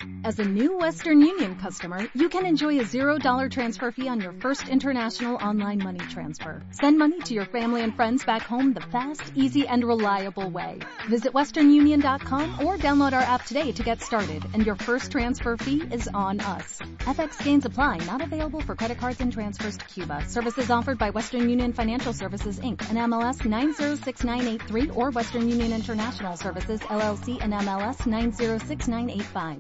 As a new Western Union customer, you can enjoy a $0 transfer fee on your first international online money transfer. Send money to your family and friends back home the fast, easy, and reliable way. Visit westernunion.com or download our app today to get started, and your first transfer fee is on us. FX gains apply, not available for credit cards and transfers to Cuba. Services offered by Western Union Financial Services, Inc., and MLS 906983, or Western Union International Services, LLC, and MLS 906985.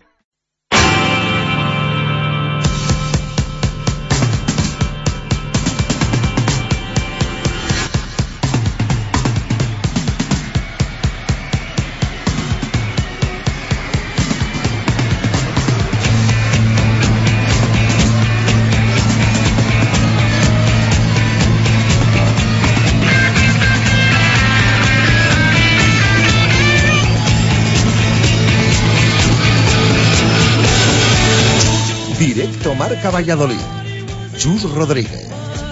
Directo Marca Valladolid. Chus Rodríguez.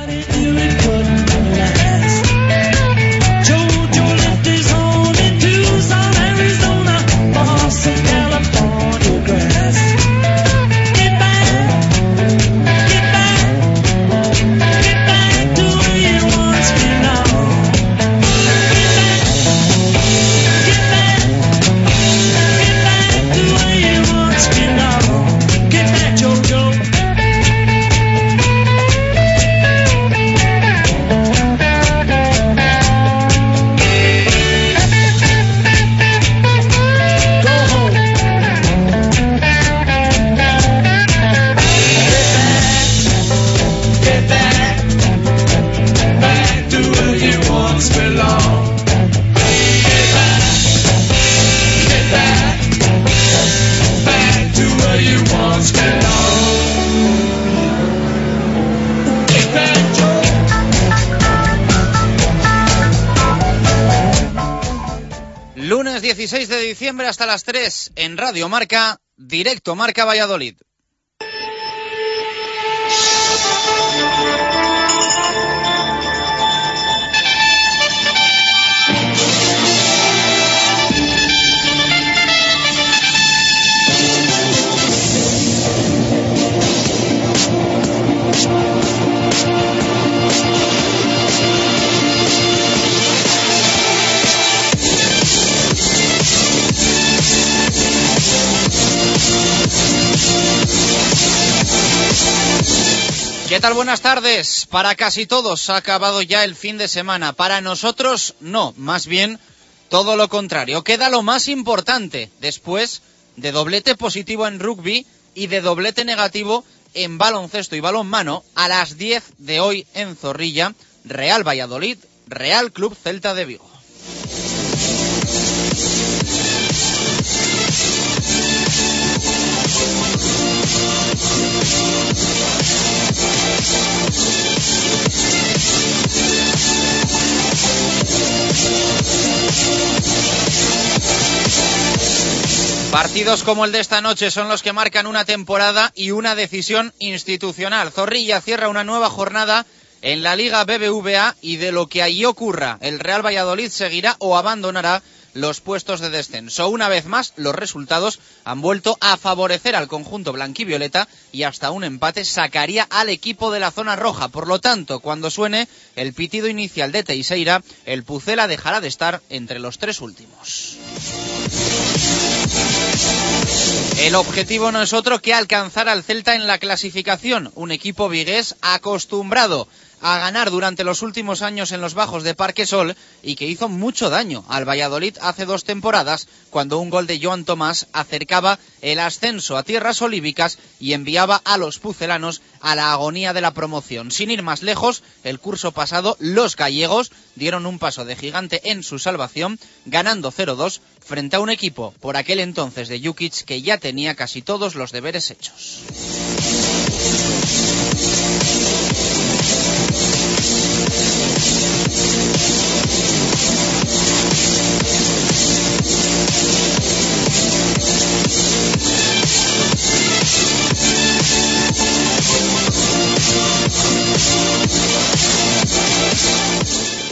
Lunes 16 de diciembre hasta las 3 en Radio Marca, Directo Marca Valladolid. ¿Qué tal? Buenas tardes. Para casi todos ha acabado ya el fin de semana. Para nosotros no, más bien todo lo contrario. Queda lo más importante después de doblete positivo en rugby y de doblete negativo en baloncesto y balonmano. A las 10 de hoy en Zorrilla, Real Valladolid, Real Club Celta de Vigo. Partidos como el de esta noche son los que marcan una temporada y una decisión institucional. Zorrilla cierra una nueva jornada en la Liga BBVA y de lo que allí ocurra, el Real Valladolid seguirá o abandonará los puestos de descenso. Una vez más, los resultados han vuelto a favorecer al conjunto blanquivioleta y hasta un empate sacaría al equipo de la zona roja. Por lo tanto, cuando suene el pitido inicial de Teixeira, el Pucela dejará de estar entre los tres últimos. El objetivo no es otro que alcanzar al Celta en la clasificación, un equipo vigués acostumbrado a ganar durante los últimos años en los bajos de Parque Sol y que hizo mucho daño al Valladolid hace 2 temporadas cuando un gol de Joan Tomás acercaba el ascenso a tierras olívicas y enviaba a los pucelanos a la agonía de la promoción. Sin ir más lejos, el curso pasado los gallegos dieron un paso de gigante en su salvación, ganando 0-2 frente a un equipo por aquel entonces de Jukic que ya tenía casi todos los deberes hechos.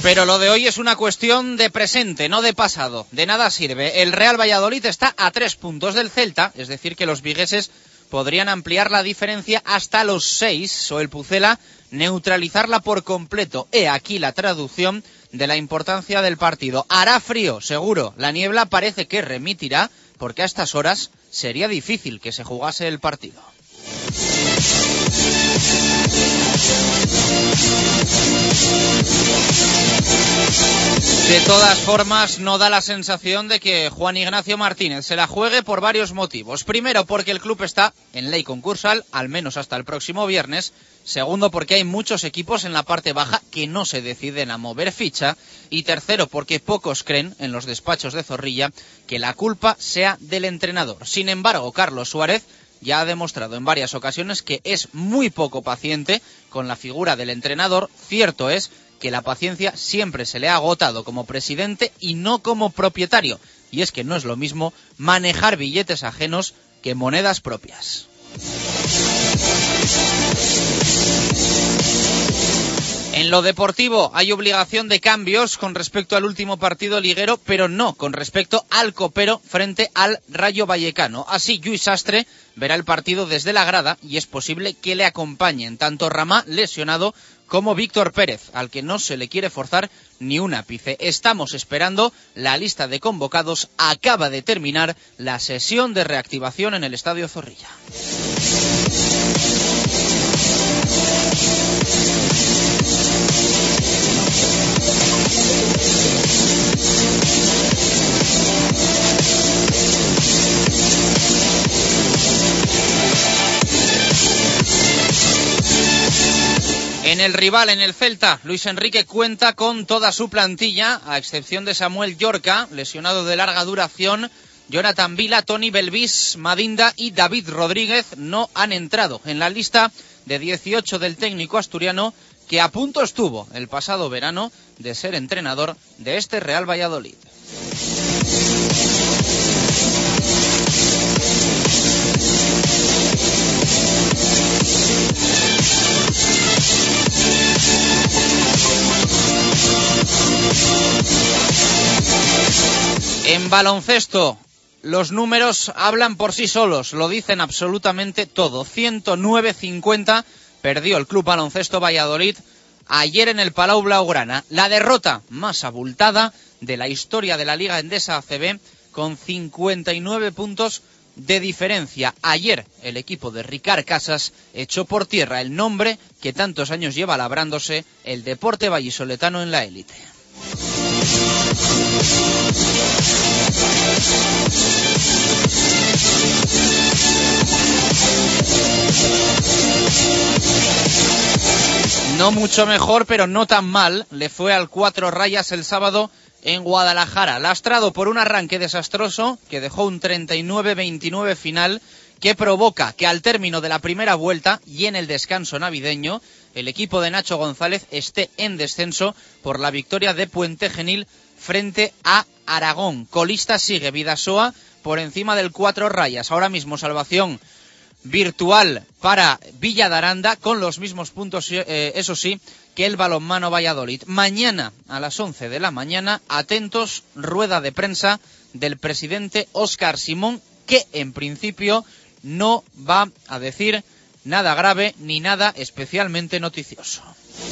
Pero lo de hoy es una cuestión de presente, no de pasado. De nada sirve. El Real Valladolid está a 3 puntos del Celta, es decir que los vigueses podrían ampliar la diferencia hasta los 6 o el Pucela neutralizarla por completo. He aquí la traducción de la importancia del partido. Hará frío, seguro. La niebla parece que remitirá porque a estas horas sería difícil que se jugase el partido. De todas formas, no da la sensación de que Juan Ignacio Martínez se la juegue por varios motivos. Primero, porque el club está en ley concursal, al menos hasta el próximo viernes. Segundo, porque hay muchos equipos en la parte baja que no se deciden a mover ficha. Y tercero, porque pocos creen en los despachos de Zorrilla que la culpa sea del entrenador. Sin embargo, Carlos Suárez ya ha demostrado en varias ocasiones que es muy poco paciente con la figura del entrenador. Cierto es que la paciencia siempre se le ha agotado como presidente y no como propietario. Y es que no es lo mismo manejar billetes ajenos que monedas propias. En lo deportivo hay obligación de cambios con respecto al último partido liguero, pero no con respecto al copero frente al Rayo Vallecano. Así, Lluís Sastre verá el partido desde la grada y es posible que le acompañen tanto Ramá, lesionado, como Víctor Pérez, al que no se le quiere forzar ni un ápice. Estamos esperando la lista de convocados. Acaba de terminar la sesión de reactivación en el Estadio Zorrilla. En el rival, en el Celta, Luis Enrique cuenta con toda su plantilla, a excepción de Samuel Llorca, lesionado de larga duración. Jonathan Vila, Tony Belvis, Madinda y David Rodríguez no han entrado en la lista de 18 del técnico asturiano, que a punto estuvo el pasado verano de ser entrenador de este Real Valladolid. En baloncesto, los números hablan por sí solos, lo dicen absolutamente todo. 109-50 perdió el Club Baloncesto Valladolid ayer en el Palau Blaugrana. La derrota más abultada de la historia de la Liga Endesa ACB, con 59 puntos de diferencia. Ayer el equipo de Ricard Casas echó por tierra el nombre que tantos años lleva labrándose el deporte vallisoletano en la élite. No mucho mejor, pero no tan mal, le fue al Cuatro Rayas el sábado en Guadalajara, lastrado por un arranque desastroso que dejó un 39-29 final que provoca que al término de la primera vuelta y en el descanso navideño el equipo de Nacho González esté en descenso por la victoria de Puente Genil frente a Aragón. Colista sigue Bidasoa por encima del Cuatro Rayas. Ahora mismo salvación virtual para Villa de Aranda con los mismos puntos, eso sí, que el Balonmano Valladolid. Mañana a las 11 de la mañana, atentos, rueda de prensa del presidente Óscar Simón, que en principio no va a decir nada grave ni nada especialmente noticioso.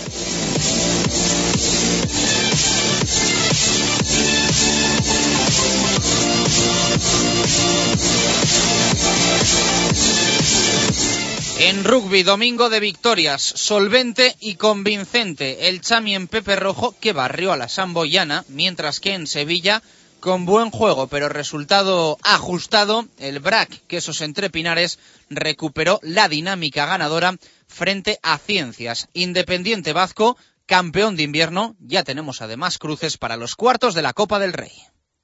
En rugby, domingo de victorias, solvente y convincente. El Chami en Pepe Rojo, que barrió a la samboyana, mientras que en Sevilla, con buen juego pero resultado ajustado, el BRAC Quesos Entre Pinares recuperó la dinámica ganadora frente a Ciencias. Independiente Vasco, campeón de invierno, ya tenemos además cruces para los cuartos de la Copa del Rey.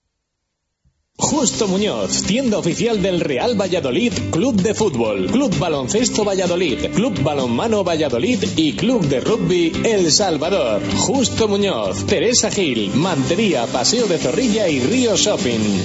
Justo Muñoz, tienda oficial del Real Valladolid, Club de Fútbol, Club Baloncesto Valladolid, Club Balonmano Valladolid y Club de Rugby El Salvador. Justo Muñoz, Teresa Gil, Mantería, Paseo de Zorrilla y Río Shopping.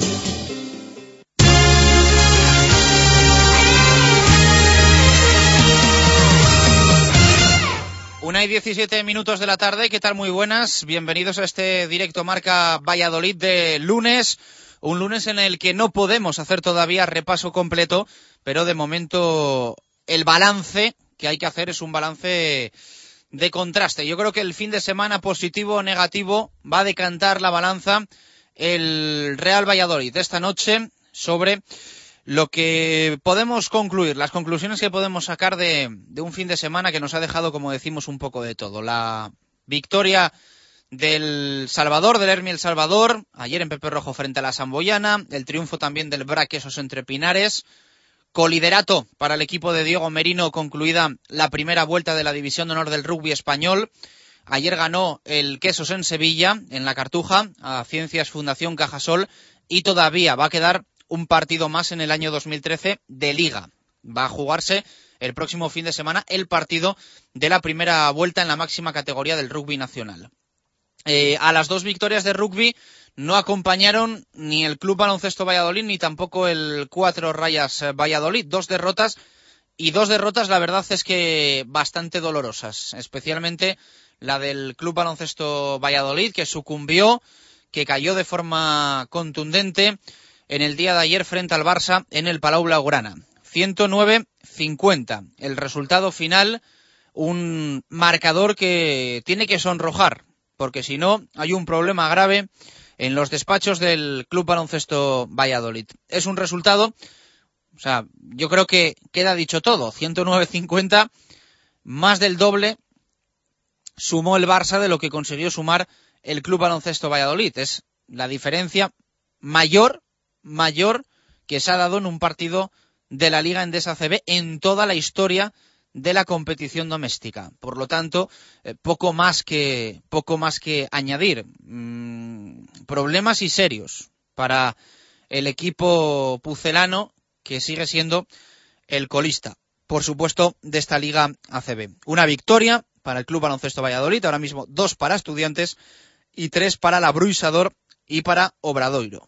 1:17 de la tarde, ¿qué tal? Muy buenas, bienvenidos a este directo Marca Valladolid de lunes, un lunes en el que no podemos hacer todavía repaso completo, pero de momento el balance que hay que hacer es un balance de contraste. Yo creo que el fin de semana, positivo o negativo, va a decantar la balanza el Real Valladolid esta noche sobre lo que podemos concluir, las conclusiones que podemos sacar de un fin de semana que nos ha dejado, como decimos, un poco de todo. La victoria del Salvador, del Hermi El Salvador, ayer en Pepe Rojo frente a la Samboyana, el triunfo también del Braquesos entre Pinares, coliderato para el equipo de Diego Merino, concluida la primera vuelta de la División de Honor del Rugby Español. Ayer ganó el Quesos en Sevilla, en la Cartuja, a Ciencias Fundación Cajasol, y todavía va a quedar un partido más en el año 2013 de Liga. Va a jugarse el próximo fin de semana el partido de la primera vuelta en la máxima categoría del rugby nacional. A las dos victorias de rugby no acompañaron ni el Club Baloncesto Valladolid ni tampoco el Cuatro Rayas Valladolid. Dos derrotas la verdad es que bastante dolorosas, especialmente la del Club Baloncesto Valladolid, que sucumbió, que cayó de forma contundente en el día de ayer frente al Barça en el Palau Blaugrana. 109-50. El resultado final, un marcador que tiene que sonrojar, porque si no hay un problema grave en los despachos del Club Baloncesto Valladolid. Es un resultado, yo creo que queda dicho todo. 109-50, más del doble sumó el Barça de lo que consiguió sumar el Club Baloncesto Valladolid. Es la diferencia mayor que se ha dado en un partido de la Liga Endesa CB en toda la historia de la competición doméstica. Por lo tanto, poco más que añadir. Problemas y serios para el equipo pucelano, que sigue siendo el colista, por supuesto, de esta Liga ACB. Una victoria para el Club Baloncesto Valladolid, ahora mismo 2 para Estudiantes y 3 para la Bruisador y para Obradoiro.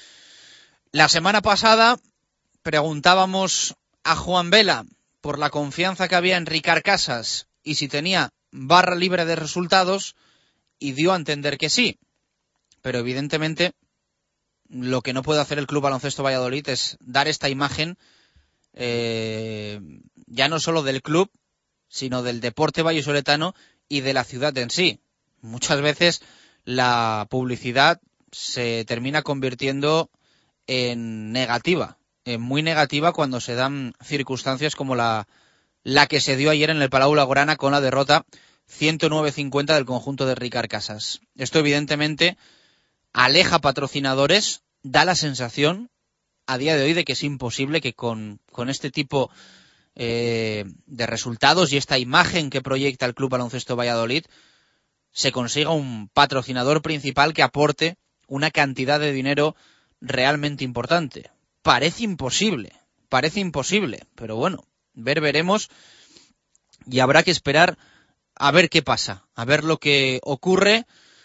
La semana pasada preguntábamos a Juan Vela por la confianza que había en Ricard Casas y si tenía barra libre de resultados, y dio a entender que sí. Pero evidentemente lo que no puede hacer el Club Baloncesto Valladolid es dar esta imagen ya no solo del club, sino del deporte vallisoletano y de la ciudad en sí. Muchas veces la publicidad se termina convirtiendo en negativa, en muy negativa, cuando se dan circunstancias como la que se dio ayer en el Palau Blaugrana con la derrota 109-50 del conjunto de Ricard Casas. Esto evidentemente aleja patrocinadores, da la sensación a día de hoy de que es imposible que con este tipo de resultados y esta imagen que proyecta el Club Baloncesto Valladolid se consiga un patrocinador principal que aporte una cantidad de dinero realmente importante. Parece imposible, pero bueno, veremos, y habrá que esperar a ver qué pasa, a ver lo que ocurre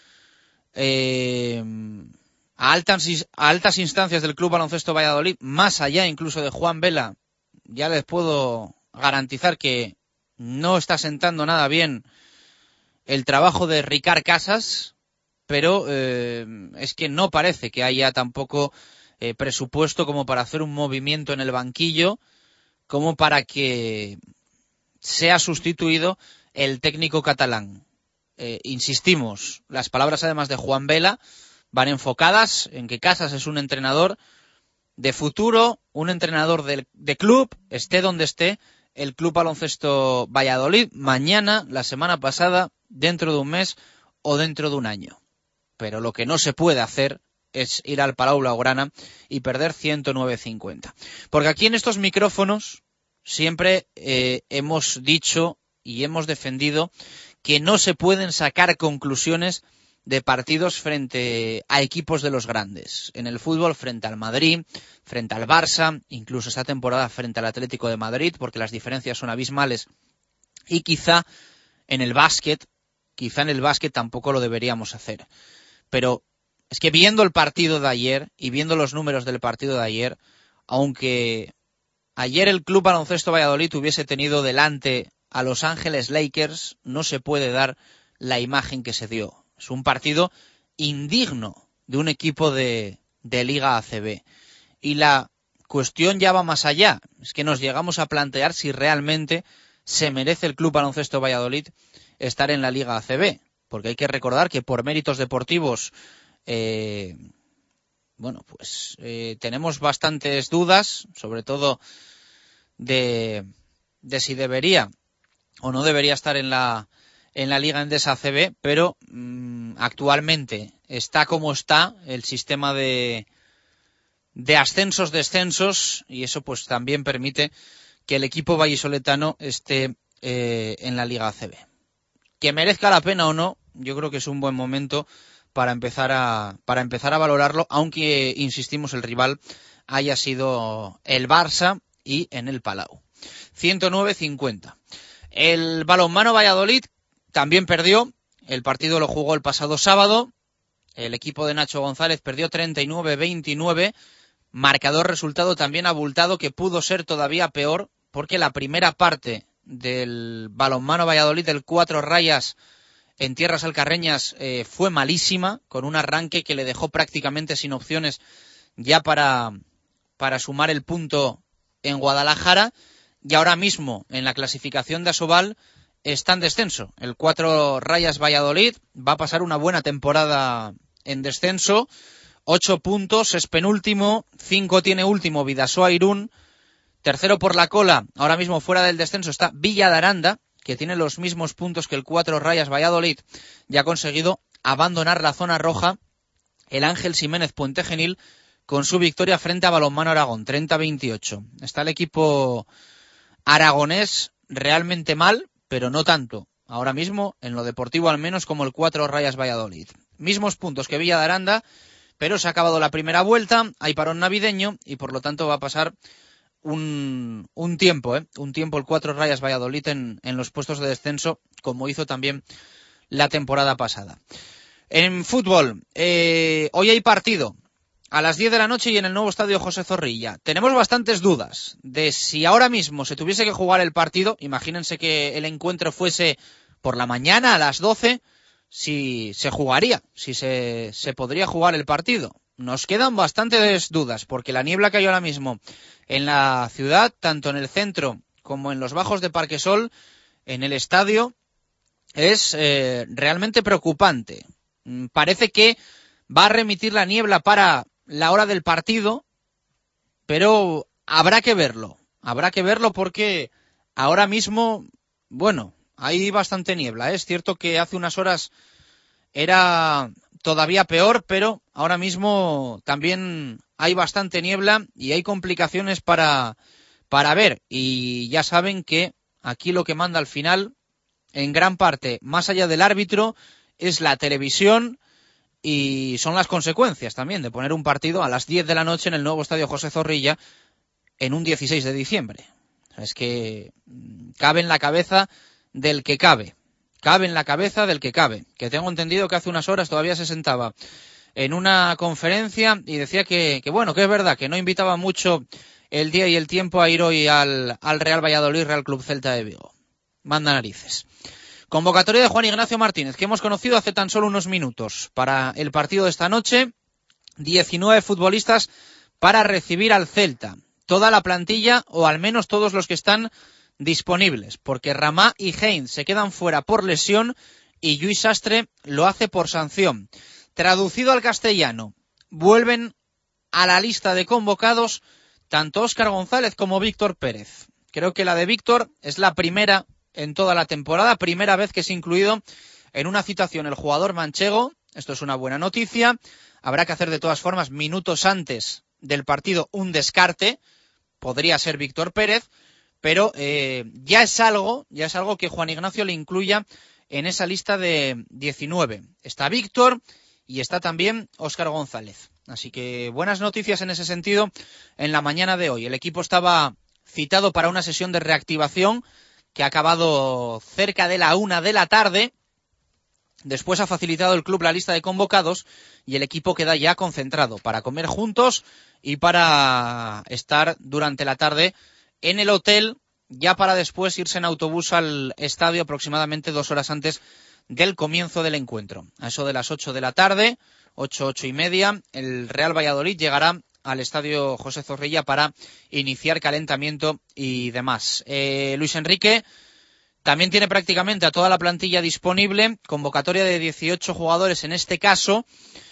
a altas instancias del Club Baloncesto Valladolid, más allá incluso de Juan Vela. Ya les puedo garantizar que no está sentando nada bien el trabajo de Ricard Casas, pero es que no parece que haya tampoco presupuesto como para hacer un movimiento en el banquillo, como para que sea sustituido el técnico catalán. Insistimos, las palabras además de Juan Vela van enfocadas en que Casas es un entrenador de futuro, un entrenador de club, esté donde esté el Club Baloncesto Valladolid, mañana, la semana pasada, dentro de un mes o dentro de un año. Pero lo que no se puede hacer es ir al Palau Blaugrana y perder 109-50. Porque aquí en estos micrófonos siempre hemos dicho y hemos defendido que no se pueden sacar conclusiones de partidos frente a equipos de los grandes. En el fútbol, frente al Madrid, frente al Barça, incluso esta temporada frente al Atlético de Madrid, porque las diferencias son abismales. Y quizá en el básquet tampoco lo deberíamos hacer. Pero es que viendo el partido de ayer y viendo los números del partido de ayer, aunque ayer el Club Baloncesto Valladolid hubiese tenido delante a Los Ángeles Lakers no se puede dar la imagen que se dio. Es un partido indigno de un equipo de Liga ACB. Y la cuestión ya va más allá. Es que nos llegamos a plantear si realmente se merece el Club Baloncesto Valladolid estar en la Liga ACB. Porque hay que recordar que por méritos deportivos, tenemos bastantes dudas, sobre todo de si debería o no debería estar en la Liga Endesa ACB, pero actualmente está como está el sistema de ascensos-descensos, y eso pues también permite que el equipo vallisoletano esté en la Liga ACB. Que merezca la pena o no, yo creo que es un buen momento para empezar a valorarlo, aunque, insistimos, el rival haya sido el Barça y en el Palau. 109-50. El Balonmano Valladolid también perdió. El partido lo jugó el pasado sábado. El equipo de Nacho González perdió 39-29. Marcador, resultado también abultado, que pudo ser todavía peor, porque la primera parte del Balonmano Valladolid, del 4 rayas en tierras alcarreñas, fue malísima, con un arranque que le dejó prácticamente sin opciones ya para sumar el punto en Guadalajara, y ahora mismo en la clasificación de Asobal está en descenso. El 4 rayas Valladolid va a pasar una buena temporada en descenso, 8 puntos, es penúltimo, 5 tiene último Bidasoa Irún, tercero por la cola, ahora mismo fuera del descenso está Villa de Aranda, que tiene los mismos puntos que el 4 rayas Valladolid, y ha conseguido abandonar la zona roja el Ángel Ximénez Puente Genil con su victoria frente a Balonmano Aragón, 30-28. Está el equipo aragonés realmente mal, pero no tanto. Ahora mismo, en lo deportivo al menos, como el 4 rayas Valladolid. Mismos puntos que Villa de Aranda, pero se ha acabado la primera vuelta, hay parón navideño y por lo tanto va a pasar un tiempo el 4 rayas Valladolid en los puestos de descenso, como hizo también la temporada pasada. En fútbol, hoy hay partido a las 10 de la noche y en el nuevo estadio José Zorrilla. Tenemos bastantes dudas de si ahora mismo se tuviese que jugar el partido. Imagínense que el encuentro fuese por la mañana a las 12, si se jugaría, si se podría jugar el partido. Nos quedan bastantes dudas, porque la niebla que hay ahora mismo en la ciudad, tanto en el centro como en los bajos de Parquesol, en el estadio, es realmente preocupante. Parece que va a remitir la niebla para la hora del partido, pero habrá que verlo porque ahora mismo, hay bastante niebla. Es cierto que hace unas horas era todavía peor, pero ahora mismo también hay bastante niebla y hay complicaciones para ver. Y ya saben que aquí lo que manda al final, en gran parte, más allá del árbitro, es la televisión y son las consecuencias también de poner un partido a las 10 de la noche en el nuevo estadio José Zorrilla en un 16 de diciembre. Es que cabe en la cabeza del que cabe. Cabe en la cabeza del que cabe. Que tengo entendido que hace unas horas todavía se sentaba en una conferencia y decía que es verdad, que no invitaba mucho el día y el tiempo a ir hoy al Real Valladolid, Real Club Celta de Vigo. Manda narices. Convocatoria de Juan Ignacio Martínez, que hemos conocido hace tan solo unos minutos para el partido de esta noche. 19 futbolistas para recibir al Celta. Toda la plantilla, o al menos todos los que están disponibles, porque Ramá y Heinz se quedan fuera por lesión y Lluís Sastre lo hace por sanción. Traducido al castellano, vuelven a la lista de convocados tanto Óscar González como Víctor Pérez. Creo que la de Víctor es la primera en toda la temporada, primera vez que es incluido en una citación el jugador manchego. Esto es una buena noticia. Habrá que hacer de todas formas minutos antes del partido un descarte. Podría ser Víctor Pérez, pero ya es algo que Juan Ignacio le incluya en esa lista de 19. Está Víctor y está también Óscar González. Así que buenas noticias en ese sentido en la mañana de hoy. El equipo estaba citado para una sesión de reactivación que ha acabado cerca de la 1 de la tarde. Después ha facilitado el club la lista de convocados y el equipo queda ya concentrado para comer juntos y para estar durante la tarde en el hotel ya para después irse en autobús al estadio aproximadamente 2 horas antes del comienzo del encuentro. A eso de las 8 de la tarde, 8:30, el Real Valladolid llegará al estadio José Zorrilla para iniciar calentamiento y demás. Luis Enrique también tiene prácticamente a toda la plantilla disponible, convocatoria de 18 jugadores en este caso.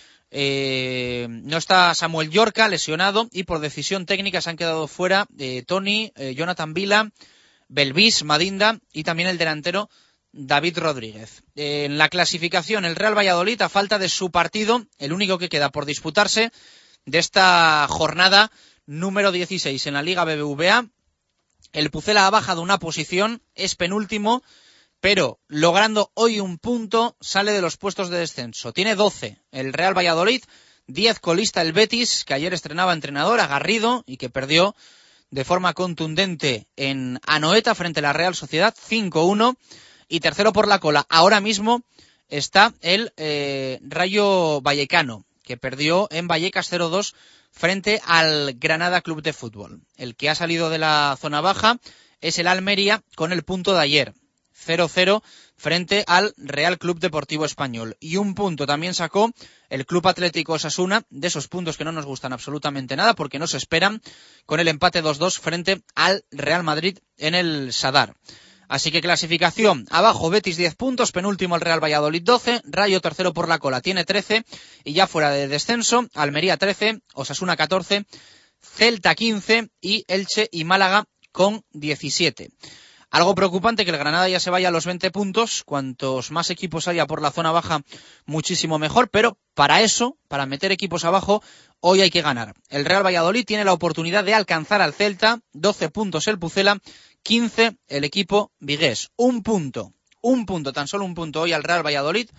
No está Samuel Llorca, lesionado, y por decisión técnica se han quedado fuera Tony, Jonathan Vila, Belvis, Madinda y también el delantero David Rodríguez. En la clasificación, el Real Valladolid, a falta de su partido, el único que queda por disputarse de esta jornada número 16 en la Liga BBVA, el Pucela ha bajado una posición, es penúltimo, pero logrando hoy un punto sale de los puestos de descenso. Tiene 12 el Real Valladolid, 10 colista el Betis, que ayer estrenaba entrenador a Garrido y que perdió de forma contundente en Anoeta frente a la Real Sociedad, 5-1. Y tercero por la cola, ahora mismo está el Rayo Vallecano, que perdió en Vallecas 0-2 frente al Granada Club de Fútbol. El que ha salido de la zona baja es el Almería con el punto de ayer, 0-0 frente al Real Club Deportivo Español. Y un punto también sacó el Club Atlético Osasuna, de esos puntos que no nos gustan absolutamente nada porque no se esperan, con el empate 2-2 frente al Real Madrid en el Sadar. Así que clasificación, abajo Betis 10 puntos, penúltimo el Real Valladolid 12, Rayo tercero por la cola tiene 13 y ya fuera de descenso, Almería 13, Osasuna 14, Celta 15 y Elche y Málaga con 17. Algo preocupante que el Granada ya se vaya a los 20 puntos, cuantos más equipos haya por la zona baja muchísimo mejor, pero para eso, para meter equipos abajo, hoy hay que ganar. El Real Valladolid tiene la oportunidad de alcanzar al Celta, 12 puntos el Pucela, 15 el equipo vigués. Un punto, tan solo un punto hoy al Real Valladolid.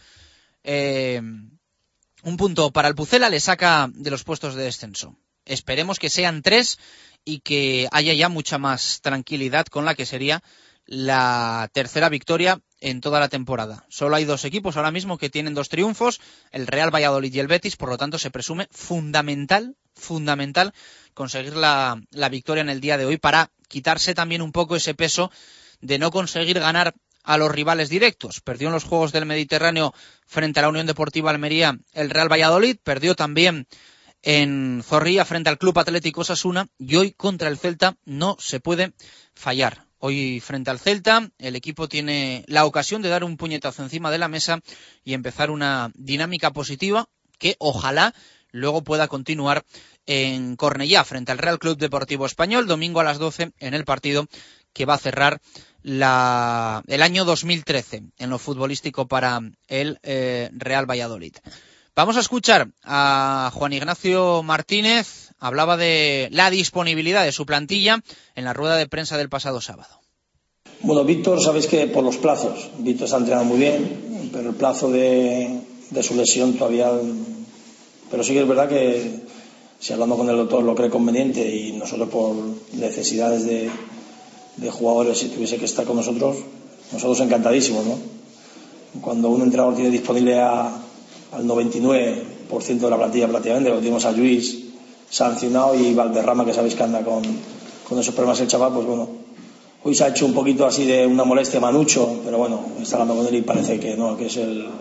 Un punto para el Pucela le saca de los puestos de descenso. Esperemos que sean 3 y que haya ya mucha más tranquilidad con la que sería la tercera victoria en toda la temporada. Solo hay 2 equipos ahora mismo que tienen 2 triunfos, el Real Valladolid y el Betis, por lo tanto se presume fundamental conseguir la victoria en el día de hoy para quitarse también un poco ese peso de no conseguir ganar a los rivales directos. Perdió en los Juegos del Mediterráneo frente a la Unión Deportiva Almería el Real Valladolid, perdió también en Zorrilla frente al Club Atlético Osasuna y hoy contra el Celta no se puede fallar. Hoy frente al Celta el equipo tiene la ocasión de dar un puñetazo encima de la mesa y empezar una dinámica positiva que ojalá luego pueda continuar en Cornellá frente al Real Club Deportivo Español, domingo a las 12 en el partido que va a cerrar el año 2013 en lo futbolístico para el Real Valladolid. Vamos a escuchar a Juan Ignacio Martínez, hablaba de la disponibilidad de su plantilla en la rueda de prensa del pasado sábado. Bueno, Víctor, sabéis que por los plazos, Víctor está entrenando muy bien, pero el plazo de su lesión todavía... Pero sí que es verdad que si hablando con el doctor lo cree conveniente y nosotros por necesidades de jugadores si tuviese que estar con nosotros encantadísimos, ¿no? Cuando un entrenador tiene disponible al 99% de la plantilla prácticamente, lo tenemos a Luis sancionado y Valderrama, que sabéis que anda con esos problemas el chaval, pues bueno, hoy se ha hecho un poquito así de una molestia Manucho, pero bueno, está hablando con él y parece que no, que es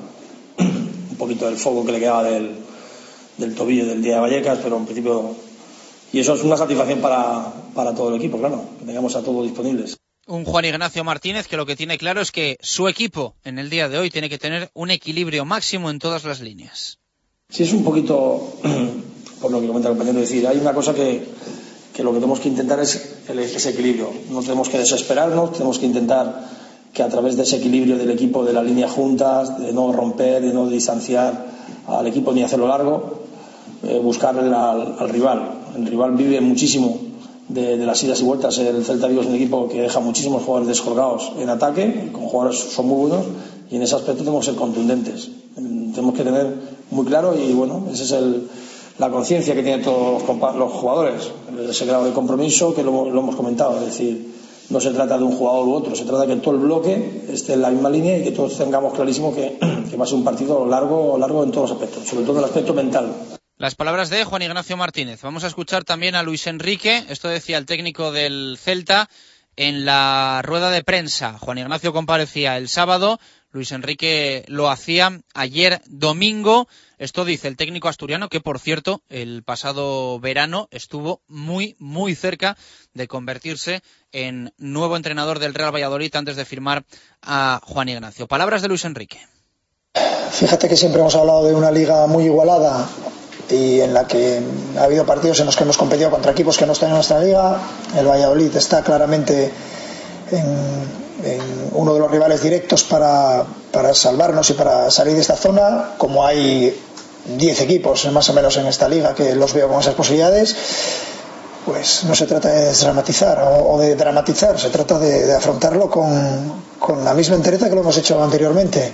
un poquito del foco que le quedaba del tobillo del día de Vallecas, pero en principio, y eso es una satisfacción para todo el equipo, claro, que tengamos a todos disponibles. Un Juan Ignacio Martínez que lo que tiene claro es que su equipo en el día de hoy tiene que tener un equilibrio máximo en todas las líneas. Sí, es un poquito, por lo que comenta el compañero, decir, hay una cosa que lo que tenemos que intentar es ese equilibrio. No tenemos que desesperarnos, tenemos que intentar que a través de ese equilibrio del equipo, de las líneas juntas, de no romper, de no distanciar al equipo ni hacerlo largo, buscar al rival. El rival vive muchísimo de las idas y vueltas. El Celta Vigo es un equipo que deja muchísimos jugadores descolgados en ataque, con jugadores son muy buenos, y en ese aspecto tenemos que ser contundentes. Tenemos que tener muy claro, y bueno, esa es la conciencia que tienen todos los jugadores, ese grado de compromiso que lo hemos comentado. Es decir, no se trata de un jugador u otro, se trata de que todo el bloque esté en la misma línea y que todos tengamos clarísimo que va a ser un partido largo en todos los aspectos, sobre todo en el aspecto mental. Las palabras de Juan Ignacio Martínez. Vamos a escuchar también a Luis Enrique. Esto decía el técnico del Celta en la rueda de prensa. Juan Ignacio comparecía el sábado, Luis Enrique lo hacía ayer domingo. Esto dice el técnico asturiano, que por cierto el pasado verano estuvo muy cerca de convertirse en nuevo entrenador del Real Valladolid antes de firmar a Juan Ignacio. Palabras de Luis Enrique. Fíjate que siempre hemos hablado de una liga muy igualada y en la que ha habido partidos en los que hemos competido contra equipos que no están en nuestra liga. El Valladolid está claramente en uno de los rivales directos para salvarnos y para salir de esta zona. Como hay 10 equipos más o menos en esta liga que los veo con esas posibilidades, pues no se trata de desdramatizar o de dramatizar, se trata de afrontarlo con la misma entereza que lo hemos hecho anteriormente.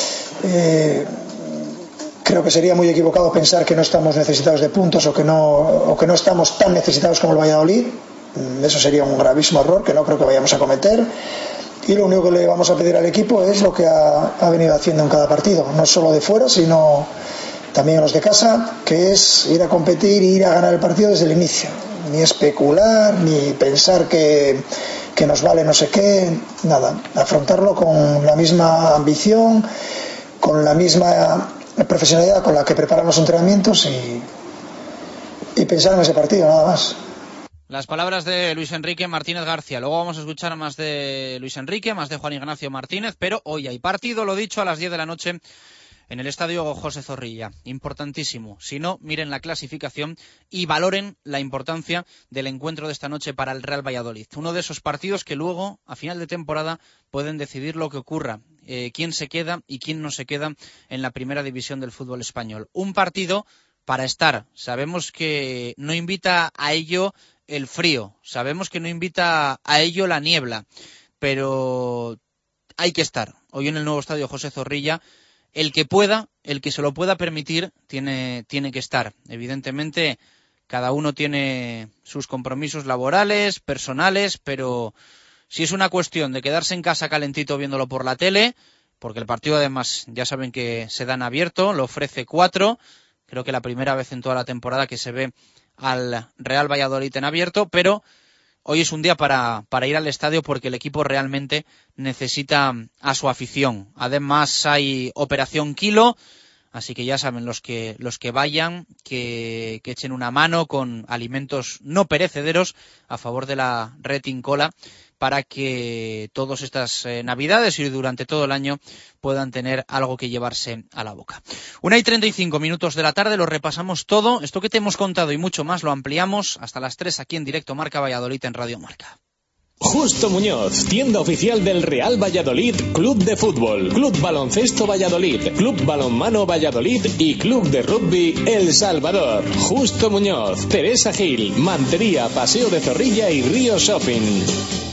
Creo que sería muy equivocado pensar que no estamos necesitados de puntos o que no estamos tan necesitados como el Valladolid. Eso sería un gravísimo error que no creo que vayamos a cometer. Y lo único que le vamos a pedir al equipo es lo que ha venido haciendo en cada partido, no solo de fuera, sino también en los de casa, que es ir a competir y ir a ganar el partido desde el inicio. Ni especular, ni pensar que nos vale no sé qué, nada. Afrontarlo con la misma ambición, con la misma profesionalidad con la que preparan los entrenamientos y pensar en ese partido, nada más. Las palabras de Luis Enrique Martínez García. Luego vamos a escuchar más de Luis Enrique, más de Juan Ignacio Martínez, pero hoy hay partido, lo dicho, a las 10 de la noche en el estadio José Zorrilla. Importantísimo. Si no, miren la clasificación y valoren la importancia del encuentro de esta noche para el Real Valladolid. Uno de esos partidos que luego, a final de temporada, pueden decidir lo que ocurra. Quién se queda y quién no se queda en la primera división del fútbol español. Un partido para estar. Sabemos que no invita a ello el frío, sabemos que no invita a ello la niebla, pero hay que estar. Hoy en el nuevo estadio José Zorrilla, el que pueda, el que se lo pueda permitir, tiene que estar. Evidentemente, cada uno tiene sus compromisos laborales, personales, pero si es una cuestión de quedarse en casa calentito viéndolo por la tele, porque el partido además ya saben que se da en abierto, lo ofrece 4, creo que la primera vez en toda la temporada que se ve al Real Valladolid en abierto, pero hoy es un día para ir al estadio porque el equipo realmente necesita a su afición. Además hay Operación Kilo, así que ya saben los que vayan que echen una mano con alimentos no perecederos a favor de la Red Incola para que todas estas navidades y durante todo el año puedan tener algo que llevarse a la boca. 1:35 de la tarde, lo repasamos todo. Esto que te hemos contado y mucho más lo ampliamos hasta las 3 aquí en directo Marca Valladolid en Radio Marca. Justo Muñoz, tienda oficial del Real Valladolid, Club de Fútbol, Club Baloncesto Valladolid, Club Balonmano Valladolid y Club de Rugby El Salvador. Justo Muñoz, Teresa Gil, Mantería, Paseo de Zorrilla y Río Shopping.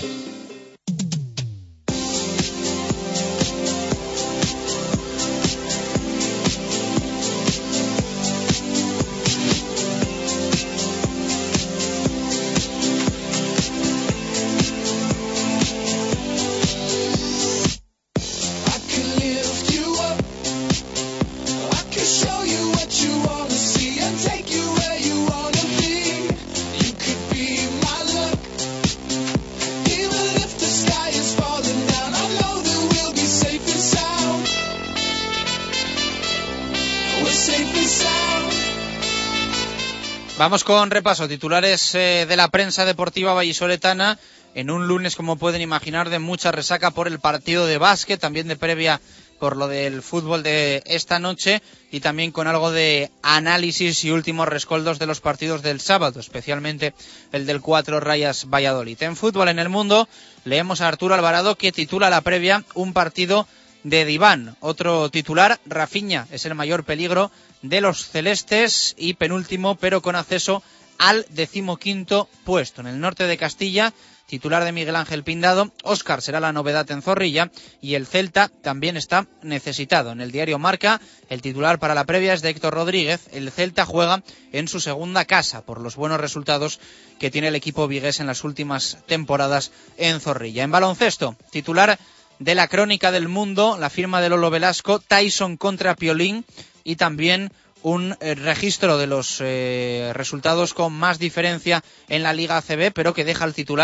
Vamos con repaso, titulares de la prensa deportiva vallisoletana en un lunes, como pueden imaginar, de mucha resaca por el partido de básquet, también de previa por lo del fútbol de esta noche y también con algo de análisis y últimos rescoldos de los partidos del sábado, especialmente el del 4 Rayas Valladolid. En fútbol en el mundo leemos a Arturo Alvarado que titula la previa un partido de diván. Otro titular, Rafinha es el mayor peligro de los celestes y penúltimo, pero con acceso al 15º puesto. En el norte de Castilla, titular de Miguel Ángel Pindado, Óscar será la novedad en Zorrilla y el Celta también está necesitado. En el diario Marca, el titular para la previa es de Héctor Rodríguez. El Celta juega en su segunda casa por los buenos resultados que tiene el equipo vigués en las últimas temporadas en Zorrilla. En baloncesto, titular de la Crónica del Mundo, la firma de Lolo Velasco, Tyson contra Piolín y también un registro de los resultados con más diferencia en la Liga ACB, pero que deja al titular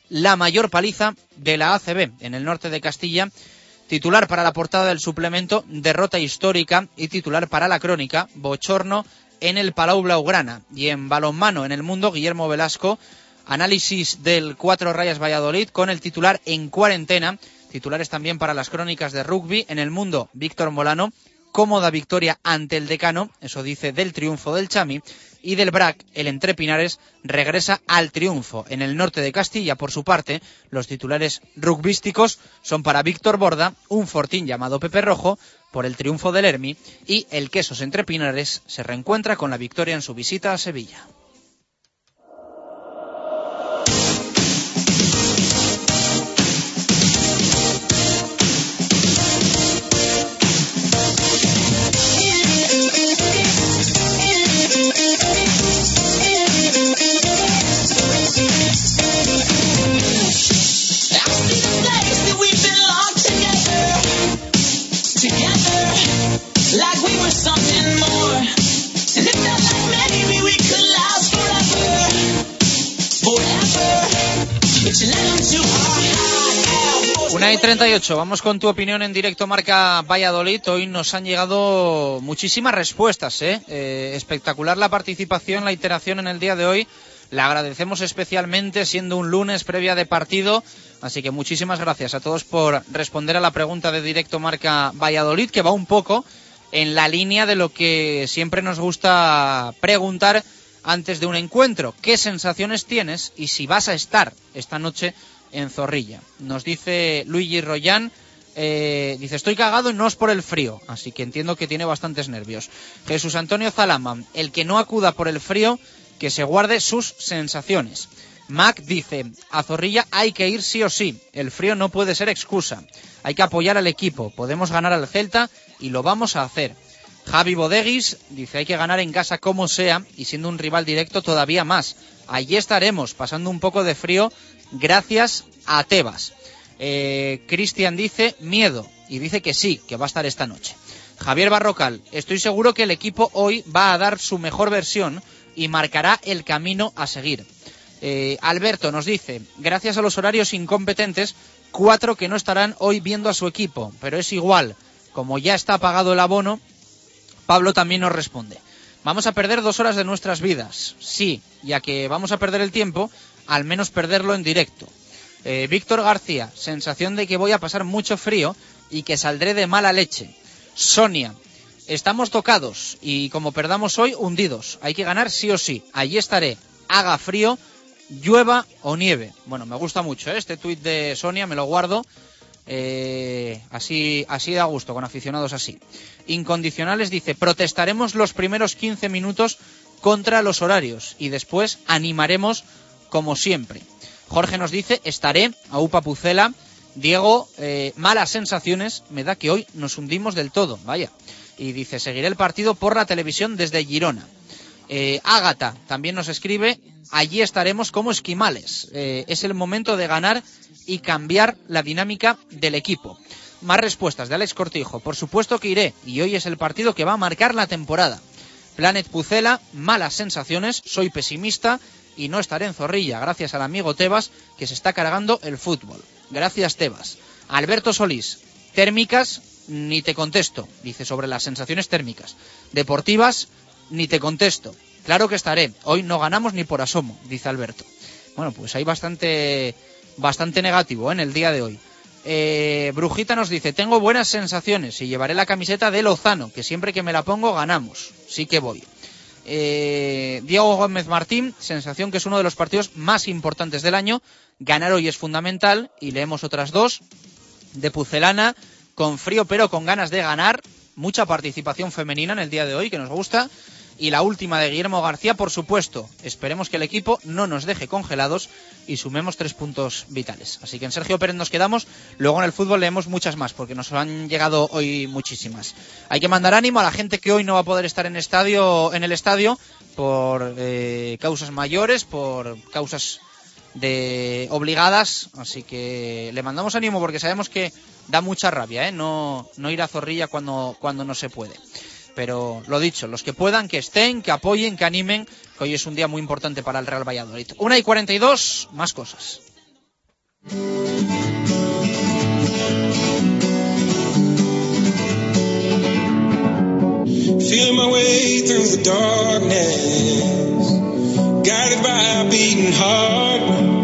la mayor paliza de la ACB en el norte de Castilla. Titular para la portada del suplemento, derrota histórica, y titular para la crónica, bochorno en el Palau Blaugrana. Y en balonmano en el mundo, Guillermo Velasco, análisis del 4 Rayas Valladolid con el titular en cuarentena. Titulares también para las crónicas de rugby. En el mundo, Víctor Molano, cómoda victoria ante el Decano, eso dice del triunfo del Chami. Y del BRAC, el Entrepinares, regresa al triunfo. En el norte de Castilla, por su parte, los titulares rugbísticos son para Víctor Borda, un fortín llamado Pepe Rojo, por el triunfo del Hermi, y el Quesos Entrepinares se reencuentra con la victoria en su visita a Sevilla. Una y 38, vamos con tu opinión en directo Marca Valladolid. Hoy nos han llegado muchísimas respuestas, espectacular la participación, la iteración en el día de hoy. La agradecemos especialmente siendo un lunes previa de partido, así que muchísimas gracias a todos por responder a la pregunta de directo Marca Valladolid, que va un poco en la línea de lo que siempre nos gusta preguntar antes de un encuentro. ¿Qué sensaciones tienes y si vas a estar esta noche en Zorrilla? Nos dice Luigi Royan, dice, estoy cagado y no es por el frío, así que entiendo que tiene bastantes nervios. Jesús Antonio Zalama, el que no acuda por el frío, que se guarde sus sensaciones. Mac dice, a Zorrilla hay que ir sí o sí, el frío no puede ser excusa, hay que apoyar al equipo, podemos ganar al Celta y lo vamos a hacer. Javi Bodeguis dice, hay que ganar en casa como sea y siendo un rival directo todavía más. Allí estaremos, pasando un poco de frío, gracias a Tebas. Cristian dice, miedo, y dice que sí, que va a estar esta noche. Javier Barrocal, estoy seguro que el equipo hoy va a dar su mejor versión y marcará el camino a seguir. Alberto nos dice, gracias a los horarios incompetentes, 4 que no estarán hoy viendo a su equipo, pero es igual, como ya está pagado el abono. Pablo también nos responde, vamos a perder 2 horas de nuestras vidas, sí, ya que vamos a perder el tiempo, al menos perderlo en directo. Víctor García, sensación de que voy a pasar mucho frío y que saldré de mala leche. Sonia, estamos tocados y como perdamos hoy, hundidos, hay que ganar sí o sí, allí estaré, haga frío, llueva o nieve. Bueno, me gusta mucho este tuit de Sonia, me lo guardo. Así da gusto con aficionados así. Incondicionales dice, protestaremos los primeros 15 minutos contra los horarios y después animaremos como siempre. Jorge nos dice, estaré, Aupa Pucela. Diego, malas sensaciones, me da que hoy nos hundimos del todo, vaya. Y dice, seguiré el partido por la televisión desde Girona. Ágata también nos escribe, allí estaremos como esquimales, es el momento de ganar y cambiar la dinámica del equipo. Más respuestas de Alex Cortijo, por supuesto que iré y hoy es el partido que va a marcar la temporada. Planet Pucela, malas sensaciones, soy pesimista y no estaré en Zorrilla, gracias al amigo Tebas que se está cargando el fútbol. Gracias Tebas. Alberto Solís, térmicas, ni te contesto, dice sobre las sensaciones térmicas. Deportivas, ni te contesto. Claro que estaré. Hoy no ganamos ni por asomo, dice Alberto. Bueno, pues hay bastante negativo en el día de hoy. Brujita nos dice, tengo buenas sensaciones y llevaré la camiseta de Lozano, que siempre que me la pongo ganamos. Sí que voy. Diego Gómez Martín, sensación que es uno de los partidos más importantes del año. Ganar hoy es fundamental. Y leemos otras 2 de Pucelana, con frío pero con ganas de ganar. Mucha participación femenina en el día de hoy, que nos gusta. Y la última de Guillermo García, por supuesto, esperemos que el equipo no nos deje congelados y sumemos 3 puntos vitales. Así que en Sergio Pérez nos quedamos, luego en el fútbol leemos muchas más, porque nos han llegado hoy muchísimas. Hay que mandar ánimo a la gente que hoy no va a poder estar en el estadio por causas mayores, por causas obligadas, así que le mandamos ánimo porque sabemos que da mucha rabia, no ir a Zorrilla cuando no se puede. Pero lo dicho, los que puedan, que estén, que apoyen, que animen, que hoy es un día muy importante para el Real Valladolid. 1:42, más cosas. Feeling my way through the darkness, guided by a beating heart.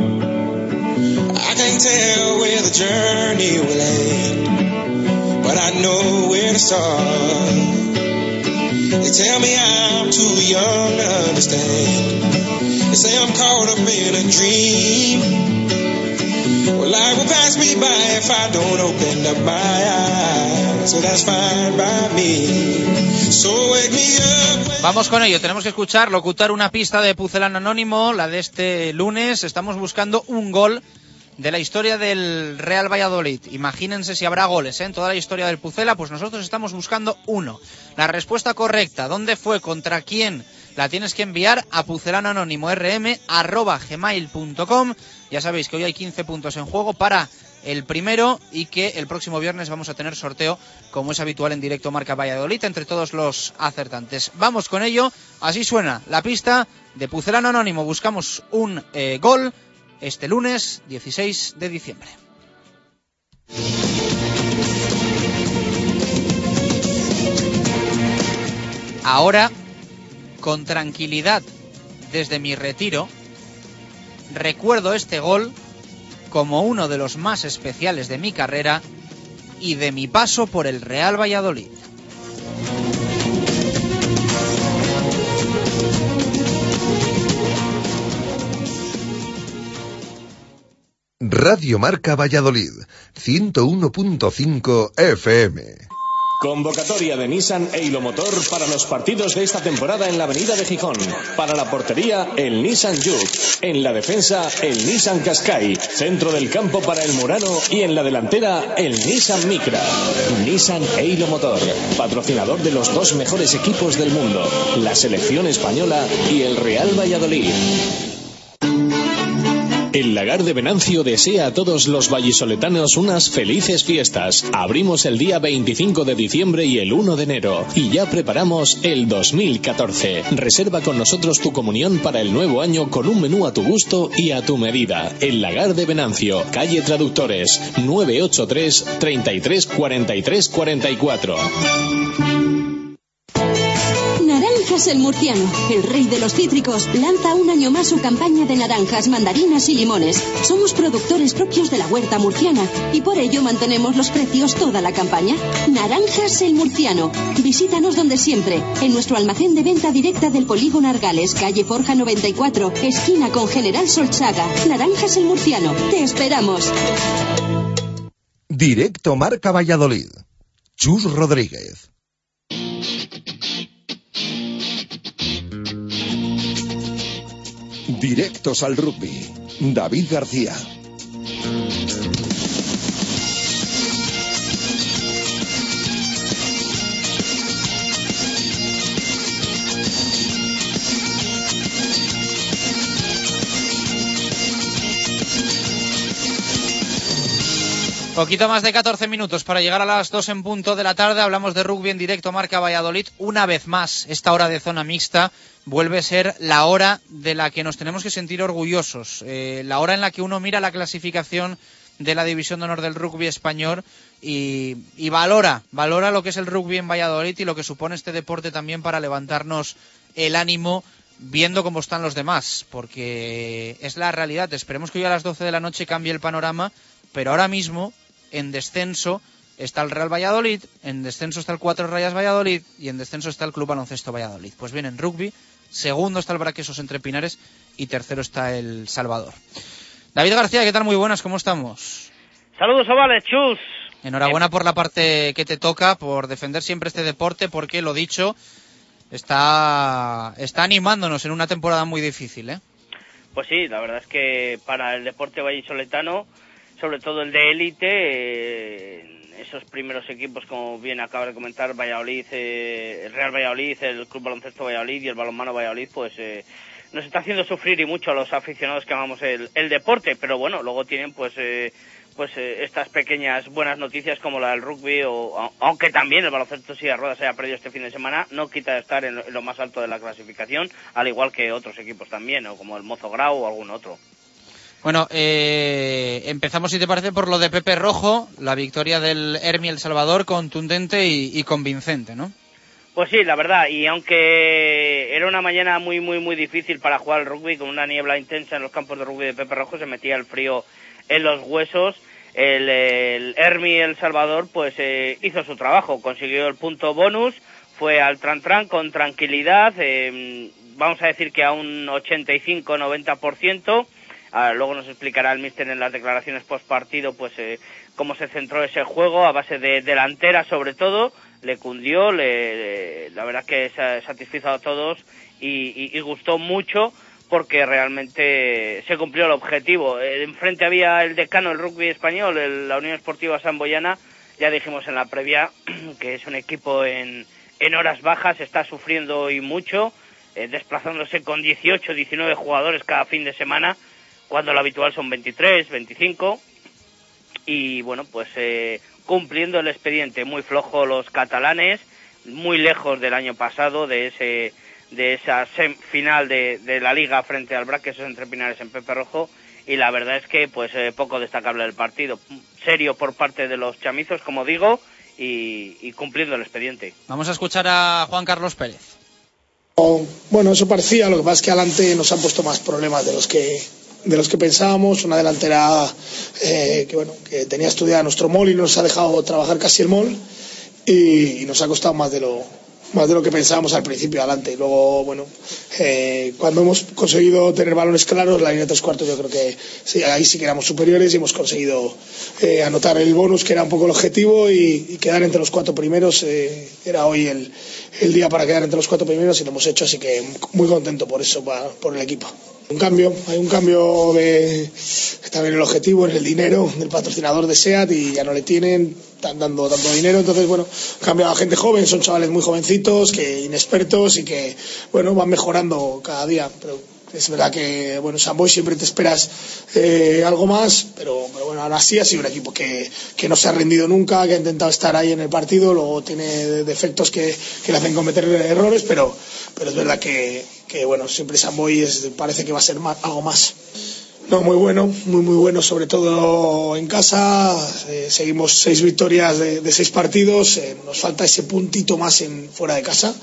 I can't tell where the journey will end, but I know where to start. They tell me I'm too young to understand. They say I'm caught up in a dream. Well, life will pass me by if I don't open up my eyes. So that's fine by me. So wake me up. Vamos con ello, tenemos que escuchar locutar una pista de Pucelano Anónimo, la de este lunes. Estamos buscando un gol de la historia del Real Valladolid. Imagínense si habrá goles en toda la historia del Pucela, pues nosotros estamos buscando uno. La respuesta correcta, ¿dónde fue? ¿Contra quién? La tienes que enviar a pucelanoanónimo@gmail.com. Ya sabéis que hoy hay 15 puntos en juego para el primero y que el próximo viernes vamos a tener sorteo, como es habitual en directo Marca Valladolid, entre todos los acertantes. Vamos con ello, así suena la pista de Pucelano Anónimo. Buscamos un gol este lunes 16 de diciembre. Ahora, con tranquilidad desde mi retiro, recuerdo este gol como uno de los más especiales de mi carrera y de mi paso por el Real Valladolid. Radio Marca Valladolid, 101.5 FM. Convocatoria de Nissan e Hilomotor para los partidos de esta temporada en la avenida de Gijón. Para la portería, el Nissan Juke. En la defensa, el Nissan Qashqai. Centro del campo para el Murano y en la delantera, el Nissan Micra. Nissan e Hilomotor, patrocinador de los dos mejores equipos del mundo, la selección española y el Real Valladolid. El Lagar de Venancio desea a todos los vallisoletanos unas felices fiestas. Abrimos el día 25 de diciembre y el 1 de enero. Y ya preparamos el 2014. Reserva con nosotros tu comunión para el nuevo año con un menú a tu gusto y a tu medida. El Lagar de Venancio, calle Traductores, 983 33 43 44. Naranjas El Murciano, el rey de los cítricos, lanza un año más su campaña de naranjas, mandarinas y limones. Somos productores propios de la huerta murciana y por ello mantenemos los precios toda la campaña. Naranjas El Murciano. Visítanos donde siempre, en nuestro almacén de venta directa del Polígono Argales, calle Forja 94, esquina con General Solchaga. Naranjas El Murciano. Te esperamos. Directo Marca Valladolid. Chus Rodríguez. Directos al rugby. David García. Poquito más de 14 minutos para llegar a las 2 en punto de la tarde. Hablamos de rugby en directo Marca Valladolid. Una vez más, esta hora de zona mixta vuelve a ser la hora de la que nos tenemos que sentir orgullosos. La hora en la que uno mira la clasificación de la División de Honor del rugby español y valora lo que es el rugby en Valladolid y lo que supone este deporte también para levantarnos el ánimo viendo cómo están los demás, porque es la realidad. Esperemos que hoy a las 12 de la noche cambie el panorama, pero ahora mismo en descenso está el Real Valladolid, en descenso está el Cuatro Rayas Valladolid y en descenso está el Club Baloncesto Valladolid. Pues bien, en rugby, segundo está el Braquesos Entre Pinares y tercero está el Salvador. David García, ¿qué tal? Muy buenas, ¿cómo estamos? Saludos, ovales, Chus. Enhorabuena por la parte que te toca, por defender siempre este deporte, porque, lo dicho, está animándonos en una temporada muy difícil, ¿eh? Pues sí, la verdad es que para el deporte vallisoletano, sobre todo el de élite, esos primeros equipos, como bien acaba de comentar, Valladolid, el Real Valladolid, el Club Baloncesto Valladolid y el Balonmano Valladolid, pues nos está haciendo sufrir y mucho a los aficionados que amamos el deporte, pero bueno, luego tienen pues estas pequeñas buenas noticias como la del rugby, aunque también el baloncesto silla de ruedas haya perdido este fin de semana, no quita de estar en lo más alto de la clasificación, al igual que otros equipos también, o como el Mozo Grau o algún otro. Bueno, empezamos, si te parece, por lo de Pepe Rojo, la victoria del Hermi El Salvador, contundente y convincente, ¿no? Pues sí, la verdad, y aunque era una mañana muy difícil para jugar al rugby, con una niebla intensa en los campos de rugby de Pepe Rojo, se metía el frío en los huesos, el Hermi El Salvador pues hizo su trabajo, consiguió el punto bonus, fue al tran con tranquilidad, vamos a decir que a un 85-90%, luego nos explicará el míster en las declaraciones post partido pues cómo se centró ese juego, a base de delantera sobre todo, le cundió, la verdad que satisfizo a todos y gustó mucho porque realmente se cumplió el objetivo. Enfrente había el decano del rugby español, la Unión Esportiva Samboyana, ya dijimos en la previa que es un equipo en horas bajas, está sufriendo hoy mucho, desplazándose con 18, 19 jugadores cada fin de semana, cuando lo habitual son 23, 25, y bueno, pues cumpliendo el expediente. Muy flojo los catalanes, muy lejos del año pasado, de esa final de la Liga frente al Braquesos entre Pinares en Pepe Rojo, y la verdad es que pues poco destacable del partido, serio por parte de los chamizos, como digo, y cumpliendo el expediente. Vamos a escuchar a Juan Carlos Pérez. Bueno, eso parecía, lo que pasa es que adelante nos han puesto más problemas de los que pensábamos, una delantera que tenía estudiada nuestro mol y nos ha dejado trabajar casi el mol, y nos ha costado más de lo que pensábamos al principio adelante. Luego, bueno, cuando hemos conseguido tener balones claros, la línea de 3/4, yo creo que sí, ahí sí que éramos superiores y hemos conseguido anotar el bonus, que era un poco el objetivo, y quedar entre los 4 primeros. Era hoy el día para quedar entre los 4 primeros y lo hemos hecho, así que muy contento por eso, por el equipo. Hay un cambio también el objetivo en el dinero del patrocinador de SEAT, y ya no le tienen, están dando tanto dinero, entonces bueno, cambia a gente joven, son chavales muy jovencitos, que inexpertos y que bueno, van mejorando cada día, pero es verdad que bueno, Samboy siempre te esperas algo más, pero bueno, ahora sí ha sido un equipo que no se ha rendido nunca, que ha intentado estar ahí en el partido, luego tiene defectos que le hacen cometer errores, pero es verdad que bueno, siempre Samboy parece que va a ser algo más. No, muy bueno, sobre todo en casa. Seguimos 6 victorias de 6 partidos, nos falta ese puntito más fuera de casa.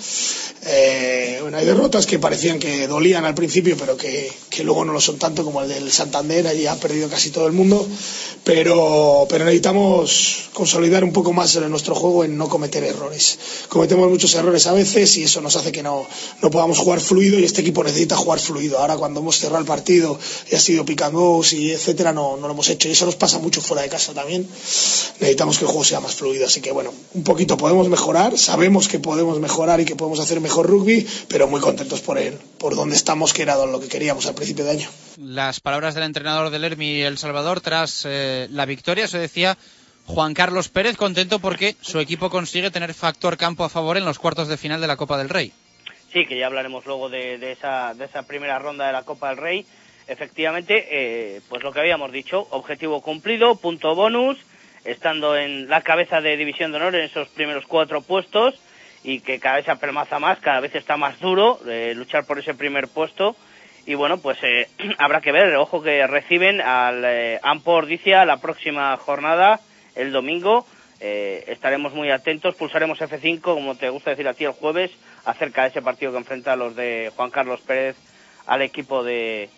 Bueno, hay derrotas que parecían que dolían al principio, pero que luego no lo son tanto, como el del Santander, allí ha perdido casi todo el mundo, pero necesitamos consolidar un poco más nuestro juego en no cometer errores. Cometemos muchos errores a veces y eso nos hace que no podamos jugar fluido, y este equipo necesita jugar fluido. Ahora, cuando hemos cerrado el partido y ha sido pick and goes y etcétera, no lo hemos hecho, y eso nos pasa mucho fuera de casa también. Necesitamos que el juego sea más fluido, así que bueno, un poquito podemos mejorar, sabemos que podemos mejorar y que podemos hacer mejor rugby, pero muy contentos por donde estamos, que era lo que queríamos al principio de año. Las palabras del entrenador del Hermi El Salvador tras la victoria, eso decía Juan Carlos Pérez, contento porque su equipo consigue tener factor campo a favor en los cuartos de final de la Copa del Rey. Sí, que ya hablaremos luego de esa primera ronda de la Copa del Rey. Efectivamente, pues lo que habíamos dicho, objetivo cumplido, punto bonus, estando en la cabeza de División de Honor en esos primeros 4 puestos, y que cada vez se apelmaza más, cada vez está más duro luchar por ese primer puesto. Y bueno, pues habrá que ver, ojo que reciben al Ampo Ordizia la próxima jornada, el domingo. Estaremos muy atentos, pulsaremos F5, como te gusta decir a ti, el jueves, acerca de ese partido que enfrenta a los de Juan Carlos Pérez al equipo de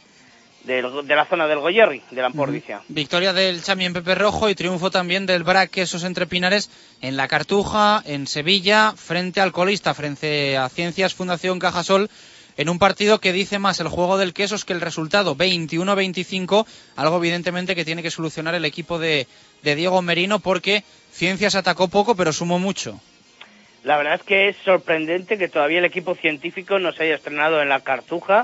la zona del Goyerri, de la Ampo Ordizia. Victoria del Chami en Pepe Rojo y triunfo también del Braquesos entre Pinares en la Cartuja, en Sevilla, frente al colista, frente a Ciencias Fundación Cajasol, en un partido que dice más el juego del Quesos que el resultado, 21-25, algo evidentemente que tiene que solucionar el equipo de Diego Merino, porque Ciencias atacó poco pero sumó mucho. La verdad es que es sorprendente que todavía el equipo científico no se haya estrenado en la Cartuja.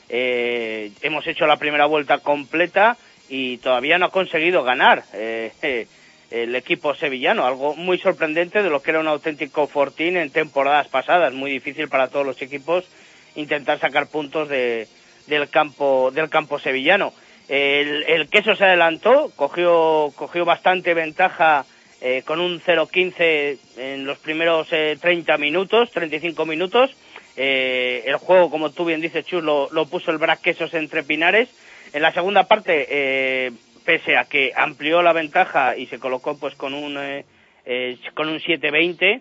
Hemos hecho la primera vuelta completa y todavía no ha conseguido ganar el equipo sevillano, algo muy sorprendente de lo que era un auténtico fortín en temporadas pasadas. Muy difícil para todos los equipos intentar sacar puntos del campo sevillano. El Queso se adelantó, cogió bastante ventaja con un 0-15 en los primeros 35 minutos. El juego, como tú bien dices, Chus, lo puso el Braquesos entre Pinares. En la segunda parte, pese a que amplió la ventaja y se colocó pues con un 7-20,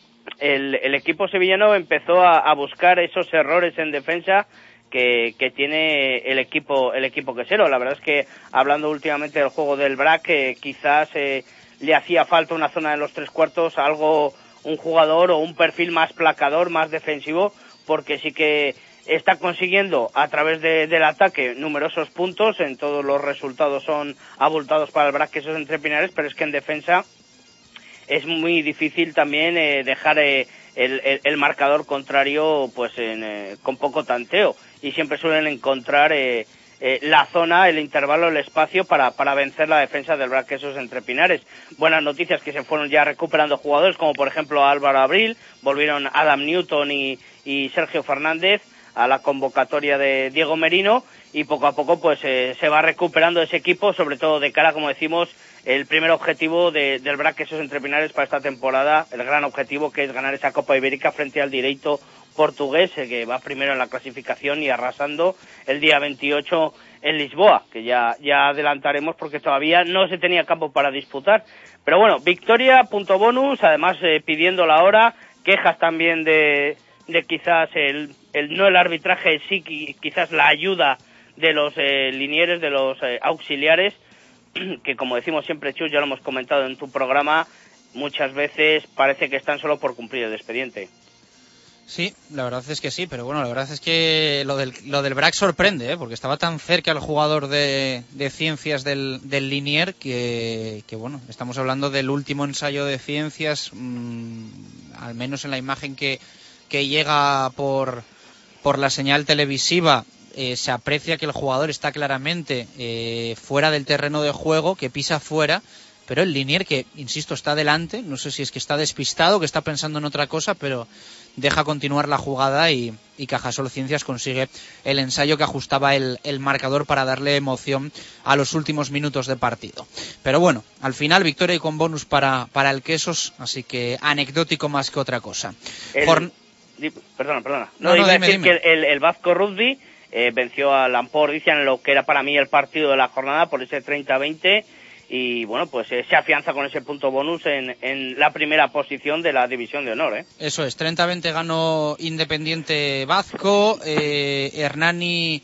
el equipo sevillano empezó a buscar esos errores en defensa que tiene el equipo quesero. La verdad es que, hablando últimamente del juego del BRAC, quizás le hacía falta una zona de los tres cuartos, un jugador o un perfil más placador, más defensivo, porque sí que está consiguiendo a través del ataque numerosos puntos. En todos los resultados son abultados para el BRAC Quesos Entre Pinares, pero es que en defensa es muy difícil también dejar el marcador contrario pues con poco tanteo, y siempre suelen encontrar la zona, el intervalo, el espacio para vencer la defensa del BRAC Quesos Entre Pinares. Buenas noticias, que se fueron ya recuperando jugadores, como por ejemplo Álvaro Abril, volvieron Adam Newton y Sergio Fernández a la convocatoria de Diego Merino, y poco a poco pues se va recuperando ese equipo, sobre todo de cara, como decimos, el primer objetivo del BRAC Quesos Entre Pinares para esta temporada, el gran objetivo, que es ganar esa Copa Ibérica frente al Direito portugués, que va primero en la clasificación y arrasando el día 28 en Lisboa, que ya adelantaremos porque todavía no se tenía campo para disputar. Pero bueno, victoria, punto bonus, además pidiendo la hora, quejas también de quizás no el arbitraje, sí quizás la ayuda de los linieres, de los auxiliares, que como decimos siempre, Chus, ya lo hemos comentado en tu programa, muchas veces parece que están solo por cumplir el expediente. Sí, la verdad es que sí, pero bueno, la verdad es que lo del BRAC sorprende, porque estaba tan cerca el jugador de ciencias del Linier que bueno, estamos hablando del último ensayo de ciencias, al menos en la imagen que llega por la señal televisiva. Se aprecia que el jugador está claramente fuera del terreno de juego, que pisa fuera, pero el Linier, que insisto está delante, no sé si es que está despistado, que está pensando en otra cosa, pero deja continuar la jugada y Cajasol Ciencias consigue el ensayo que ajustaba el marcador para darle emoción a los últimos minutos de partido. Pero bueno, al final victoria y con bonus para el Quesos, así que anecdótico más que otra cosa. Perdona. No, iba a decir que el Vasco Rugby venció a Lampordicia en lo que era para mí el partido de la jornada por ese 30-20, y bueno, pues se afianza con ese punto bonus en la primera posición de la División de Honor. Eso es, 30-20 ganó Independiente Vasco, Hernani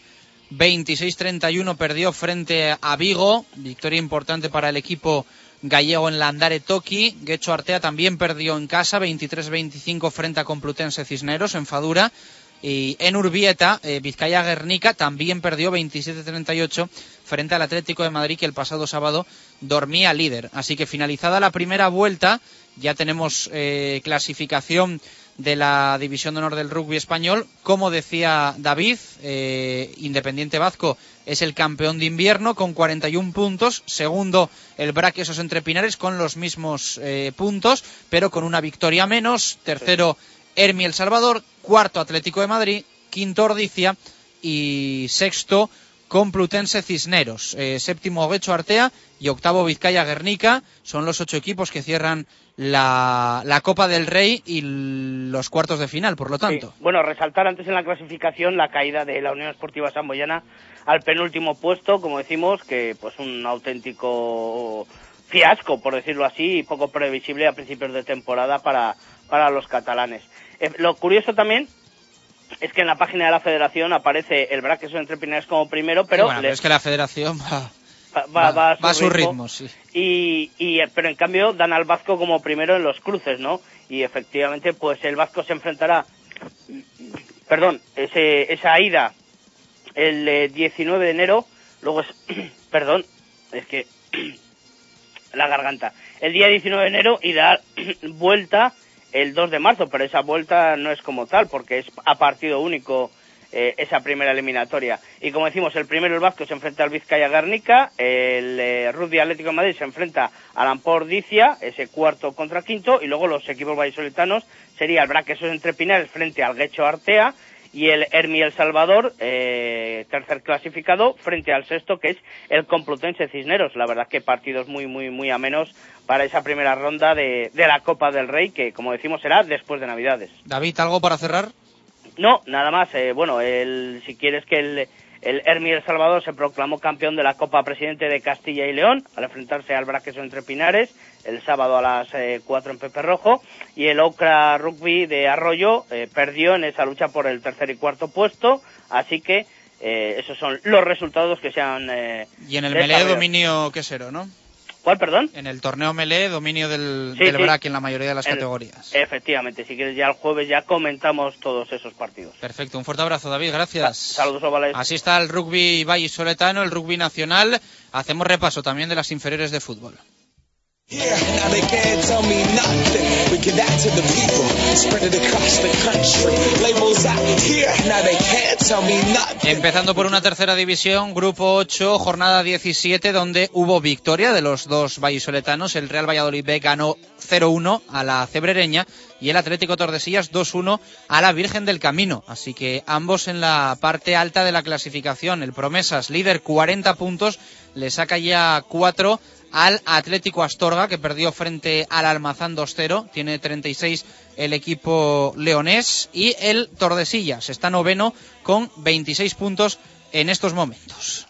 26-31 perdió frente a Vigo, victoria importante para el equipo gallego en Landare Toki. Guecho Artea también perdió en casa 23-25 frente a Complutense Cisneros en Fadura. Y en Urbieta, Vizcaya Guernica también perdió 27-38 frente al Atlético de Madrid, que el pasado sábado dormía líder. Así que finalizada la primera vuelta, ya tenemos clasificación de la División de Honor del Rugby español. Como decía David, Independiente Vasco es el campeón de invierno con 41 puntos. Segundo, el BRAC Quesos Entre Pinares con los mismos puntos, pero con una victoria menos. Tercero, Hermi El Salvador. Cuarto, Atlético de Madrid. Quinto, Ordicia. Y sexto, Complutense Cisneros. Séptimo, Guecho Artea. Y octavo, Vizcaya Guernica. Son los 8 equipos que cierran la Copa del Rey y los cuartos de final, por lo tanto. Sí. Bueno, resaltar antes en la clasificación la caída de la Unión Esportiva Samboyana al penúltimo puesto, como decimos, que pues un auténtico fiasco, por decirlo así, y poco previsible a principios de temporada para los catalanes. Lo curioso también es que en la página de la Federación aparece el BRAC Quesos Entre Pinares como primero, pero... Bueno, pero es que la Federación va a su ritmo, sí. Pero en cambio dan al Vasco como primero en los cruces, ¿no? Y efectivamente, pues el Vasco se enfrentará, esa ida el 19 de enero, luego es que la garganta. El día 19 de enero y da vuelta el 2 de marzo, pero esa vuelta no es como tal, porque es a partido único esa primera eliminatoria. Y como decimos, el primero, el Vasco, se enfrenta al Vizcaya Guernica, el Rugby Atlético de Madrid se enfrenta al Lampordicia, ese cuarto contra quinto, y luego los equipos vallisoletanos sería el BRAC Quesos Entre Pinares frente al Guecho Artea, y el Hermi El Salvador, tercer clasificado, frente al sexto, que es el Complutense Cisneros. La verdad que partidos muy, muy, muy amenos para esa primera ronda de la Copa del Rey, que, como decimos, será después de Navidades. David, ¿algo para cerrar? No, nada más. Si quieres que El Hermi El Salvador se proclamó campeón de la Copa Presidente de Castilla y León al enfrentarse al Braqueso Entre Pinares el sábado a las 4 en Pepe Rojo, y el Ocra Rugby de Arroyo perdió en esa lucha por el tercer y cuarto puesto, así que esos son los resultados que se han... y en el melee dominio quesero, ¿no? ¿Cuál, perdón? En el torneo melee, dominio del BRAC en la mayoría de las categorías. Efectivamente, si quieres ya el jueves ya comentamos todos esos partidos. Perfecto, un fuerte abrazo, David, gracias. Saludos, ovales. Así está el rugby vallisoletano, el rugby nacional. Hacemos repaso también de las inferiores de fútbol. Empezando por una tercera división, grupo 8, jornada 17, donde hubo victoria de los dos vallisoletanos. El Real Valladolid B ganó 0-1 a la Cebrereña y el Atlético Tordesillas 2-1 a la Virgen del Camino. Así que ambos en la parte alta de la clasificación. El Promesas, líder, 40 puntos, le saca ya 4 al Atlético Astorga, que perdió frente al Almazán 2-0, tiene 36 el equipo leonés, y el Tordesillas está noveno con 26 puntos en estos momentos.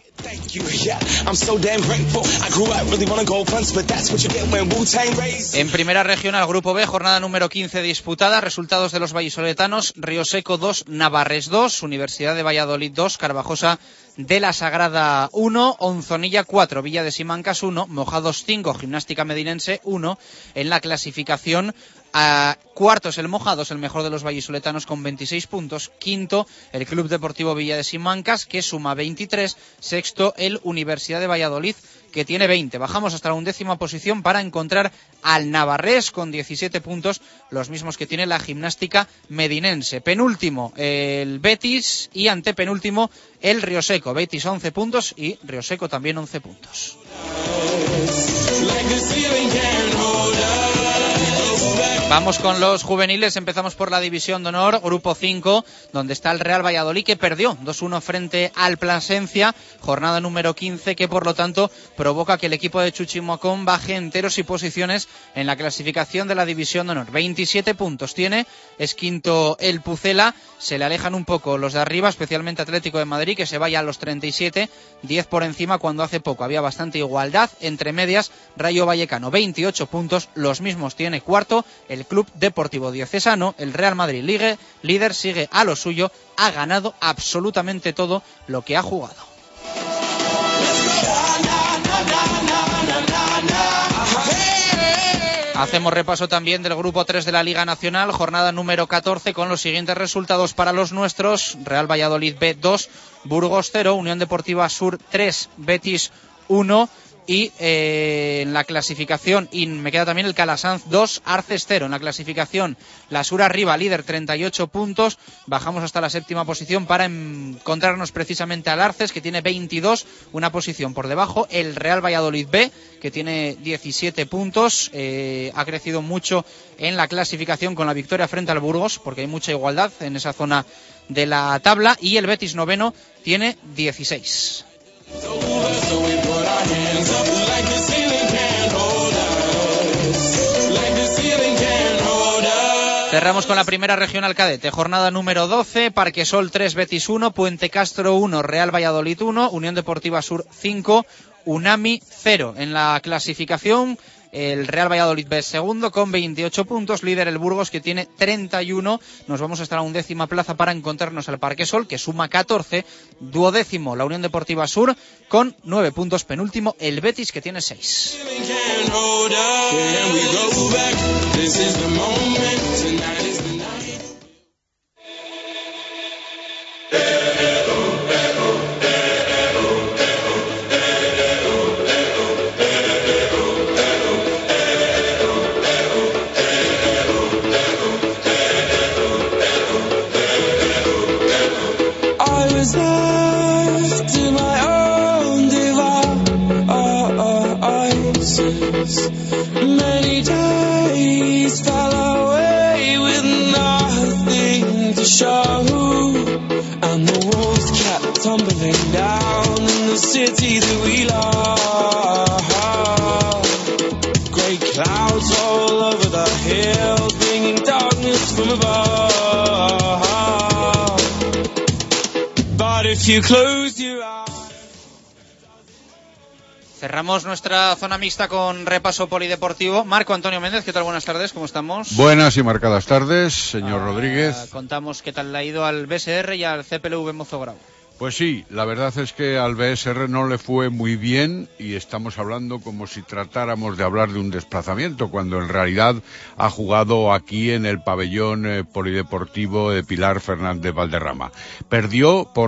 En primera regional, grupo B, jornada número 15 disputada, resultados de los vallisoletanos: Río Seco 2, Navarres 2, Universidad de Valladolid 2, Carvajosa de la Sagrada 1, Onzonilla 4, Villa de Simancas 1, Mojados 5, Gimnástica Medinense 1. En la clasificación, cuarto es el Mojados, el mejor de los vallisoletanos, con 26 puntos. Quinto, el Club Deportivo Villa de Simancas, que suma 23. Sexto, el Universidad de Valladolid, que tiene 20. Bajamos hasta la 11ª posición para encontrar al Navarrés con 17 puntos, los mismos que tiene la Gimnástica Medinense. Penúltimo, el Betis, y antepenúltimo, el Río Seco. Betis 11 puntos y Río Seco también 11 puntos. Vamos con los juveniles, empezamos por la División de Honor, grupo 5, donde está el Real Valladolid, que perdió 2-1 frente al Plasencia, jornada número 15, que por lo tanto provoca que el equipo de Chuchimocón baje enteros y posiciones en la clasificación de la División de Honor. 27 puntos tiene, es quinto el Pucela, se le alejan un poco los de arriba, especialmente Atlético de Madrid, que se vaya a los 37, 10 por encima cuando hace poco había bastante igualdad. Entre medias, Rayo Vallecano, 28 puntos, los mismos tiene cuarto el Club Deportivo Diocesano. El Real Madrid líder sigue a lo suyo, ha ganado absolutamente todo lo que ha jugado. Hacemos repaso también del grupo 3 de la Liga Nacional, jornada número 14, con los siguientes resultados para los nuestros: Real Valladolid B 2, Burgos 0, Unión Deportiva Sur 3, Betis 1. Y en la clasificación, y me queda también el Calasanz 2, Arces 0. En la clasificación, la Sur arriba, líder, 38 puntos. Bajamos hasta la 7ª posición para encontrarnos precisamente al Arces, que tiene 22, una posición por debajo. El Real Valladolid B, que tiene 17 puntos. Ha crecido mucho en la clasificación con la victoria frente al Burgos, porque hay mucha igualdad en esa zona de la tabla. Y el Betis noveno tiene 16. Cerramos con la primera regional cadete, jornada número 12, Parquesol 3, Betis 1, Puente Castro 1, Real Valladolid 1, Unión Deportiva Sur 5, Unami 0. En la clasificación, el Real Valladolid B segundo con 28 puntos, líder el Burgos, que tiene 31. Nos vamos hasta la 11ª plaza para encontrarnos al Parquesol, que suma 14. Duodécimo la Unión Deportiva Sur con 9 puntos. Penúltimo el Betis, que tiene 6. Many days fell away with nothing to show, and the walls kept tumbling down in the city that we love. Grey clouds all over the hills, bringing darkness from above. But if you close your Cerramos nuestra zona mixta con repaso polideportivo. Marco Antonio Méndez, ¿qué tal? Buenas tardes, ¿cómo estamos? Buenas y marcadas tardes, señor Rodríguez. Contamos qué tal le ha ido al BSR y al CPLV Mozograu. Pues sí, la verdad es que al BSR no le fue muy bien y estamos hablando como si tratáramos de hablar de un desplazamiento, cuando en realidad ha jugado aquí en el pabellón polideportivo de Pilar Fernández Valderrama. Perdió por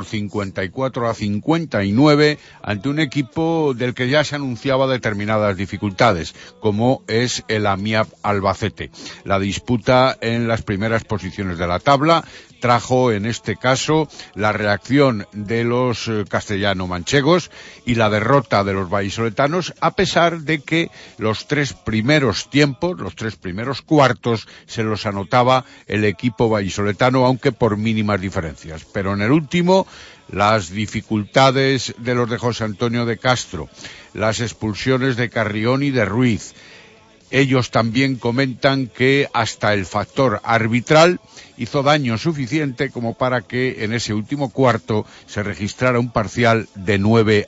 54-59 ante un equipo del que ya se anunciaba determinadas dificultades, como es el AMIAP Albacete. La disputa en las primeras posiciones de la tabla trajo en este caso la reacción de los castellano-manchegos y la derrota de los vallisoletanos, a pesar de que los tres primeros tiempos, los tres primeros cuartos, se los anotaba el equipo vallisoletano, aunque por mínimas diferencias. Pero en el último, las dificultades de los de José Antonio de Castro, las expulsiones de Carrión y de Ruiz. Ellos también comentan que hasta el factor arbitral hizo daño suficiente como para que en ese último cuarto se registrara un parcial de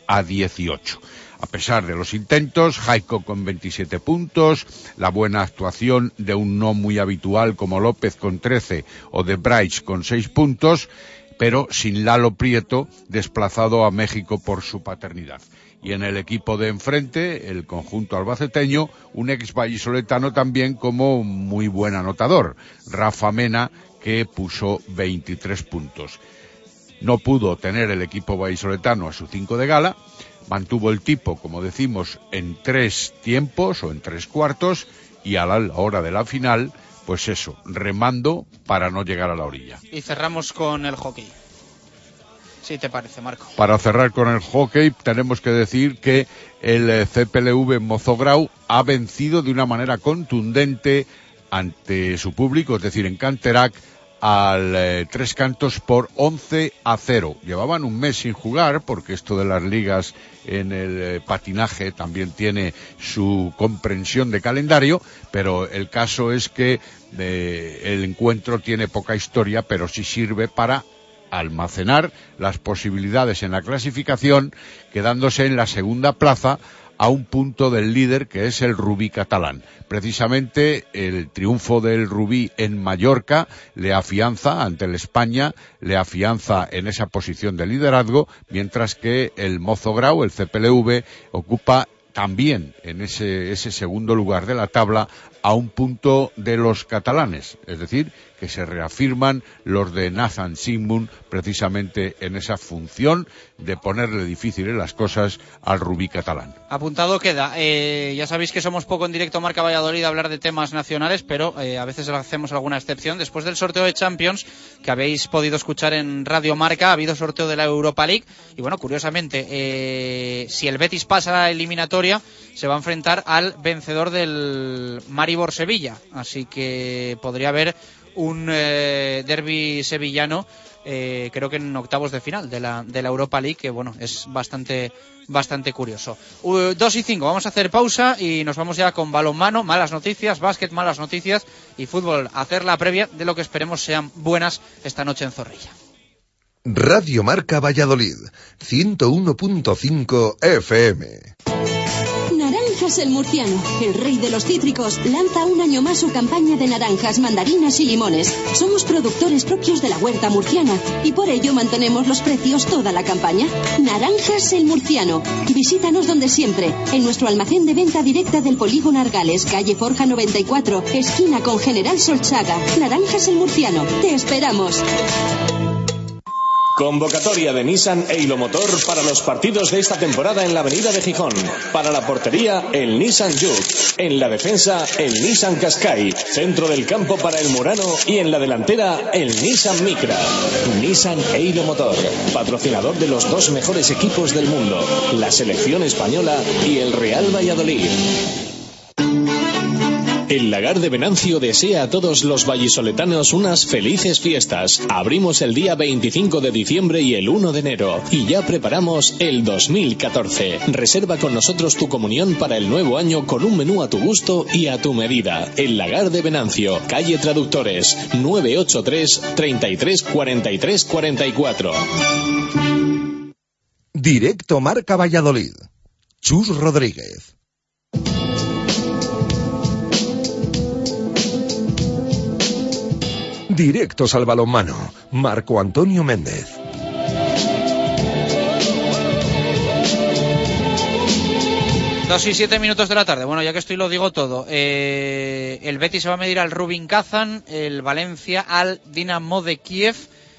9-18. A pesar de los intentos, Jaico con 27 puntos, la buena actuación de un no muy habitual como López con 13 o de Braich con 6 puntos, pero sin Lalo Prieto, desplazado a México por su paternidad. Y en el equipo de enfrente, el conjunto albaceteño, un ex vallisoletano también como muy buen anotador, Rafa Mena, que puso 23 puntos. No pudo tener el equipo vallisoletano a su 5 de gala, mantuvo el tipo, como decimos, en 3 tiempos o en 3 cuartos, y a la hora de la final, pues eso, remando para no llegar a la orilla. Y cerramos con el hockey. ¿Sí te parece, Marco? Para cerrar con el hockey, tenemos que decir que el CPLV Mozograu ha vencido de una manera contundente ante su público, es decir, en Canterac, al Tres Cantos por 11-0. Llevaban un mes sin jugar, porque esto de las ligas en el patinaje también tiene su comprensión de calendario, pero el caso es que el encuentro tiene poca historia, pero sí sirve para almacenar las posibilidades en la clasificación, quedándose en la segunda plaza a un punto del líder, que es el Rubí catalán. Precisamente el triunfo del Rubí en Mallorca le afianza ante el España, le afianza en esa posición de liderazgo, mientras que el Mozograu, el CPLV, ocupa también en ese segundo lugar de la tabla a un punto de los catalanes, es decir, que se reafirman los de Nathan Sigmund precisamente en esa función de ponerle difíciles las cosas al Rubí catalán. Apuntado queda. Ya sabéis que somos poco en directo Marca Valladolid a hablar de temas nacionales, pero a veces hacemos alguna excepción. Después del sorteo de Champions, que habéis podido escuchar en Radio Marca, ha habido sorteo de la Europa League, y bueno, curiosamente, si el Betis pasa a la eliminatoria, se va a enfrentar al vencedor del Maribor Sevilla, así que podría haber un derbi sevillano, creo que en octavos de final de la Europa League, que bueno, es bastante curioso. 2:05, vamos a hacer pausa y nos vamos ya con balonmano, malas noticias, básquet, malas noticias, y fútbol, a hacer la previa de lo que esperemos sean buenas esta noche en Zorrilla. Radio Marca Valladolid, 101.5 FM. Naranjas el Murciano, el rey de los cítricos, lanza un año más su campaña de naranjas, mandarinas y limones. Somos productores propios de la huerta murciana y por ello mantenemos los precios toda la campaña. Naranjas el Murciano. Visítanos donde siempre, en nuestro almacén de venta directa del Polígono Argales, calle Forja 94, esquina con General Solchaga. Naranjas el Murciano. Te esperamos. Convocatoria de Nissan e Hilomotor para los partidos de esta temporada en la avenida de Gijón. Para la portería, el Nissan Juke. En la defensa, el Nissan Qashqai. Centro del campo para el Murano y en la delantera, el Nissan Micra. Nissan e Hilomotor, patrocinador de los dos mejores equipos del mundo, la selección española y el Real Valladolid. El Lagar de Venancio desea a todos los vallisoletanos unas felices fiestas. Abrimos el día 25 de diciembre y el 1 de enero. Y ya preparamos el 2014. Reserva con nosotros tu comunión para el nuevo año con un menú a tu gusto y a tu medida. El Lagar de Venancio, calle Traductores, 983 33 43 44. Directo Marca Valladolid. Chus Rodríguez. Directos al balonmano. Marco Antonio Méndez. Dos y 7 minutos de la tarde. Bueno, ya que estoy lo digo todo. El Betis se va a medir al Rubin Kazan, el Valencia al Dinamo de Kiev,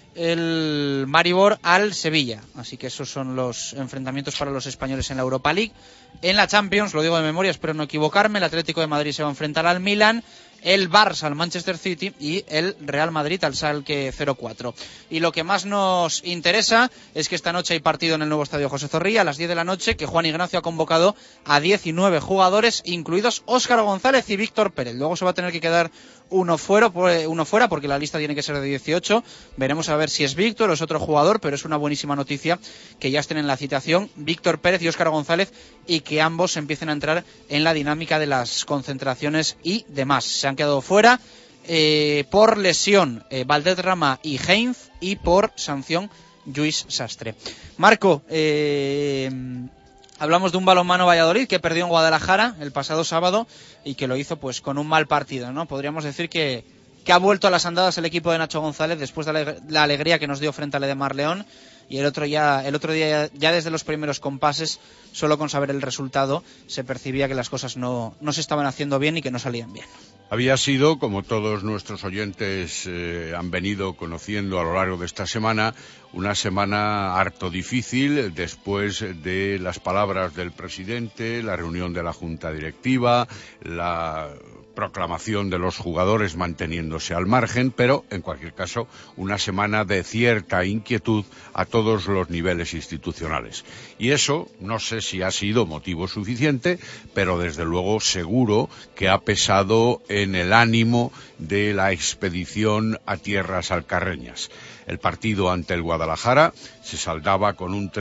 el Maribor al Sevilla. Así que esos son los enfrentamientos para los españoles en la Europa League. En la Champions, lo digo de memoria, espero no equivocarme, el Atlético de Madrid se va a enfrentar al Milan, el Barça al Manchester City y el Real Madrid al Schalke 04. Y lo que más nos interesa es que esta noche hay partido en el nuevo estadio José Zorrilla a las 10 de la noche, que Juan Ignacio ha convocado a 19 jugadores, incluidos Óscar González y Víctor Pérez. Luego se va a tener que quedar uno fuera porque la lista tiene que ser de 18. Veremos a ver si es Víctor o es otro jugador, pero es una buenísima noticia que ya estén en la citación Víctor Pérez y Óscar González y que ambos empiecen a entrar en la dinámica de las concentraciones y demás. Se han quedado fuera por lesión Valderrama y Heinz y por sanción Lluís Sastre. Marco, hablamos de un balonmano Valladolid que perdió en Guadalajara el pasado sábado y que lo hizo pues con un mal partido, ¿no? Podríamos decir que ha vuelto a las andadas el equipo de Nacho González después de la alegría que nos dio frente al Edemar León. Y el otro día ya desde los primeros compases, solo con saber el resultado, se percibía que las cosas no se estaban haciendo bien y que no salían bien. Había sido, como todos nuestros oyentes han venido conociendo a lo largo de esta semana, una semana harto difícil después de las palabras del presidente, la reunión de la Junta Directiva, la proclamación de los jugadores manteniéndose al margen, pero en cualquier caso una semana de cierta inquietud a todos los niveles institucionales. Y eso no sé si ha sido motivo suficiente, pero desde luego seguro que ha pesado en el ánimo de la expedición a tierras alcarreñas. El partido ante el Guadalajara se saldaba con un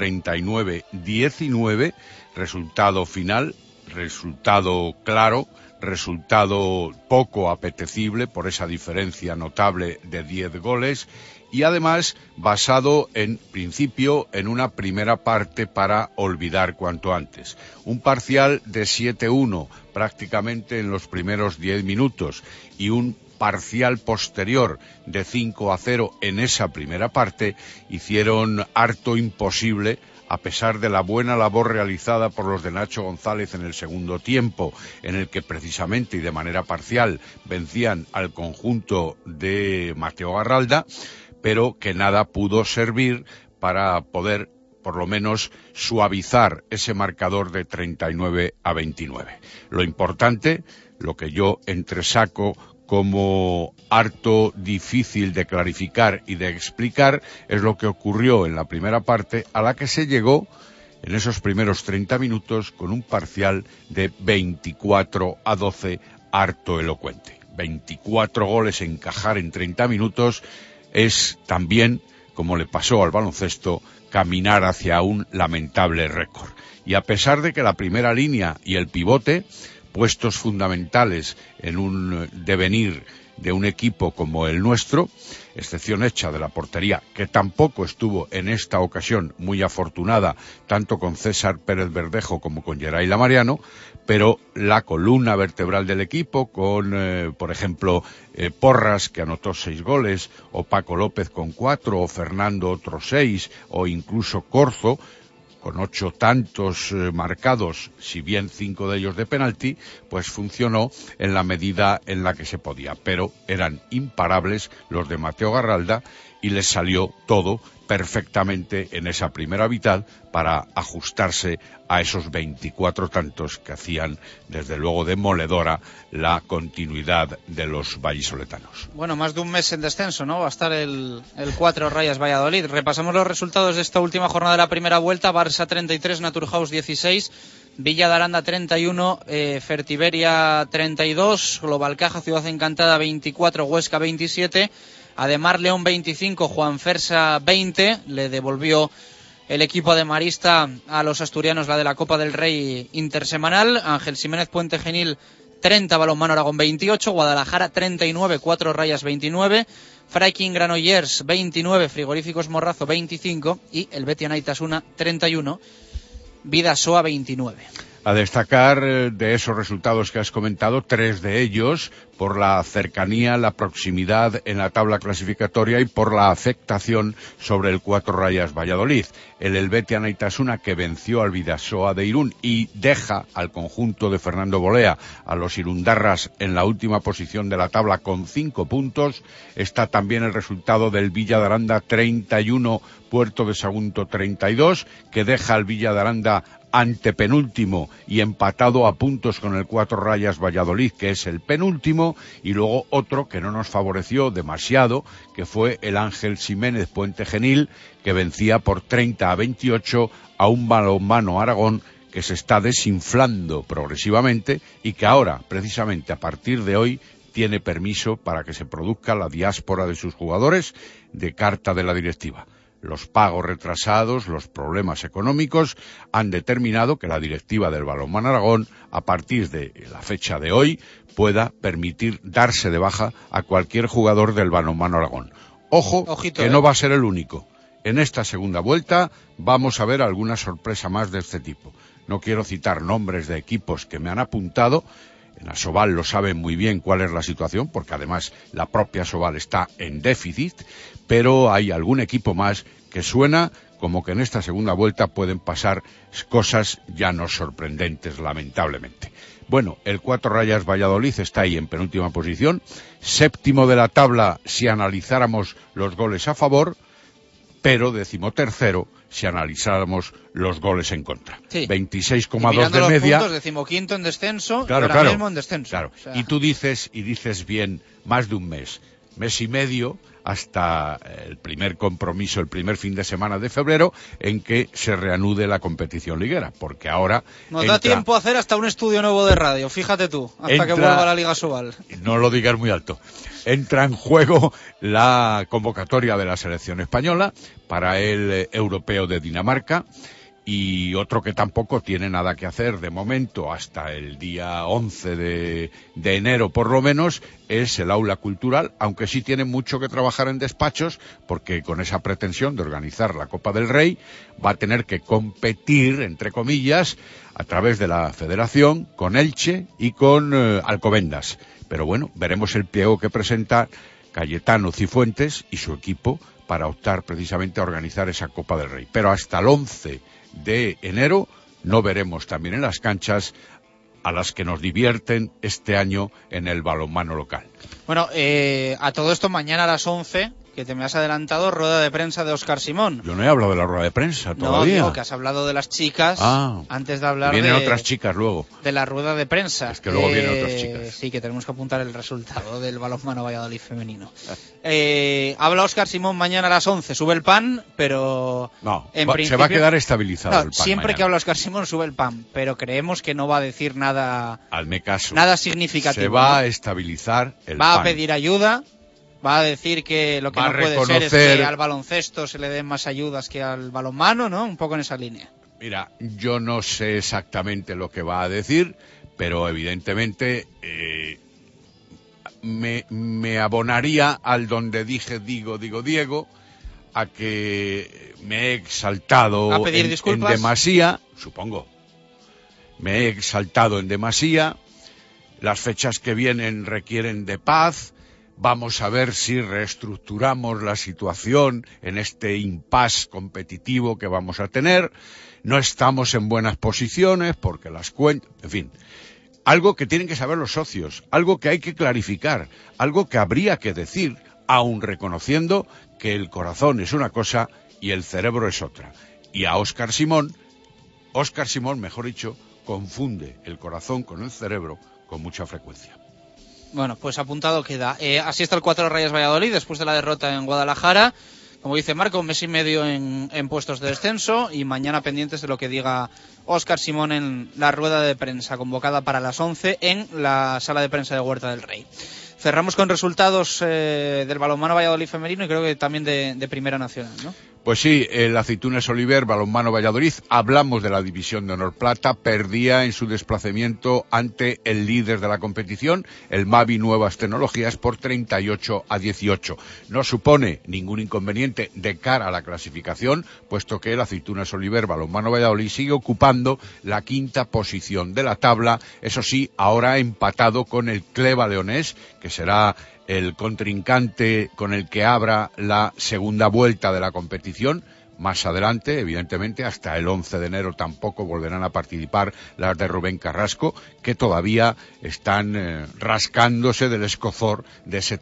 39-19, resultado final, resultado claro, resultado poco apetecible por esa diferencia notable de 10 goles y además basado en principio en una primera parte para olvidar cuanto antes. Un parcial de 7-1 prácticamente en los primeros 10 minutos y un parcial posterior de 5-0 en esa primera parte hicieron harto imposible, a pesar de la buena labor realizada por los de Nacho González en el segundo tiempo, en el que precisamente y de manera parcial vencían al conjunto de Mateo Garralda, pero que nada pudo servir para poder por lo menos suavizar ese marcador de 39-29. Lo importante, lo que yo entresaco como harto difícil de clarificar y de explicar, es lo que ocurrió en la primera parte, a la que se llegó en esos primeros 30 minutos con un parcial de 24-12, harto elocuente. 24 goles encajar en 30 minutos es también, como le pasó al baloncesto, caminar hacia un lamentable récord. Y a pesar de que la primera línea y el pivote, puestos fundamentales en un devenir de un equipo como el nuestro, excepción hecha de la portería, que tampoco estuvo en esta ocasión muy afortunada, tanto con César Pérez Verdejo como con Geray Lamariano, pero la columna vertebral del equipo, con, por ejemplo, Porras, que anotó 6 goles, o Paco López con 4, o Fernando otros 6, o incluso Corzo, con 8 tantos marcados, si bien 5 de ellos de penalti, pues funcionó en la medida en la que se podía. Pero eran imparables los de Mateo Garralda y les salió todo perfectamente en esa primera mitad para ajustarse a esos 24 tantos que hacían, desde luego, demoledora la continuidad de los vallisoletanos. Bueno, más de un mes en descenso, ¿no? Va a estar el 4 Rayas Valladolid. Repasamos los resultados de esta última jornada de la primera vuelta. Barça 33, Naturhaus 16, Villa de Aranda 31, Fertiberia 32, Global Caja, Ciudad Encantada 24, Huesca 27, Ademar León 25, Juanfersa 20, le devolvió el equipo ademarista a los asturianos la de la Copa del Rey intersemanal. Ángel Jiménez Puente Genil 30, Balonmano Aragón 28, Guadalajara 39, 4 Rayas 29, Freiking Granollers 29, Frigoríficos Morrazo 25 y el Betia Naitasuna 31. Bidasoa 29. A destacar de esos resultados que has comentado, 3 de ellos por la cercanía, la proximidad en la tabla clasificatoria y por la afectación sobre el Cuatro Rayas Valladolid. El Helvetia Naitasuna, que venció al Bidasoa de Irún y deja al conjunto de Fernando Bolea, a los irundarras, en la última posición de la tabla con 5 puntos. Está también el resultado del Villa de Aranda 31, Puerto de Sagunto 32, que deja al Villa de Aranda antepenúltimo y empatado a puntos con el Cuatro Rayas Valladolid, que es el penúltimo, y luego otro que no nos favoreció demasiado, que fue el Ángel Ximénez Puente Genil, que vencía por 30-28 a un Balonmano Aragón que se está desinflando progresivamente y que ahora, precisamente a partir de hoy, tiene permiso para que se produzca la diáspora de sus jugadores de carta de la directiva. Los pagos retrasados, los problemas económicos han determinado que la directiva del Balonmano Aragón, a partir de la fecha de hoy, pueda permitir darse de baja a cualquier jugador del Balonmano Aragón. Ojito, que no va a ser el único. En esta segunda vuelta vamos a ver alguna sorpresa más de este tipo. No quiero citar nombres de equipos que me han apuntado. En Asobal lo saben muy bien cuál es la situación, porque además la propia Asobal está en déficit, pero hay algún equipo más que suena como que en esta segunda vuelta pueden pasar cosas ya no sorprendentes, lamentablemente. Bueno, el Cuatro Rayas Valladolid está ahí en penúltima posición, séptimo de la tabla si analizáramos los goles a favor, pero 13º si analizáramos los goles en contra. Sí. 26,2 de media. Puntos, 15º en descenso, claro, ahora mismo en descenso. Claro. O sea... Y tú dices bien, más de un mes y medio, hasta el primer compromiso, el primer fin de semana de febrero, en que se reanude la competición liguera, porque ahora... Nos da tiempo a hacer hasta un estudio nuevo de radio, fíjate tú, hasta que vuelva la Liga Asobal. No lo digas muy alto. Entra en juego la convocatoria de la selección española para el europeo de Dinamarca, y otro que tampoco tiene nada que hacer de momento hasta el día 11 de enero por lo menos es el aula cultural, aunque sí tiene mucho que trabajar en despachos, porque con esa pretensión de organizar la Copa del Rey va a tener que competir, entre comillas, a través de la federación con Elche y con Alcobendas. Pero bueno, veremos el pliego que presenta Cayetano Cifuentes y su equipo para optar precisamente a organizar esa Copa del Rey. Pero hasta el 11 de enero no veremos también en las canchas a las que nos divierten este año en el balonmano local. Bueno, a todo esto mañana a las 11, que te me has adelantado, rueda de prensa de Óscar Simón. Yo no he hablado de la rueda de prensa todavía. No, digo que has hablado de las chicas antes de hablar vienen otras chicas luego. De la rueda de prensa. Es que luego vienen otras chicas. Sí, que tenemos que apuntar el resultado del balonmano Valladolid femenino. Habla Óscar Simón mañana a las 11, sube el pan, pero... No, se va a quedar estabilizado el pan siempre mañana. Que habla Óscar Simón sube el pan, pero creemos que no va a decir nada... Hazme caso. Nada significativo. Se va a estabilizar el pan. Va a pedir ayuda. Va a decir que lo que no puede ser es que al baloncesto se le den más ayudas que al balonmano, ¿no? Un poco en esa línea. Mira, yo no sé exactamente lo que va a decir, pero evidentemente me abonaría al donde dije Diego, a que me he exaltado a pedir disculpas. En demasía, supongo. Me he exaltado en demasía. Las fechas que vienen requieren de paz. Vamos a ver si reestructuramos la situación en este impasse competitivo que vamos a tener. No estamos en buenas posiciones porque las cuentas... En fin, algo que tienen que saber los socios, algo que hay que clarificar, algo que habría que decir, aun reconociendo que el corazón es una cosa y el cerebro es otra. Y a Óscar Simón, mejor dicho, confunde el corazón con el cerebro con mucha frecuencia. Bueno, pues apuntado queda. Así está el Cuatro Rayas Valladolid después de la derrota en Guadalajara. Como dice Marco, un mes y medio en puestos de descenso y mañana pendientes de lo que diga Óscar Simón en la rueda de prensa convocada para las 11 en la sala de prensa de Huerta del Rey. Cerramos con resultados del balonmano Valladolid femenino y creo que también de Primera Nacional, ¿no? Pues sí, el Aceitunas Oliver, Balonmano Valladolid, hablamos de la división de honor plata, perdía en su desplazamiento ante el líder de la competición, el Mavi Nuevas Tecnologías, por 38-18. No supone ningún inconveniente de cara a la clasificación, puesto que el Aceitunas Oliver, Balonmano Valladolid, sigue ocupando la quinta posición de la tabla, eso sí, ahora empatado con el Cleva Leonés, que será el contrincante con el que abra la segunda vuelta de la competición. Más adelante, evidentemente, hasta el 11 de enero tampoco volverán a participar las de Rubén Carrasco, que todavía están rascándose del escozor de ese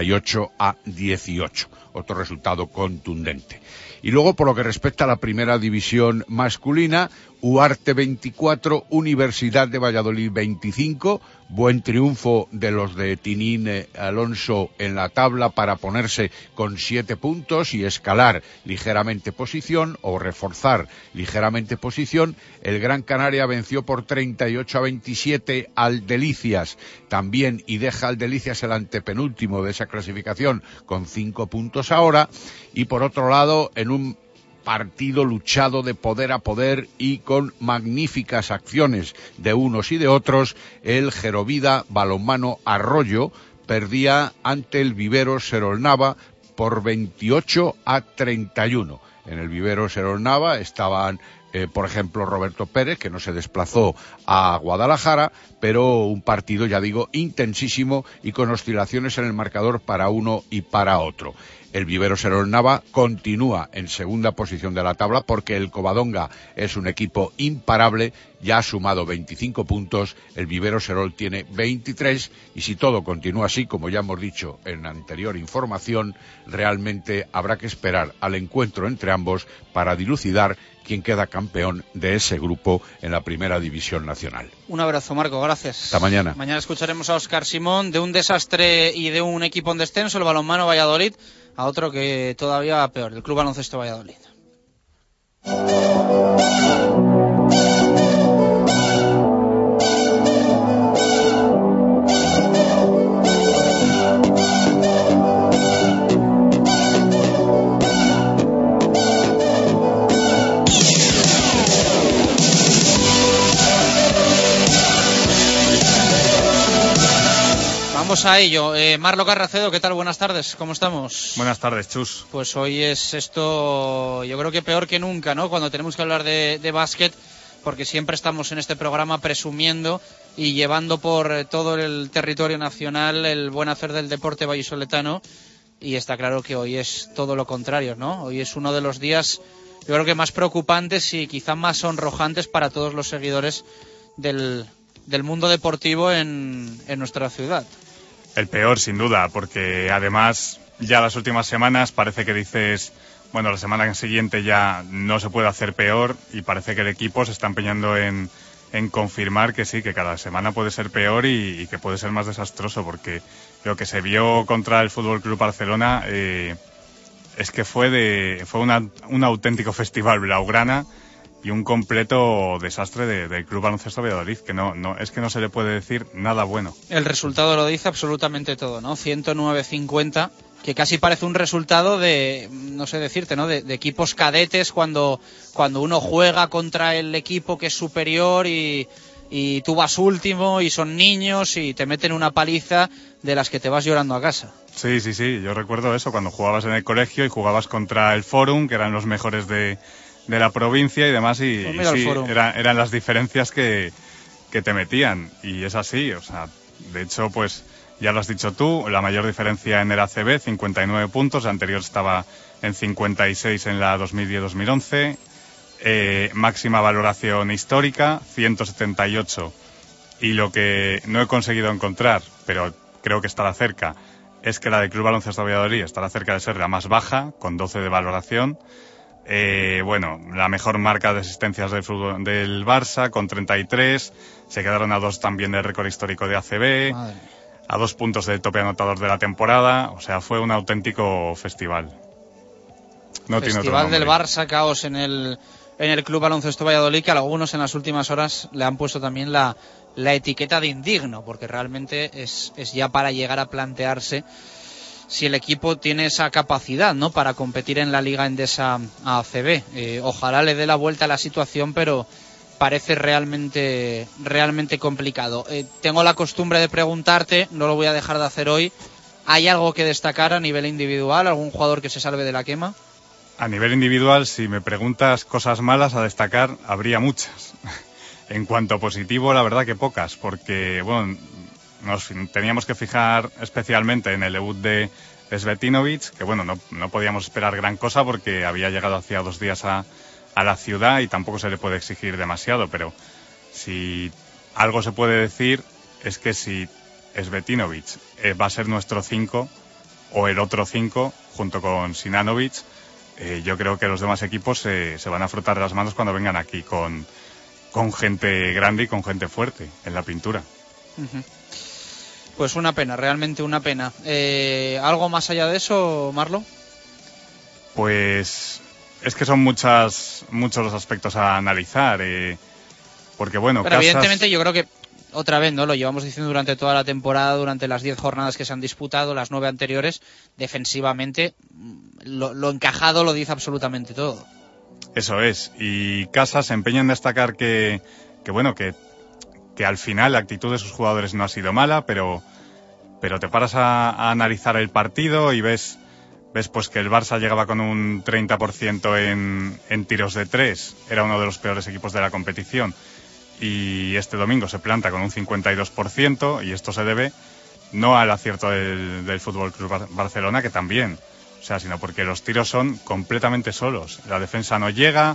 38-18. Otro resultado contundente. Y luego, por lo que respecta a la primera división masculina, Uarte 24, Universidad de Valladolid 25, buen triunfo de los de Tinín Alonso en la tabla para ponerse con 7 puntos y escalar ligeramente posición o reforzar ligeramente posición. El Gran Canaria venció por 38-27 al Delicias también y deja al Delicias el antepenúltimo de esa clasificación con 5 puntos ahora. Y por otro lado, en un partido luchado de poder a poder y con magníficas acciones de unos y de otros, el Gerovida Balonmano Arroyo perdía ante el Viveros Serolnava por 28-31. En el Viveros Serolnava estaban por ejemplo, Roberto Pérez, que no se desplazó a Guadalajara, pero un partido, ya digo, intensísimo y con oscilaciones en el marcador para uno y para otro. El Vivero Serol Nava continúa en segunda posición de la tabla porque el Covadonga es un equipo imparable, ya ha sumado 25 puntos, el Vivero Serol tiene 23 y si todo continúa así, como ya hemos dicho en anterior información, realmente habrá que esperar al encuentro entre ambos para dilucidar quién queda campeón de ese grupo en la primera división nacional. Un abrazo, Marco, gracias. Hasta mañana. Mañana escucharemos a Óscar Simón de un desastre y de un equipo en descenso, el Balonmano Valladolid, a otro que todavía va peor, el Club Baloncesto Valladolid. Vamos a ello. Marlo Carracedo, ¿qué tal? Buenas tardes, ¿cómo estamos? Buenas tardes, Chus. Pues hoy es esto, yo creo que peor que nunca, ¿no? Cuando tenemos que hablar de básquet, porque siempre estamos en este programa presumiendo y llevando por todo el territorio nacional el buen hacer del deporte vallisoletano, y está claro que hoy es todo lo contrario, ¿no? Hoy es uno de los días, yo creo que más preocupantes y quizá más sonrojantes para todos los seguidores del mundo deportivo en nuestra ciudad. El peor, sin duda, porque además ya las últimas semanas parece que dices, bueno, la semana siguiente ya no se puede hacer peor, y parece que el equipo se está empeñando en confirmar que sí, que cada semana puede ser peor y que puede ser más desastroso, porque lo que se vio contra el Fútbol Club Barcelona es que fue un auténtico festival blaugrana y un completo desastre del Club Baloncesto Valladolid, que no es que no se le puede decir nada bueno. El resultado lo dice absolutamente todo, ¿no? 109-50, que casi parece un resultado de, no sé decirte, ¿no? De equipos cadetes cuando uno juega contra el equipo que es superior y tú vas último y son niños y te meten una paliza de las que te vas llorando a casa. Sí, yo recuerdo eso, cuando jugabas en el colegio y jugabas contra el Forum, que eran los mejores de la provincia y demás, y sí, eran las diferencias que te metían, y es así, o sea, de hecho, pues ya lo has dicho tú, la mayor diferencia en el ACB, 59 puntos, la anterior estaba en 56 en la 2010-2011, máxima valoración histórica, 178, y lo que no he conseguido encontrar, pero creo que estará cerca, es que la del Club Baloncesto Valladolid estará cerca de ser la más baja, con 12 de valoración. Bueno, la mejor marca de asistencias del Barça con 33, se quedaron a 2 también del récord histórico de ACB, a 2 puntos del tope anotador de la temporada, o sea, fue un auténtico festival. Festival del Barça, caos en el Club Baloncesto Valladolid, que a algunos en las últimas horas le han puesto también la etiqueta de indigno, porque realmente es ya para llegar a plantearse si el equipo tiene esa capacidad, ¿no?, para competir en la Liga Endesa ACB. Ojalá le dé la vuelta a la situación, pero parece realmente complicado. Tengo la costumbre de preguntarte, no lo voy a dejar de hacer hoy, ¿hay algo que destacar a nivel individual? ¿Algún jugador que se salve de la quema? A nivel individual, si me preguntas cosas malas a destacar, habría muchas. En cuanto a positivo, la verdad que pocas, porque bueno, nos teníamos que fijar especialmente en el debut de Svetinovic, que bueno, no podíamos esperar gran cosa porque había llegado hacía 2 días a la ciudad y tampoco se le puede exigir demasiado, pero si algo se puede decir es que si Svetinovic va a ser nuestro 5 o el otro 5 junto con Sinanovic, yo creo que los demás equipos se van a frotar las manos cuando vengan aquí con gente grande y con gente fuerte en la pintura. Uh-huh. Pues una pena, realmente una pena. ¿Algo más allá de eso, Marlo? Pues es que son muchos los aspectos a analizar, porque bueno... Pero evidentemente yo creo que, otra vez, ¿no?, lo llevamos diciendo durante toda la temporada, durante las 10 jornadas que se han disputado, las 9 anteriores, defensivamente, lo encajado lo dice absolutamente todo. Eso es, y Casas se empeña en destacar que al final la actitud de sus jugadores no ha sido mala, pero te paras a analizar el partido y ves pues que el Barça llegaba con un 30% en tiros de 3, era uno de los peores equipos de la competición, y este domingo se planta con un 52%, y esto se debe no al acierto del Fútbol Club Barcelona, que también, o sea, sino porque los tiros son completamente solos. La defensa no llega,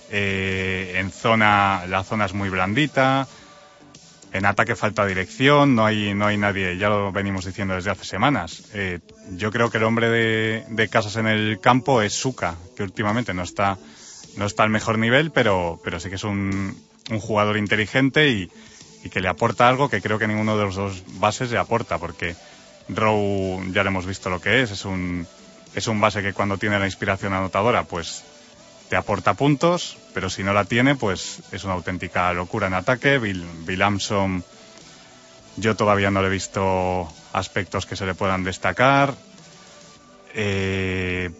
la zona es muy blandita, en ataque falta dirección, no hay nadie, ya lo venimos diciendo desde hace semanas. Yo creo que el hombre de Casas en el campo es Suka, que últimamente no está al mejor nivel, pero sí que es un jugador inteligente y que le aporta algo que creo que ninguno de los dos bases le aporta, porque Rowe ya le hemos visto lo que es un base que cuando tiene la inspiración anotadora pues te aporta puntos, pero si no la tiene pues es una auténtica locura en ataque. Williamson, yo todavía no le he visto aspectos que se le puedan destacar, y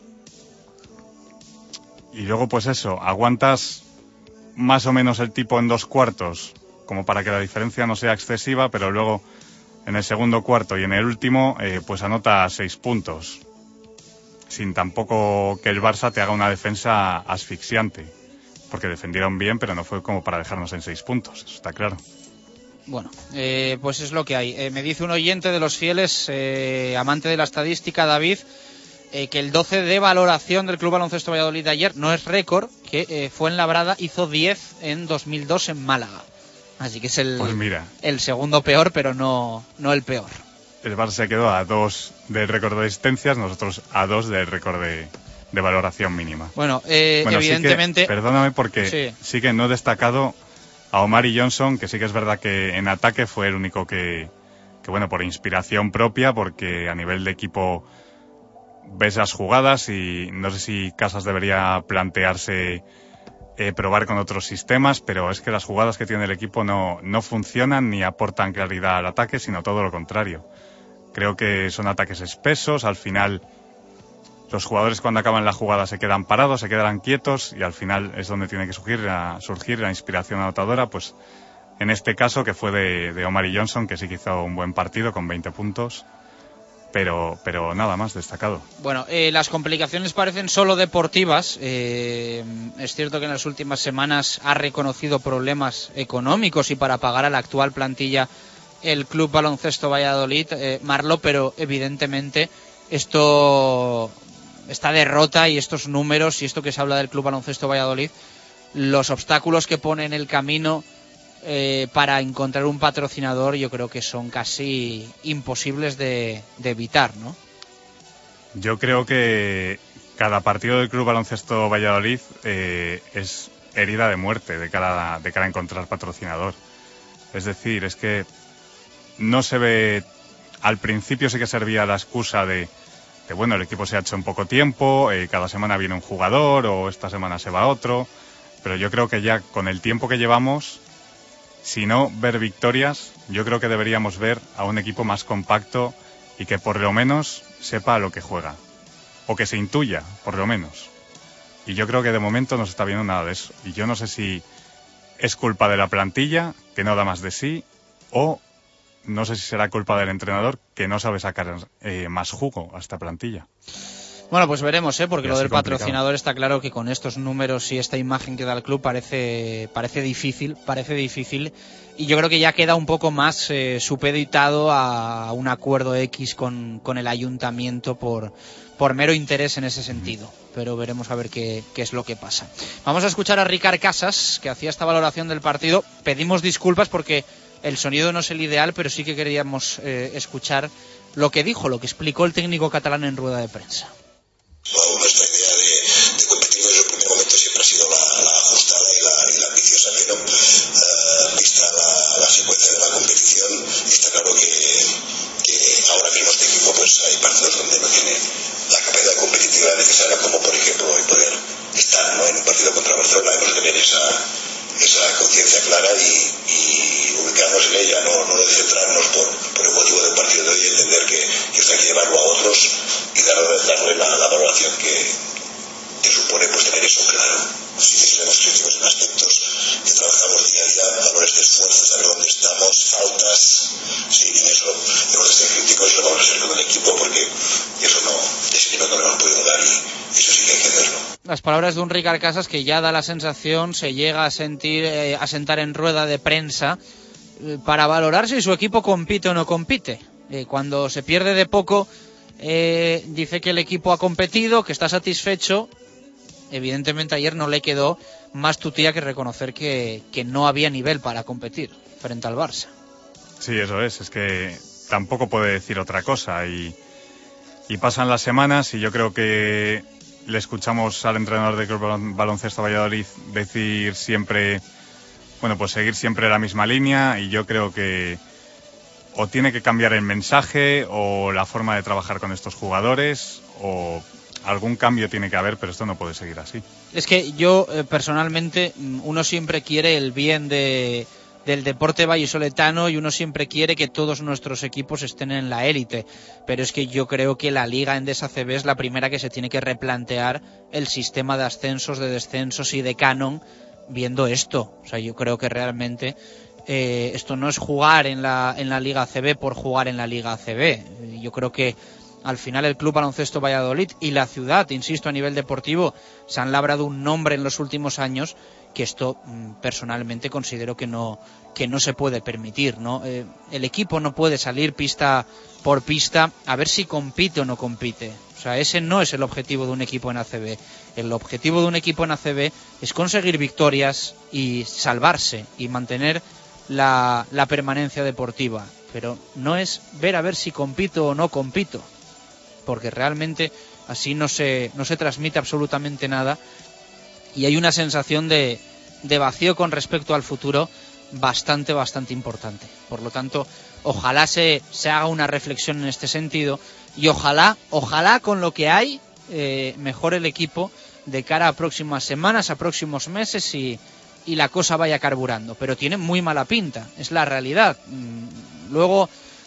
luego pues eso, aguantas más o menos el tipo en 2 cuartos como para que la diferencia no sea excesiva, pero luego en el segundo cuarto y en el último pues anota 6 puntos, sin tampoco que el Barça te haga una defensa asfixiante, porque defendieron bien, pero no fue como para dejarnos en 6 puntos, eso está claro. Bueno, pues es lo que hay. Me dice un oyente de los fieles, amante de la estadística, David, que el 12 de valoración del Club Baloncesto Valladolid de ayer no es récord, que Fuenlabrada hizo 10 en 2002 en Málaga. Así que es el segundo peor, pero no el peor. El Barça se quedó a 2 del récord de asistencias, nosotros a 2 del récord de valoración mínima. Bueno, evidentemente... Sí que, perdóname porque sí que no he destacado a Omari Johnson, que sí que es verdad que en ataque fue el único que bueno, por inspiración propia, porque a nivel de equipo ves las jugadas y no sé si Casas debería plantearse probar con otros sistemas, pero es que las jugadas que tiene el equipo no funcionan ni aportan claridad al ataque, sino todo lo contrario. Creo que son ataques espesos, al final los jugadores cuando acaban la jugada se quedan parados, se quedan quietos y al final es donde tiene que surgir la inspiración anotadora, pues en este caso que fue de Omari Johnson, que sí que hizo un buen partido con 20 puntos, pero nada más destacado. Bueno, las complicaciones parecen solo deportivas. Es cierto que en las últimas semanas ha reconocido problemas económicos y para pagar a la actual plantilla el Club Baloncesto Valladolid, Marlo, pero evidentemente esta derrota y estos números y esto que se habla del Club Baloncesto Valladolid, los obstáculos que pone en el camino para encontrar un patrocinador, yo creo que son casi imposibles de evitar, ¿no? Yo creo que cada partido del Club Baloncesto Valladolid es herida de muerte de cara a encontrar patrocinador. Es decir, es que no se ve... Al principio sí que servía la excusa de bueno, el equipo se ha hecho en poco tiempo, cada semana viene un jugador o esta semana se va otro, pero yo creo que ya con el tiempo que llevamos, si no ver victorias, yo creo que deberíamos ver a un equipo más compacto y que por lo menos sepa a lo que juega, o que se intuya, por lo menos. Y yo creo que de momento no se está viendo nada de eso. Y yo no sé si es culpa de la plantilla, que no da más de sí, o no sé si será culpa del entrenador, que no sabe sacar más jugo a esta plantilla. Bueno, pues veremos, porque lo del complicado. patrocinador está claro que con estos números y esta imagen que da el club parece difícil, y yo creo que ya queda un poco más supeditado a un acuerdo X con el ayuntamiento por mero interés en ese sentido, pero veremos a ver qué es lo que pasa. Vamos a escuchar a Ricard Casas, que hacía esta valoración del partido. Pedimos disculpas porque el sonido no es el ideal, pero sí que queríamos escuchar lo que dijo, lo que explicó el técnico catalán en rueda de prensa. Nuestra idea de competir desde el primer momento siempre ha sido la ajustada y la ambiciosa, pero vista la secuencia de la competición, está claro que ahora mismo este equipo pues hay partidos donde no tiene la capacidad competitiva necesaria, como por ejemplo hoy poder estar, ¿no?, en un partido contra Barcelona. Hemos de tener esa conciencia clara y ubicarnos en ella, no descentrarnos por el motivo del partido de hoy, entender que esto hay que llevarlo a otros y darle la valoración que supone pues tener eso claro. Sí que seremos críticos en aspectos que trabajamos día a día, valores de esfuerzo, saber dónde estamos, faltas, sí, en eso hemos de ser críticos y lo vamos a ser con el equipo, porque eso ese nivel no lo hemos podido dar y eso sí que hay que hacerlo. Las palabras de un Ricard Casas que ya da la sensación, se llega a sentar en rueda de prensa para valorar si su equipo compite o no compite. Cuando se pierde de poco, dice que el equipo ha competido, que está satisfecho. Evidentemente ayer no le quedó más tutía que reconocer que no había nivel para competir frente al Barça. Sí, eso es que tampoco puede decir otra cosa y pasan las semanas y yo creo que le escuchamos al entrenador del Club Baloncesto Valladolid decir siempre, bueno, pues seguir siempre la misma línea, y yo creo que o tiene que cambiar el mensaje o la forma de trabajar con estos jugadores, o algún cambio tiene que haber, pero esto no puede seguir así. Es que yo personalmente, uno siempre quiere el bien del deporte vallisoletano y uno siempre quiere que todos nuestros equipos estén en la élite, pero es que yo creo que la Liga Endesa CB es la primera que se tiene que replantear el sistema de ascensos, de descensos y de canon viendo esto. O sea, yo creo que realmente esto no es jugar en la Liga ACB por jugar en la Liga ACB. Yo creo que al final el Club Baloncesto Valladolid y la ciudad, insisto, a nivel deportivo, se han labrado un nombre en los últimos años que esto personalmente considero que no se puede permitir, ¿no? El equipo no puede salir pista por pista a ver si compite o no compite. O sea, ese no es el objetivo de un equipo en ACB. El objetivo de un equipo en ACB es conseguir victorias y salvarse y mantener la permanencia deportiva, pero no es ver a ver si compito o no compito, porque realmente así no se transmite absolutamente nada y hay una sensación de vacío con respecto al futuro bastante importante. Por lo tanto, ojalá se haga una reflexión en este sentido y ojalá con lo que hay mejore el equipo de cara a próximas semanas, a próximos meses y la cosa vaya carburando, pero tiene muy mala pinta, es la realidad. Luego,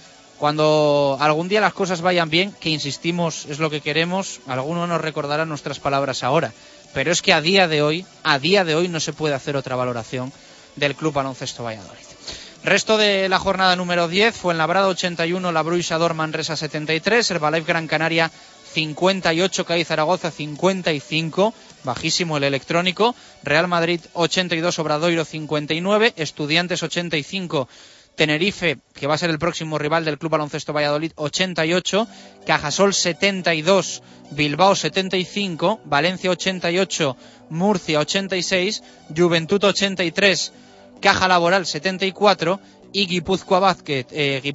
cuando algún día las cosas vayan bien, que insistimos es lo que queremos, alguno nos recordará nuestras palabras ahora, pero es que a día de hoy no se puede hacer otra valoración del Club Baloncesto Valladolid. Resto de la jornada número 10, Fuenlabrada 81, La Bruixador Manresa 73, Herbalife Gran Canaria 58, CAI Zaragoza 55, bajísimo el electrónico, Real Madrid 82, Obradoiro 59, Estudiantes 85, Tenerife, que va a ser el próximo rival del Club Baloncesto Valladolid, 88, Cajasol 72, Bilbao 75, Valencia 88, Murcia 86, Juventud 83, Caja Laboral 74 y Guipúzcoa Basket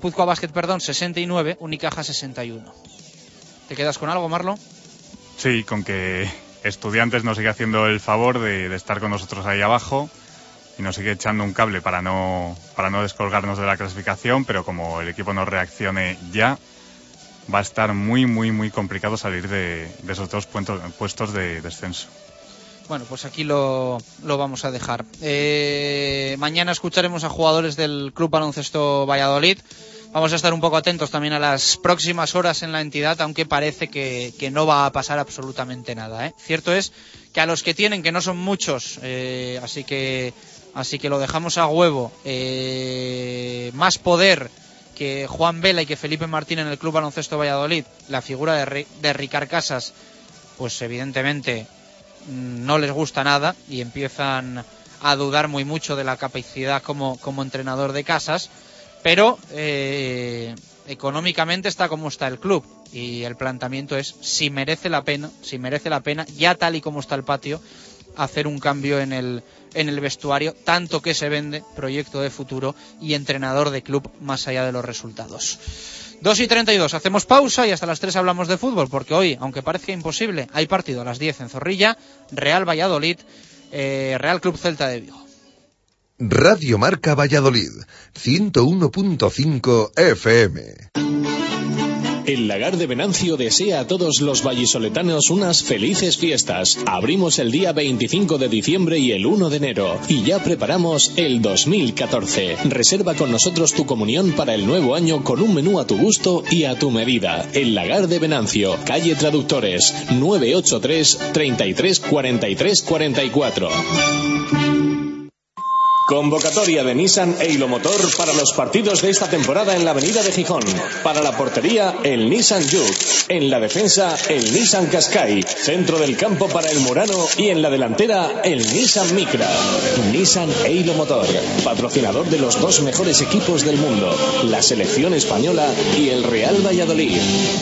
69, Unicaja 61. ¿Te quedas con algo, Marlo? Sí, con que Estudiantes nos sigue haciendo el favor de estar con nosotros ahí abajo y nos sigue echando un cable para no descolgarnos de la clasificación, pero como el equipo no reaccione ya, va a estar muy complicado salir de esos dos puestos de descenso. Bueno, pues aquí lo vamos a dejar. Mañana escucharemos a jugadores del Club Baloncesto Valladolid. Vamos a estar un poco atentos también a las próximas horas en la entidad, aunque parece que no va a pasar absolutamente nada, ¿eh? Cierto es que a los que tienen, que no son muchos, así que lo dejamos a huevo, más poder que Juan Vela y que Felipe Martín en el Club Baloncesto Valladolid, la figura de Ricard Casas, pues evidentemente no les gusta nada y empiezan a dudar muy mucho de la capacidad como entrenador de Casas, pero económicamente está como está el club y el planteamiento es si merece la pena, ya tal y como está el patio, hacer un cambio en el vestuario, tanto que se vende proyecto de futuro y entrenador de club más allá de los resultados. 2:32, hacemos pausa y hasta las 3 hablamos de fútbol, porque hoy, aunque parezca imposible, hay partido a las 10 en Zorrilla, Real Valladolid, Real Club Celta de Vigo. Radio Marca Valladolid, 101.5 FM. El Lagar de Venancio desea a todos los vallisoletanos unas felices fiestas. Abrimos el día 25 de diciembre y el 1 de enero. Y ya preparamos el 2014. Reserva con nosotros tu comunión para el nuevo año con un menú a tu gusto y a tu medida. El Lagar de Venancio, calle Traductores, 983 33 43 44. Convocatoria de Nissan e Hilomotor para los partidos de esta temporada en la avenida de Gijón. Para la portería, el Nissan Juke. En la defensa, el Nissan Qashqai. Centro del campo para el Murano y en la delantera, el Nissan Micra. Nissan e Hilomotor, patrocinador de los 2 mejores equipos del mundo, la selección española y el Real Valladolid.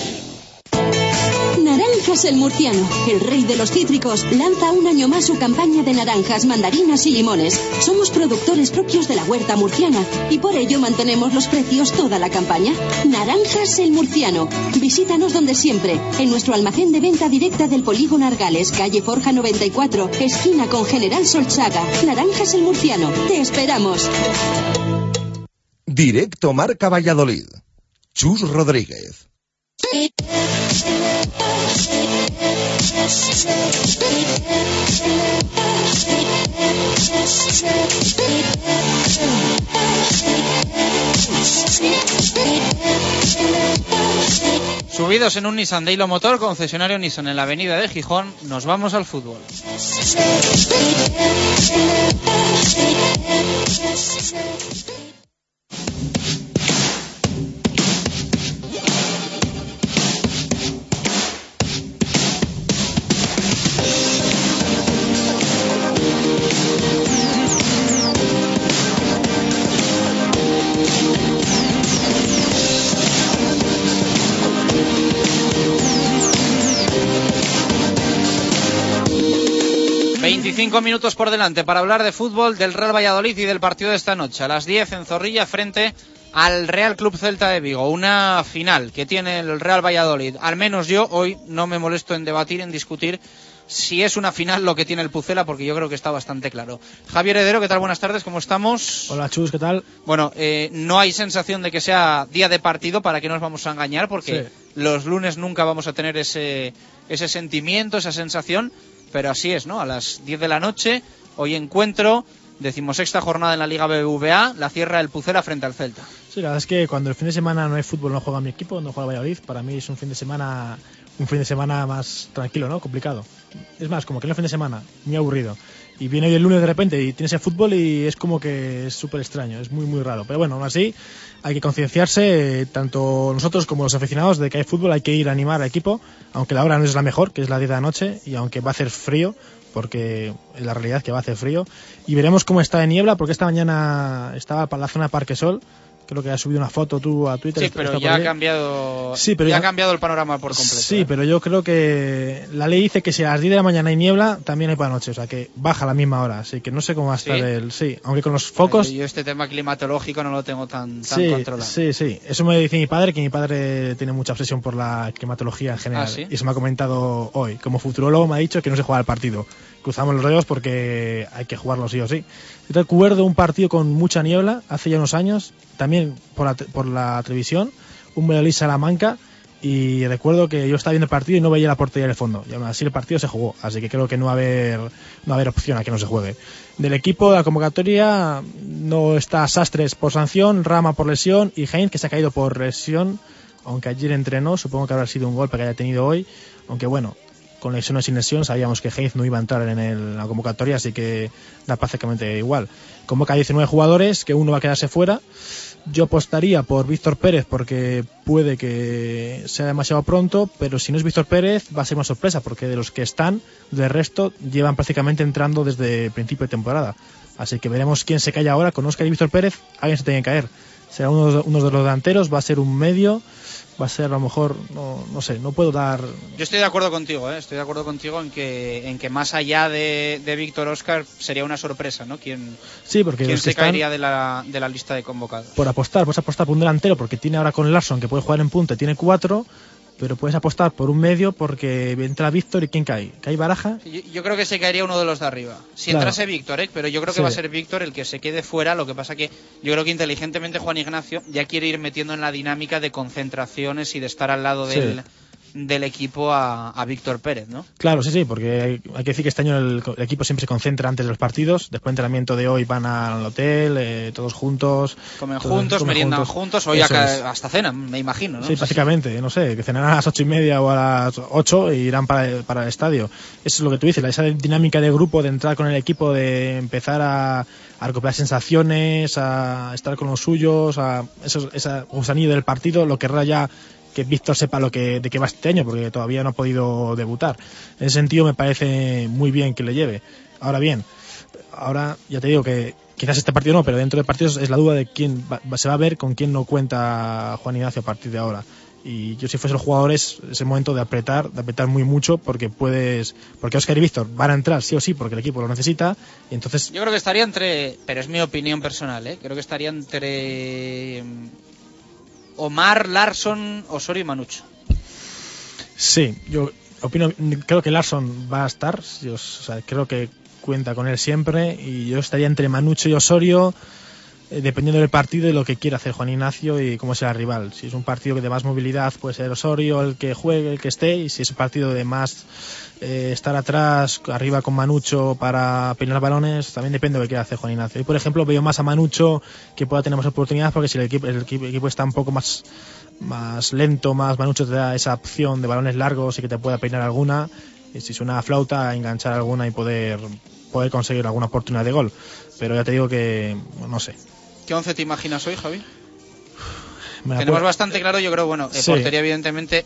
Naranjas el Murciano, el rey de los cítricos, lanza un año más su campaña de naranjas, mandarinas y limones. Somos productores propios de la huerta murciana y por ello mantenemos los precios toda la campaña. Naranjas el Murciano. Visítanos donde siempre, en nuestro almacén de venta directa del Polígono Argales, calle Forja 94, esquina con General Solchaga. Naranjas el Murciano. Te esperamos. Directo Marca Valladolid. Chus Rodríguez. Subidos en un Nissan de Hilomotor, concesionario Nissan en la avenida de Gijón, nos vamos al fútbol. Cinco minutos por delante para hablar de fútbol, del Real Valladolid y del partido de esta noche. A las 10 en Zorrilla frente al Real Club Celta de Vigo. Una final que tiene el Real Valladolid. Al menos yo hoy no me molesto en debatir, en discutir si es una final lo que tiene el Pucela, porque yo creo que está bastante claro. Javier Heredero, ¿qué tal? Buenas tardes, ¿cómo estamos? Hola Chus, ¿qué tal? Bueno, no hay sensación de que sea día de partido, ¿para qué nos vamos a engañar? Porque sí, los lunes nunca vamos a tener ese sentimiento, esa sensación. Pero así es, ¿no? A las 10 de la noche, hoy encuentro, 16ª jornada en la Liga BBVA, la cierra el Pucela frente al Celta. Sí, la verdad es que cuando el fin de semana no hay fútbol, no juega mi equipo, no juega Valladolid, para mí es un fin de semana más tranquilo, ¿no? Complicado. Es más, como que no es fin de semana, muy aburrido. Y viene hoy el lunes de repente y tienes el fútbol y es como que es súper extraño, es muy muy raro. Pero bueno, aún así hay que concienciarse, tanto nosotros como los aficionados, de que hay fútbol, hay que ir a animar al equipo, aunque la hora no es la mejor, que es la 10 de la noche, y aunque va a hacer frío, porque es la realidad que va a hacer frío. Y veremos cómo está de niebla, porque esta mañana estaba para la zona de Parquesol. Creo que has subido una foto tú a Twitter. Sí, pero ya ha cambiado, ha cambiado el panorama por completo. Sí, pero yo creo que la ley dice que si a las 10 de la mañana hay niebla, también hay para la noche, o sea que baja a la misma hora, así que no sé cómo va a estar el... Sí, aunque con los focos... Yo este tema climatológico no lo tengo tan controlado. Sí, eso me dice mi padre, que mi padre tiene mucha obsesión por la climatología en general. ¿Sí? Y se me ha comentado hoy. Como futurólogo me ha dicho que no se juega el partido. Cruzamos los dedos porque hay que jugarlo sí o sí. Yo recuerdo un partido con mucha niebla hace ya unos años, también por la televisión, un Valladolid Salamanca, y recuerdo que yo estaba viendo el partido y no veía la portería en el fondo, y aún así el partido se jugó, así que creo que no va a haber opción a que no se juegue. Del equipo de la convocatoria no está Sastres por sanción, Rama por lesión y Heinz, que se ha caído por lesión, aunque ayer entrenó, supongo que habrá sido un golpe que haya tenido hoy, aunque bueno, con lesión o sin lesión sabíamos que Heinz no iba a entrar en la convocatoria, así que da prácticamente igual. Convoca a 19 jugadores, que uno va a quedarse fuera. Yo apostaría por Víctor Pérez porque puede que sea demasiado pronto, pero si no es Víctor Pérez va a ser una sorpresa, porque de los que están, del resto llevan prácticamente entrando desde el principio de temporada. Así que veremos quién se cae ahora. Con Óscar y Víctor Pérez, alguien se tiene que caer. Será uno de los delanteros, va a ser un medio, va a ser a lo mejor, no sé, no puedo dar... Yo estoy de acuerdo contigo, estoy de acuerdo contigo en que más allá de Víctor Óscar sería una sorpresa, ¿no? ¿Quién se caería de la lista de convocados? Puedes apostar por un delantero, porque tiene ahora con Larsson, que puede jugar en punta, tiene 4, pero puedes apostar por un medio porque entra Víctor y ¿quién cae? ¿Cae Baraja? Yo creo que se caería uno de los de arriba. Si entrase Víctor, pero yo creo que va a ser Víctor el que se quede fuera. Lo que pasa que yo creo que inteligentemente Juan Ignacio ya quiere ir metiendo en la dinámica de concentraciones y de estar al lado del equipo a Víctor Pérez, ¿no? Claro, sí, porque hay que decir que este año el equipo siempre se concentra antes de los partidos. Después del entrenamiento de hoy van al hotel, todos juntos. Comen juntos, meriendan juntos, hoy hasta cenan, me imagino, ¿no? Sí, prácticamente, no sé, que cenarán a las 8:30 o a las 8 e irán para el estadio. Eso es lo que tú dices, esa dinámica de grupo, de entrar con el equipo, de empezar a recuperar sensaciones, a estar con los suyos, esa gusanillo del partido, lo que raya que Víctor sepa de qué va este año, porque todavía no ha podido debutar. En ese sentido me parece muy bien que le lleve. Ahora bien, ya te digo que quizás este partido no, pero dentro de partidos es la duda de quién se va a ver con quién no cuenta Juan Ignacio a partir de ahora. Y yo, si fuese los jugadores, es el momento de apretar muy mucho, porque Óscar y Víctor van a entrar sí o sí porque el equipo lo necesita, y entonces... Yo creo que estaría pero es mi opinión personal, creo que estaría entre Omar, Larsson, Osorio y Manucho. Sí, yo creo que Larsson va a estar, creo que cuenta con él siempre, y yo estaría entre Manucho y Osorio, dependiendo del partido y lo que quiera hacer Juan Ignacio y cómo sea el rival. Si es un partido de más movilidad, puede ser Osorio el que juegue, el que esté, y si es un partido de más estar atrás, arriba con Manucho para peinar balones, también depende de lo que quiera hacer Juan Ignacio. Y por ejemplo veo más a Manucho que pueda tener más oportunidades, porque si el equipo está un poco más lento, Manucho te da esa opción de balones largos y que te pueda peinar alguna, y si suena a flauta, enganchar alguna y poder conseguir alguna oportunidad de gol. Pero ya te digo que no sé. ¿Qué 11 te imaginas hoy, Javi? Tenemos bastante claro, yo creo, portería evidentemente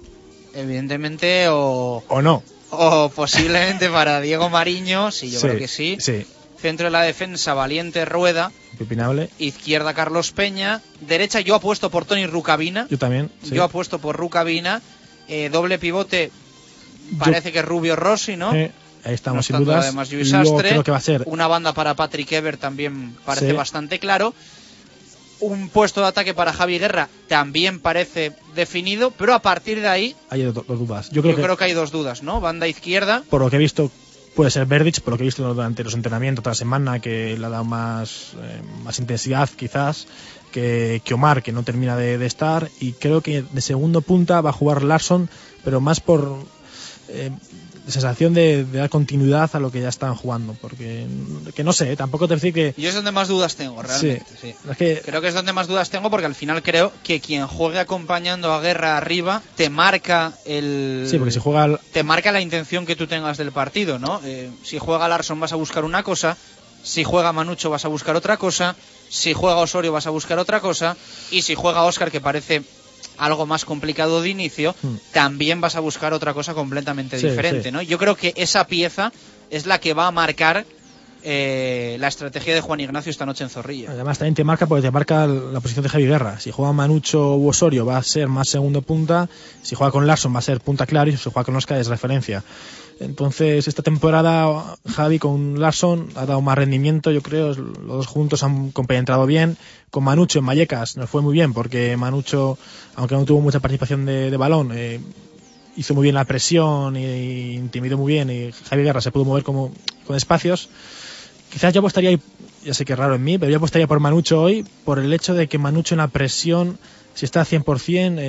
o no. O posiblemente para Diego Mariño, sí, yo creo que sí. Sí. Centro de la defensa, Valiente, Rueda. Impepinable. Izquierda, Carlos Peña. Derecha, yo apuesto por Toni Rukavina. Yo también. Sí. Yo apuesto por Rukavina. Doble pivote, parece que Rubio Rossi, ¿no? Ahí estamos, sin dudas. Además, Luis Sastre. Creo que va a ser una banda para Patrick Ebert también parece bastante claro. Un puesto de ataque para Javi Guerra también parece definido, pero a partir de ahí hay dos dudas. Yo creo que hay dos dudas, ¿no? Banda izquierda. Por lo que he visto, puede ser Verdic, por lo que he visto durante los entrenamientos otra semana, que le ha dado más intensidad quizás que Omar, que no termina de estar. Y creo que de segundo punta va a jugar Larsson, pero más por sensación de dar continuidad a lo que ya están jugando, porque que no sé, tampoco te decir que... Yo es donde más dudas tengo, realmente. Sí. Creo que es donde más dudas tengo, porque al final creo que quien juegue acompañando a Guerra arriba te marca porque si juega te marca la intención que tú tengas del partido, ¿no? Si juega Larsson vas a buscar una cosa, si juega Manucho vas a buscar otra cosa, si juega Osorio vas a buscar otra cosa, y si juega Óscar, que parece algo más complicado de inicio, también vas a buscar otra cosa completamente diferente, ¿no? Yo creo que esa pieza es la que va a marcar la estrategia de Juan Ignacio esta noche en Zorrilla. Además también te marca la posición de Javi Guerra. Si juega Manucho u Osorio va a ser más segundo punta, si juega con Larsson va a ser punta claro, y si juega con Óscar es referencia. Entonces esta temporada Javi con Larsson ha dado más rendimiento, yo creo. Los dos juntos han compenetrado bien. Con Manucho en Vallecas nos fue muy bien, porque Manucho, aunque no tuvo mucha participación de balón, hizo muy bien la presión e intimidó muy bien, y Javi Guerra se pudo mover con espacios. Quizás yo apostaría, ya sé que es raro en mí, pero yo apostaría por Manucho hoy, por el hecho de que Manucho en la presión, si está al 100%, es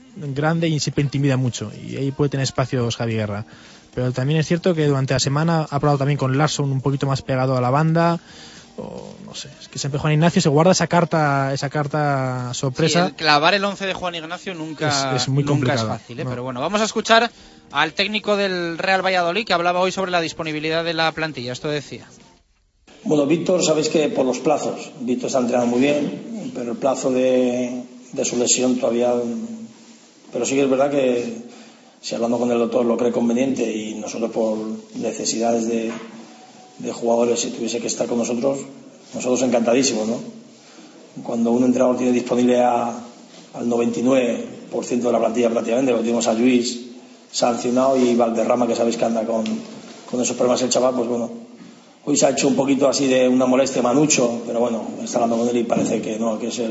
grande y siempre intimida mucho, y ahí puede tener espacios Javi Guerra. Pero también es cierto que durante la semana ha probado también con Larsson un poquito más pegado a la banda, o no sé, es que siempre Juan Ignacio se guarda esa carta sorpresa. Sí, clavar el 11 de Juan Ignacio nunca es muy complicado. Nunca es fácil, no. Pero bueno, vamos a escuchar al técnico del Real Valladolid, que hablaba hoy sobre la disponibilidad de la plantilla. Esto decía. Bueno, Víctor, sabéis que por los plazos, Víctor está entrenando muy bien, pero el plazo de su lesión todavía... Pero sí que es verdad que si hablando con el doctor lo cree conveniente y nosotros por necesidades de jugadores, si tuviese que estar con nosotros encantadísimos, ¿no? Cuando un entrenador tiene disponible al 99% de la plantilla prácticamente, lo tenemos a Lluís sancionado y Valderrama, que sabéis que anda con esos problemas el chaval, pues bueno, hoy se ha hecho un poquito así de una molestia Manucho, pero bueno, está hablando con él y parece que no, que es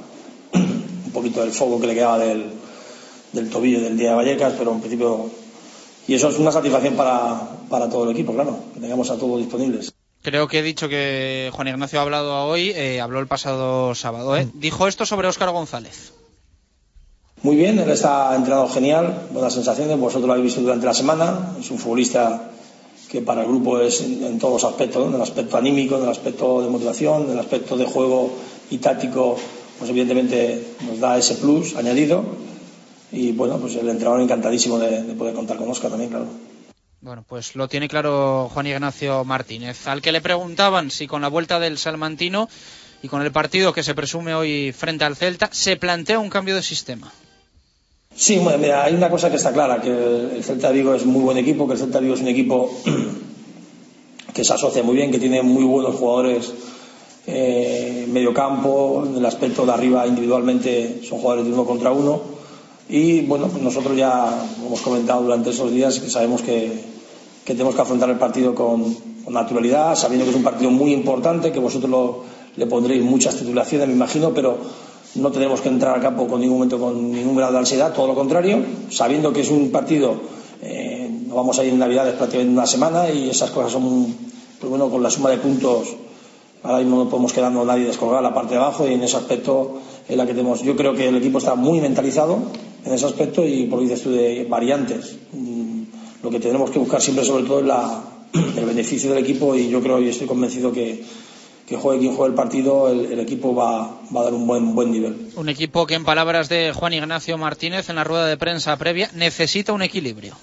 un poquito del foco que le quedaba del tobillo del día de Vallecas, pero en principio, y eso es una satisfacción para todo el equipo, claro, que tengamos a todos disponibles. Creo que he dicho que Juan Ignacio ha hablado hoy, habló el pasado sábado, dijo esto sobre Óscar González. Muy bien, él está entrenado genial, buenas sensaciones, vosotros lo habéis visto durante la semana, es un futbolista que para el grupo es en todos los aspectos, ¿no? En el aspecto anímico, en el aspecto de motivación, en el aspecto de juego y táctico, pues evidentemente nos da ese plus añadido. Y bueno, pues el entrenador encantadísimo de poder contar con Óscar también, claro. Bueno, pues lo tiene claro Juan Ignacio Martínez, al que le preguntaban si con la vuelta del salmantino y con el partido que se presume hoy frente al Celta se plantea un cambio de sistema. Sí, bueno, mira, hay una cosa que está clara, que el Celta de Vigo es muy buen equipo, que el Celta de Vigo es un equipo que se asocia muy bien, que tiene muy buenos jugadores medio campo, en el aspecto de arriba individualmente son jugadores de 1 contra 1. Y bueno, pues nosotros ya hemos comentado durante esos días que sabemos que tenemos que afrontar el partido con naturalidad, sabiendo que es un partido muy importante, que vosotros le pondréis muchas titulaciones, me imagino, pero no tenemos que entrar al campo con ningún momento con ningún grado de ansiedad, todo lo contrario, sabiendo que es un partido, no vamos a ir en Navidades prácticamente una semana y esas cosas son, pues bueno, con la suma de puntos ahora mismo no podemos quedarnos nadie descolgado la parte de abajo, y en ese aspecto es la que tenemos. Yo creo que el equipo está muy mentalizado en ese aspecto, y por lo que dices tú de variantes, lo que tenemos que buscar siempre sobre todo es el beneficio del equipo, y yo creo y estoy convencido que juegue quien juegue el partido, el equipo va a dar un buen nivel. Un equipo que, en palabras de Juan Ignacio Martínez en la rueda de prensa previa, necesita un equilibrio.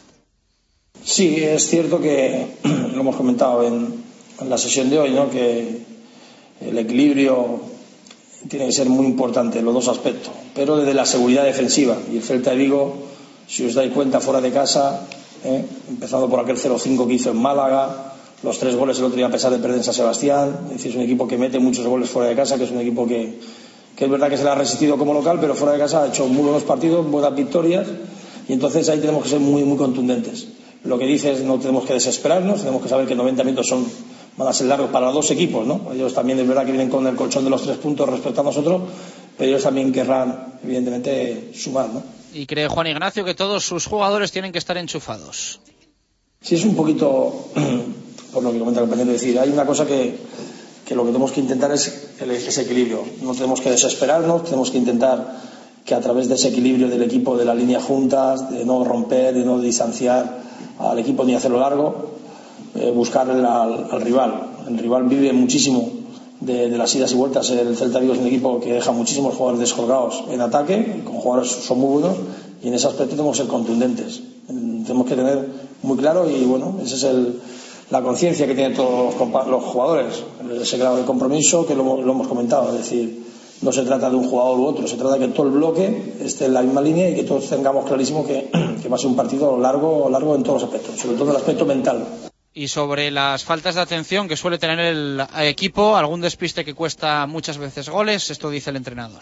Sí, es cierto que lo hemos comentado en la sesión de hoy, ¿no? Que el equilibrio tiene que ser muy importante en los dos aspectos, pero desde la seguridad defensiva, y el Celta de Vigo, si os dais cuenta, fuera de casa, empezando por aquel 0-5 que hizo en Málaga, los 3 goles el otro día a pesar de perder en San Sebastián, es decir, es un equipo que mete muchos goles fuera de casa, que es un equipo que es verdad que se le ha resistido como local, pero fuera de casa ha hecho muy buenos partidos, buenas victorias, y entonces ahí tenemos que ser muy, muy contundentes. Lo que dices, no tenemos que desesperarnos, tenemos que saber que 90 minutos van a ser largos para los dos equipos, ¿no? Ellos también es verdad que vienen con el colchón de los 3 puntos respecto a nosotros, pero ellos también querrán evidentemente sumar, ¿no? Y cree Juan Ignacio que todos sus jugadores tienen que estar enchufados. Sí, es un poquito por lo que comenta el compañero, decir, hay una cosa que lo que tenemos que intentar es ese equilibrio. No tenemos que desesperarnos, tenemos que intentar que a través de ese equilibrio del equipo, de la línea juntas, de no romper, de no distanciar al equipo ni hacerlo largo, buscar al rival. El rival vive muchísimo de las idas y vueltas. El Celta Vigo es un equipo que deja muchísimos jugadores descolgados en ataque, con jugadores son muy buenos, y en ese aspecto tenemos que ser contundentes. Tenemos que tener muy claro, y bueno, esa es la conciencia que tienen todos los jugadores, ese grado de compromiso que lo hemos comentado. Es decir, no se trata de un jugador u otro, se trata de que todo el bloque esté en la misma línea y que todos tengamos clarísimo que va a ser un partido largo en todos los aspectos, sobre todo en el aspecto mental. Y sobre las faltas de atención que suele tener el equipo, algún despiste que cuesta muchas veces goles, esto dice el entrenador.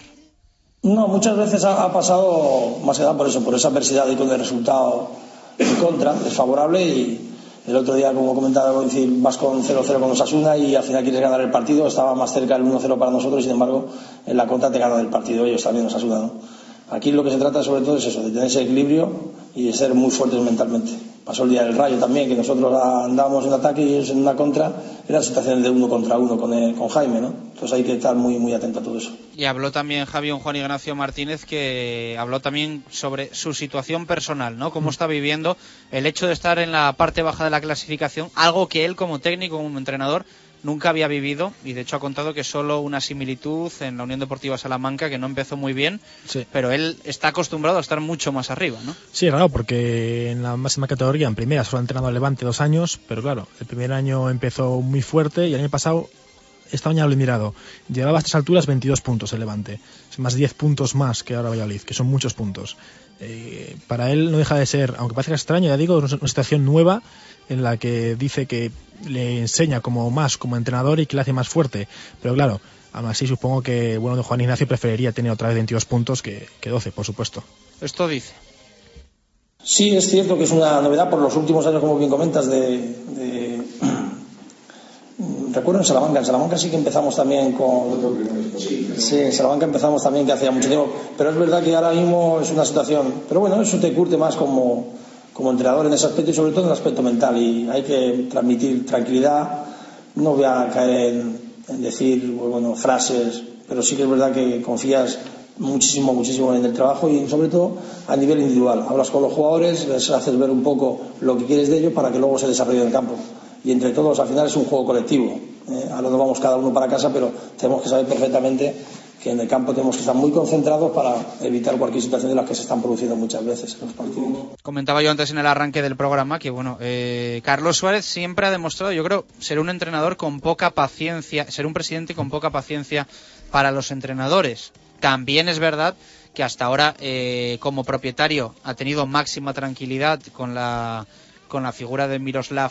No, muchas veces ha pasado más que nada por eso, por esa adversidad y con el resultado en contra, desfavorable, y el otro día, como comentaba, vas con 0-0 con Osasuna y al final quieres ganar el partido, estaba más cerca el 1-0 para nosotros y sin embargo en la contra te ganan el partido ellos también, Osasuna, ¿no? Aquí lo que se trata sobre todo es eso, de tener ese equilibrio y de ser muy fuertes mentalmente. pasó el día del Rayo también, que nosotros andábamos en ataque y ellos en una contra, eran situaciones de 1 contra 1 con Jaime, ¿no? Entonces hay que estar muy, muy atento a todo eso. Y habló también Juan Ignacio Martínez, que habló también sobre su situación personal, ¿no? Cómo está viviendo el hecho de estar en la parte baja de la clasificación, algo que él como técnico, como entrenador, nunca había vivido, y de hecho ha contado que solo una similitud en la Unión Deportiva Salamanca, que no empezó muy bien, sí, pero él está acostumbrado a estar mucho más arriba, ¿no? Sí, claro, porque en la máxima categoría, en primera, solo ha entrenado al Levante 2 años, pero claro, el primer año empezó muy fuerte y el año pasado, esta mañana lo he mirado, llevaba a estas alturas 22 puntos el Levante, más 10 puntos más que ahora Valladolid, que son muchos puntos. Para él no deja de ser, aunque parezca extraño, ya digo, una situación nueva en la que dice que le enseña como entrenador y que le hace más fuerte, pero claro, aún así supongo que bueno, Juan Ignacio preferiría tener otra vez 22 puntos que 12, por supuesto. Esto dice. Sí, es cierto que es una novedad por los últimos años, como bien comentas, recuerdo en Salamanca sí que empezamos también sí, en Salamanca empezamos también, que hacía mucho tiempo, pero es verdad que ahora mismo es una situación, pero bueno, eso te curte más como entrenador en ese aspecto y sobre todo en el aspecto mental, y hay que transmitir tranquilidad. No voy a caer en decir frases, pero sí que es verdad que confías muchísimo en el trabajo y sobre todo a nivel individual. Hablas con los jugadores, les haces ver un poco lo que quieres de ellos para que luego se desarrolle en el campo, y entre todos al final es un juego colectivo. Ahora nos vamos cada uno para casa, pero tenemos que saber perfectamente que en el campo tenemos que estar muy concentrados para evitar cualquier situación de las que se están produciendo muchas veces en los partidos. Comentaba yo antes en el arranque del programa que Carlos Suárez siempre ha demostrado, yo creo, ser un entrenador con poca paciencia, ser un presidente con poca paciencia para los entrenadores. También es verdad que hasta ahora como propietario ha tenido máxima tranquilidad con la figura de Miroslav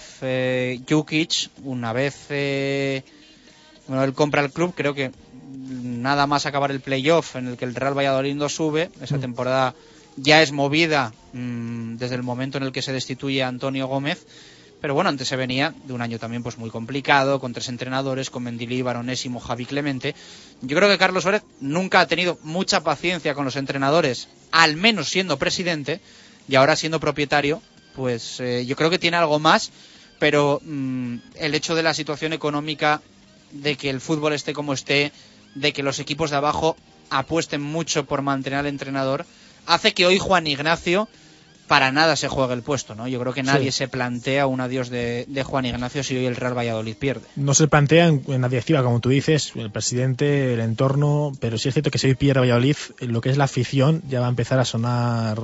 Jukic. Una vez él compra el club, creo que nada más acabar el playoff en el que el Real Valladolid no sube, esa temporada ya es movida desde el momento en el que se destituye a Antonio Gómez, pero bueno, antes se venía de un año también pues muy complicado, con 3 entrenadores, con Mendilibar, Onésimo, Javi Clemente. Yo creo que Carlos Suárez nunca ha tenido mucha paciencia con los entrenadores, al menos siendo presidente, y ahora siendo propietario, pues yo creo que tiene algo más, pero el hecho de la situación económica, de que el fútbol esté como esté, de que los equipos de abajo apuesten mucho por mantener al entrenador, hace que hoy Juan Ignacio para nada se juegue el puesto, ¿no? Yo creo que nadie se plantea un adiós de Juan Ignacio si hoy el Real Valladolid pierde. No se plantea en la directiva, como tú dices, el presidente, el entorno, pero sí es cierto que si hoy pierde Valladolid, lo que es la afición ya va a empezar a sonar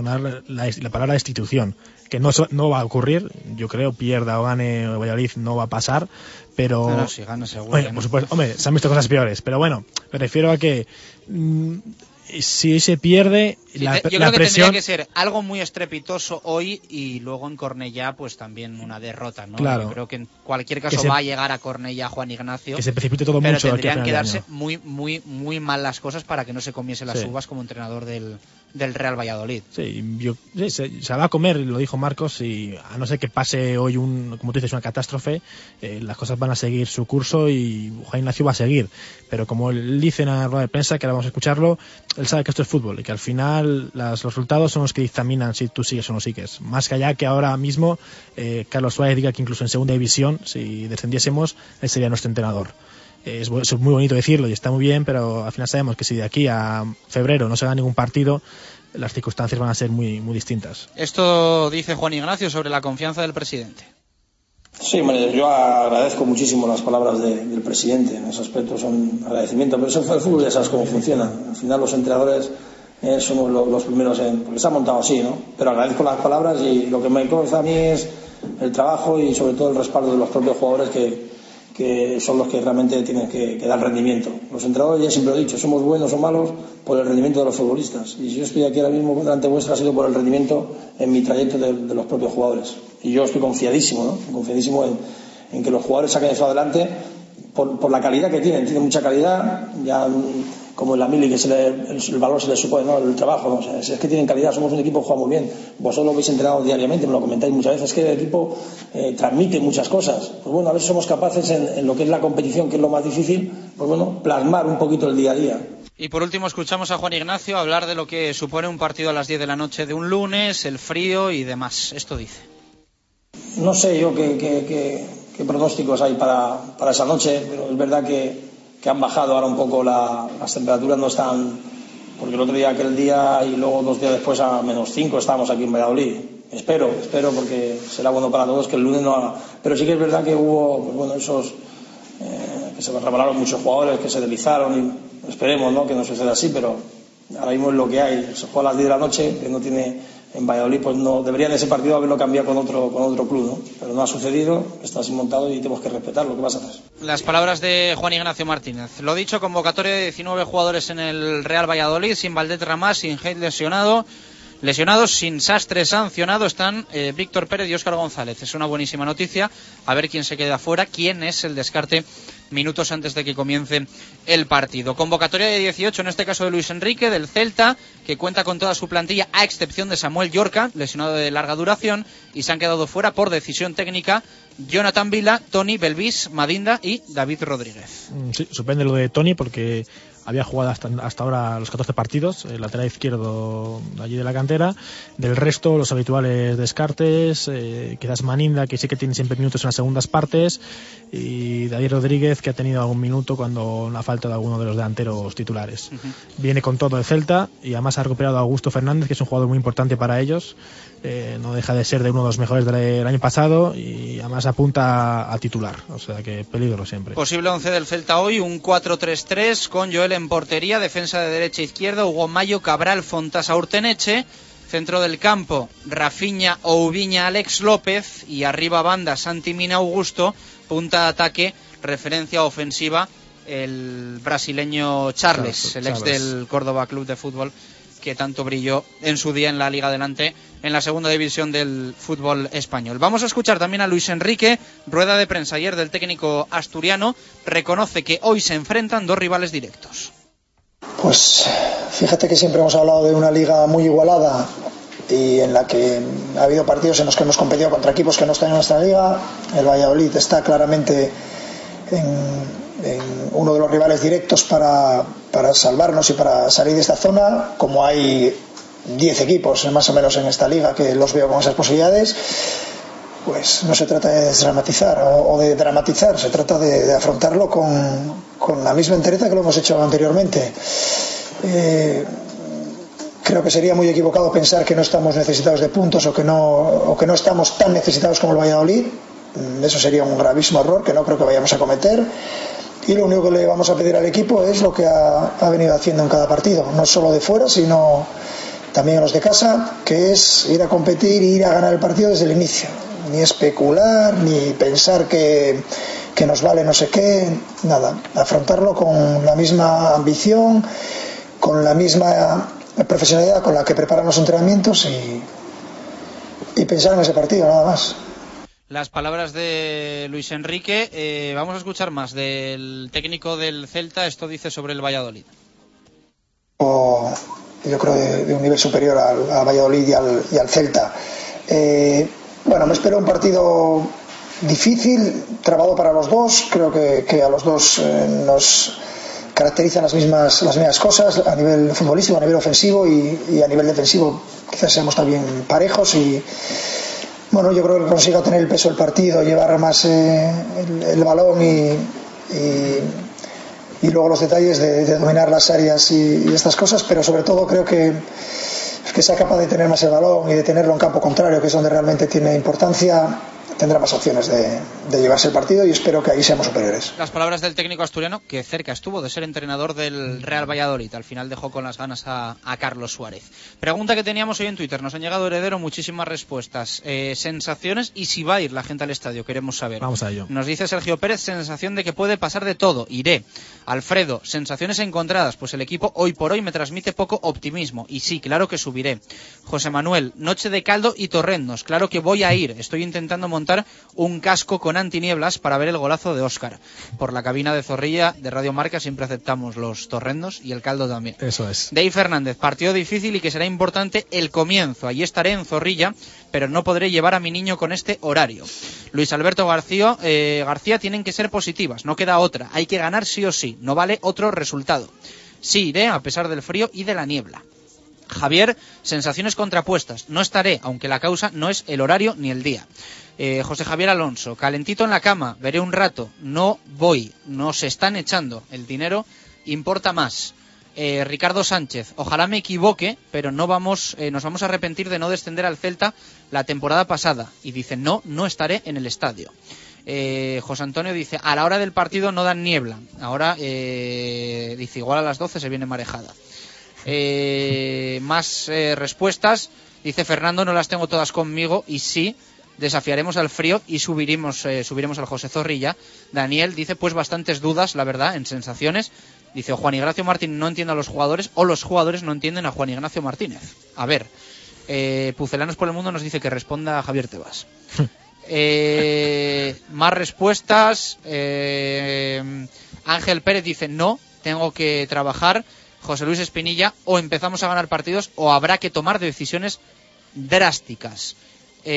la palabra destitución, que no va a ocurrir, yo creo, pierda o gane Valladolid, no va a pasar, pero... Claro, si gana seguro. Bueno, por supuesto, hombre, se han visto cosas peores, pero bueno, me refiero a que si se pierde, yo creo que presión... tendría que ser algo muy estrepitoso hoy y luego en Cornellá pues también una derrota, ¿no? Claro. Yo creo que en cualquier caso va a llegar a Cornellá Juan Ignacio, que se precipite todo pero mucho, tendrían que darse muy mal las cosas para que no se comiese las uvas como entrenador del Real Valladolid. Se va a comer, lo dijo Marcos, y a no ser que pase hoy como tú dices, una catástrofe, las cosas van a seguir su curso y Juan Ignacio va a seguir, pero como él dice en la rueda de prensa, que ahora vamos a escucharlo, él sabe que esto es fútbol y que al final los resultados son los que dictaminan si tú sigues o no sigues, más que allá que ahora mismo Carlos Suárez diga que incluso en segunda división, si descendiésemos, él sería nuestro entrenador. Es muy bonito decirlo y está muy bien, pero al final sabemos que si de aquí a febrero no se gana ningún partido, las circunstancias van a ser muy, muy distintas. Esto dice Juan Ignacio sobre la confianza del presidente. Sí, yo agradezco muchísimo las palabras del presidente, en ese aspecto son agradecimiento, pero eso fue el fútbol, ya sabes cómo funciona. Al final los entrenadores somos los primeros porque se ha montado así, ¿no? Pero agradezco las palabras y lo que me consta a mí es el trabajo y sobre todo el respaldo de los propios jugadores que son los que realmente tienen que dar rendimiento. Los entrenadores, ya siempre lo he dicho, somos buenos o malos por el rendimiento de los futbolistas. Y si yo estoy aquí ahora mismo delante vuestra ha sido por el rendimiento en mi trayecto de los propios jugadores. Y yo estoy confiadísimo, ¿no? Confiadísimo en que los jugadores saquen eso adelante por la calidad que tienen. Tienen mucha calidad, ya como en la mili que el valor se les supone, ¿no? El trabajo, ¿no? O sea, es que tienen calidad, somos un equipo que juega muy bien. Vosotros lo habéis entrenado diariamente, me lo comentáis muchas veces, que el equipo transmite muchas cosas. Pues bueno, a veces somos capaces en lo que es la competición, que es lo más difícil, pues bueno, plasmar un poquito el día a día. Y por último escuchamos a Juan Ignacio hablar de lo que supone un partido a las 10 de la noche de un lunes, el frío y demás. Esto dice. No sé yo qué pronósticos hay para esa noche, pero es verdad que han bajado ahora un poco las temperaturas, no están, porque el otro día, aquel día y luego 2 días después a -5 estábamos aquí en Valladolid. Espero porque será bueno para todos que el lunes no haga. Pero sí que es verdad que hubo, pues bueno, esos que se resbalaron muchos jugadores, que se deslizaron, y esperemos, ¿no?, que no suceda así, pero ahora mismo es lo que hay. Se juega a las 10 de la noche, que no tiene en Valladolid, pues no deberían ese partido haberlo cambiado con otro club, ¿no? Pero no ha sucedido, está así montado y tenemos que respetarlo. ¿Qué vas a hacer? Las palabras de Juan Ignacio Martínez. Lo dicho, convocatoria de 19 jugadores en el Real Valladolid, sin Valdés Ramás, sin Heid lesionados, sin Sastre sancionado, están Víctor Pérez y Óscar González. Es una buenísima noticia. A ver quién se queda fuera, quién es el descarte minutos antes de que comience el partido. Convocatoria de 18, en este caso de Luis Enrique, del Celta, que cuenta con toda su plantilla, a excepción de Samuel Llorca, lesionado de larga duración, y se han quedado fuera por decisión técnica Jonathan Vila, Toni, Belvis, Madinda y David Rodríguez. Sí, sorprende lo de Toni porque había jugado hasta ahora los 14 partidos, el lateral izquierdo allí de la cantera. Del resto, los habituales descartes, quizás Maninda, que sí que tiene siempre minutos en las segundas partes, y David Rodríguez, que ha tenido algún minuto cuando la falta de alguno de los delanteros titulares. Viene con todo el Celta y además ha recuperado a Augusto Fernández, que es un jugador muy importante para ellos. No deja de ser de uno de los mejores del año pasado y además apunta a titular, o sea que peligro siempre. Posible 11 del Celta hoy, un 4-3-3 con Joel en portería, defensa de derecha e izquierda, Hugo Mayo, Cabral, Fontasa, Urteneche, centro del campo, Rafinha, Oubiña, Alex López, y arriba banda Santi Mina, Augusto, punta de ataque, referencia ofensiva, el brasileño Charles, el ex del Córdoba Club de Fútbol, que tanto brilló en su día en la Liga Adelante, en la segunda división del fútbol español. Vamos a escuchar también a Luis Enrique, rueda de prensa ayer del técnico asturiano, reconoce que hoy se enfrentan dos rivales directos. Pues fíjate que siempre hemos hablado de una liga muy igualada y en la que ha habido partidos en los que hemos competido contra equipos que no están en nuestra liga. El Valladolid está claramente en uno de los rivales directos para salvarnos y para salir de esta zona. Como hay 10 equipos más o menos en esta liga que los veo con esas posibilidades, pues no se trata de desdramatizar o de dramatizar, se trata de afrontarlo con la misma entereza que lo hemos hecho anteriormente. Creo que sería muy equivocado pensar que no estamos necesitados de puntos o que no estamos tan necesitados como el Valladolid. Eso sería un gravísimo error que no creo que vayamos a cometer. Y lo único que le vamos a pedir al equipo es lo que ha venido haciendo en cada partido, no solo de fuera, sino también a los de casa, que es ir a competir e ir a ganar el partido desde el inicio. Ni especular, ni pensar que nos vale no sé qué, nada. Afrontarlo con la misma ambición, con la misma profesionalidad con la que preparan los entrenamientos y pensar en ese partido, nada más. Las palabras de Luis Enrique. Vamos a escuchar más del técnico del Celta. Esto dice sobre el Valladolid. Yo creo de un nivel superior al Valladolid y al Celta. Bueno, me espero un partido difícil, trabado para los dos. Creo que a los dos nos caracterizan las mismas cosas a nivel futbolístico, a nivel ofensivo y a nivel defensivo. Quizás seamos también parejos y bueno, yo creo que consiga tener el peso del partido, llevar más el balón y luego los detalles de dominar las áreas y estas cosas, pero sobre todo creo que sea capaz de tener más el balón y de tenerlo en campo contrario, que es donde realmente tiene importancia. Tendrá más opciones de llevarse el partido y espero que ahí seamos superiores. Las palabras del técnico asturiano, que cerca estuvo de ser entrenador del Real Valladolid. Al final dejó con las ganas a Carlos Suárez. Pregunta que teníamos hoy en Twitter. Nos han llegado, Heredero, muchísimas respuestas. Sensaciones y si va a ir la gente al estadio. Queremos saber. Vamos a ello. Nos dice Sergio Pérez, sensación de que puede pasar de todo. Iré. Alfredo, sensaciones encontradas. Pues el equipo hoy por hoy me transmite poco optimismo. Y sí, claro que subiré. José Manuel, noche de caldo y torrendos. Claro que voy a ir. Estoy intentando montar un casco con antinieblas para ver el golazo de Óscar. Por la cabina de Zorrilla de Radio Marca siempre aceptamos los torrendos y el caldo también. Eso es. Dave Fernández, partido difícil y que será importante el comienzo. Allí estaré en Zorrilla, pero no podré llevar a mi niño con este horario. Luis Alberto García, tienen que ser positivas, no queda otra. Hay que ganar sí o sí, no vale otro resultado. Sí iré a pesar del frío y de la niebla. Javier, sensaciones contrapuestas. No estaré, aunque la causa no es el horario ni el día. José Javier Alonso, calentito en la cama, veré un rato, no voy, nos están echando, el dinero importa más. Ricardo Sánchez, ojalá me equivoque, pero nos vamos a arrepentir de no descender al Celta la temporada pasada. Y dice, no estaré en el estadio. José Antonio dice, a la hora del partido no dan niebla. Ahora, dice, igual a las 12 se viene marejada. Más respuestas. Dice Fernando, no las tengo todas conmigo, y sí, desafiaremos al frío y subiremos al José Zorrilla. Daniel dice, pues bastantes dudas, la verdad, en sensaciones. Dice, o Juan Ignacio Martín no entiende a los jugadores, o los jugadores no entienden a Juan Ignacio Martínez. A ver, Pucelanos por el Mundo nos dice que responda a Javier Tebas. Más respuestas. Ángel Pérez dice, no, tengo que trabajar. José Luis Espinilla, o empezamos a ganar partidos o habrá que tomar decisiones drásticas. A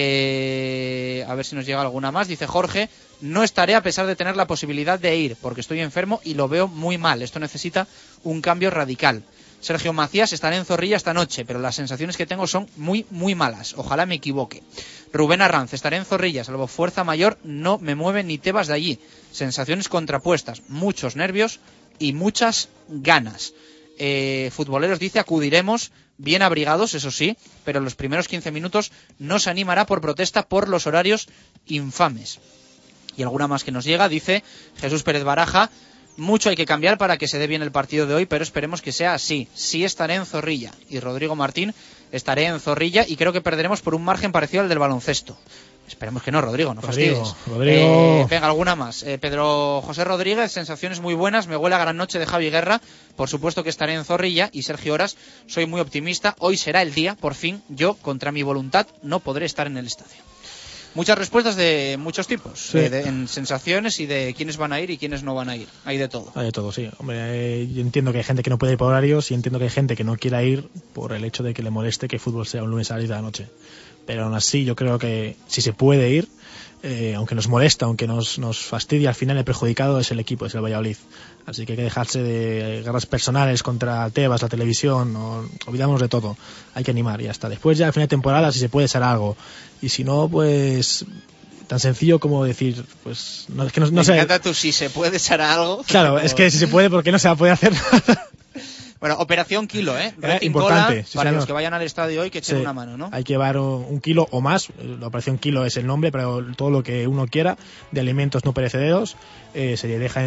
ver si nos llega alguna más. Dice Jorge, no estaré a pesar de tener la posibilidad de ir, porque estoy enfermo y lo veo muy mal. Esto necesita un cambio radical. Sergio Macías, estaré en Zorrilla esta noche, pero las sensaciones que tengo son muy, muy malas. Ojalá me equivoque. Rubén Arranz, estaré en Zorrilla, salvo fuerza mayor, no me mueve ni Tebas de allí. Sensaciones contrapuestas, muchos nervios y muchas ganas. Futboleros dice, acudiremos bien abrigados, eso sí, pero en los primeros 15 minutos no se animará por protesta por los horarios infames. Y alguna más que nos llega, dice Jesús Pérez Baraja, mucho hay que cambiar para que se dé bien el partido de hoy, pero esperemos que sea así. Sí estaré en Zorrilla. Y Rodrigo Martín, estaré en Zorrilla y creo que perderemos por un margen parecido al del baloncesto. Esperemos que no, Rodrigo, no fastidies. Venga, alguna más. Pedro José Rodríguez, sensaciones muy buenas, me huele a gran noche de Javi Guerra, por supuesto que estaré en Zorrilla. Y Sergio Horas, soy muy optimista, hoy será el día, por fin, yo, contra mi voluntad, no podré estar en el estadio. Muchas respuestas de muchos tipos, sí. En sensaciones y de quiénes van a ir y quiénes no van a ir. Hay de todo. Hay de todo, sí. Hombre, yo entiendo que hay gente que no puede ir por horarios y entiendo que hay gente que no quiera ir por el hecho de que le moleste que el fútbol sea un lunes a las 10 de la noche. Pero aún así yo creo que si se puede ir, aunque nos molesta, aunque nos fastidia, al final el perjudicado es el equipo, es el Valladolid. Así que hay que dejarse de guerras personales contra Tebas, la televisión, olvidamos de todo. Hay que animar y ya está. Después ya al final de temporada si se puede ser algo. Y si no, pues tan sencillo como decir, pues no es que no sé. Me encanta tú si se puede ser algo. Claro, pero... es que si se puede, ¿por qué no se va a poder hacer nada? Bueno, operación kilo, importante, cola, sí, para señor. Los que vayan al estadio hoy que echen una mano, ¿no? Hay que llevar un kilo o más, la operación kilo es el nombre, pero todo lo que uno quiera de alimentos no perecederos se deja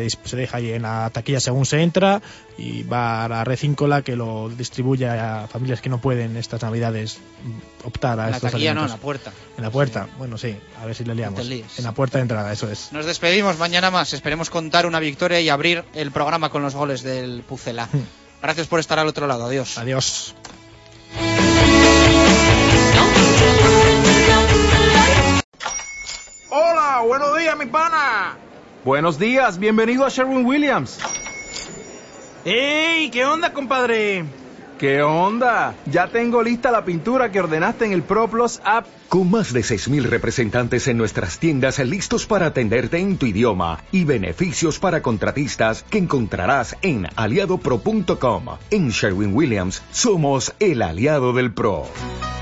ahí en la taquilla según se entra y va a la red Cíncola que lo distribuye a familias que no pueden estas navidades optar a estos alimentos. En la taquilla no, en la puerta. En la puerta, sí. Bueno, sí, a ver si le liamos. En la puerta de entrada, eso es. Nos despedimos, mañana más, esperemos contar una victoria y abrir el programa con los goles del Pucela. Gracias por estar al otro lado. Adiós. Adiós. Hola, buenos días, mi pana. Buenos días, bienvenido a Sherwin-Williams. ¡Ey! ¿Qué onda, compadre? ¿Qué onda? Ya tengo lista la pintura que ordenaste en el ProPlus app. Con más de 6,000 representantes en nuestras tiendas listos para atenderte en tu idioma y beneficios para contratistas que encontrarás en aliadopro.com. En Sherwin-Williams somos el aliado del pro.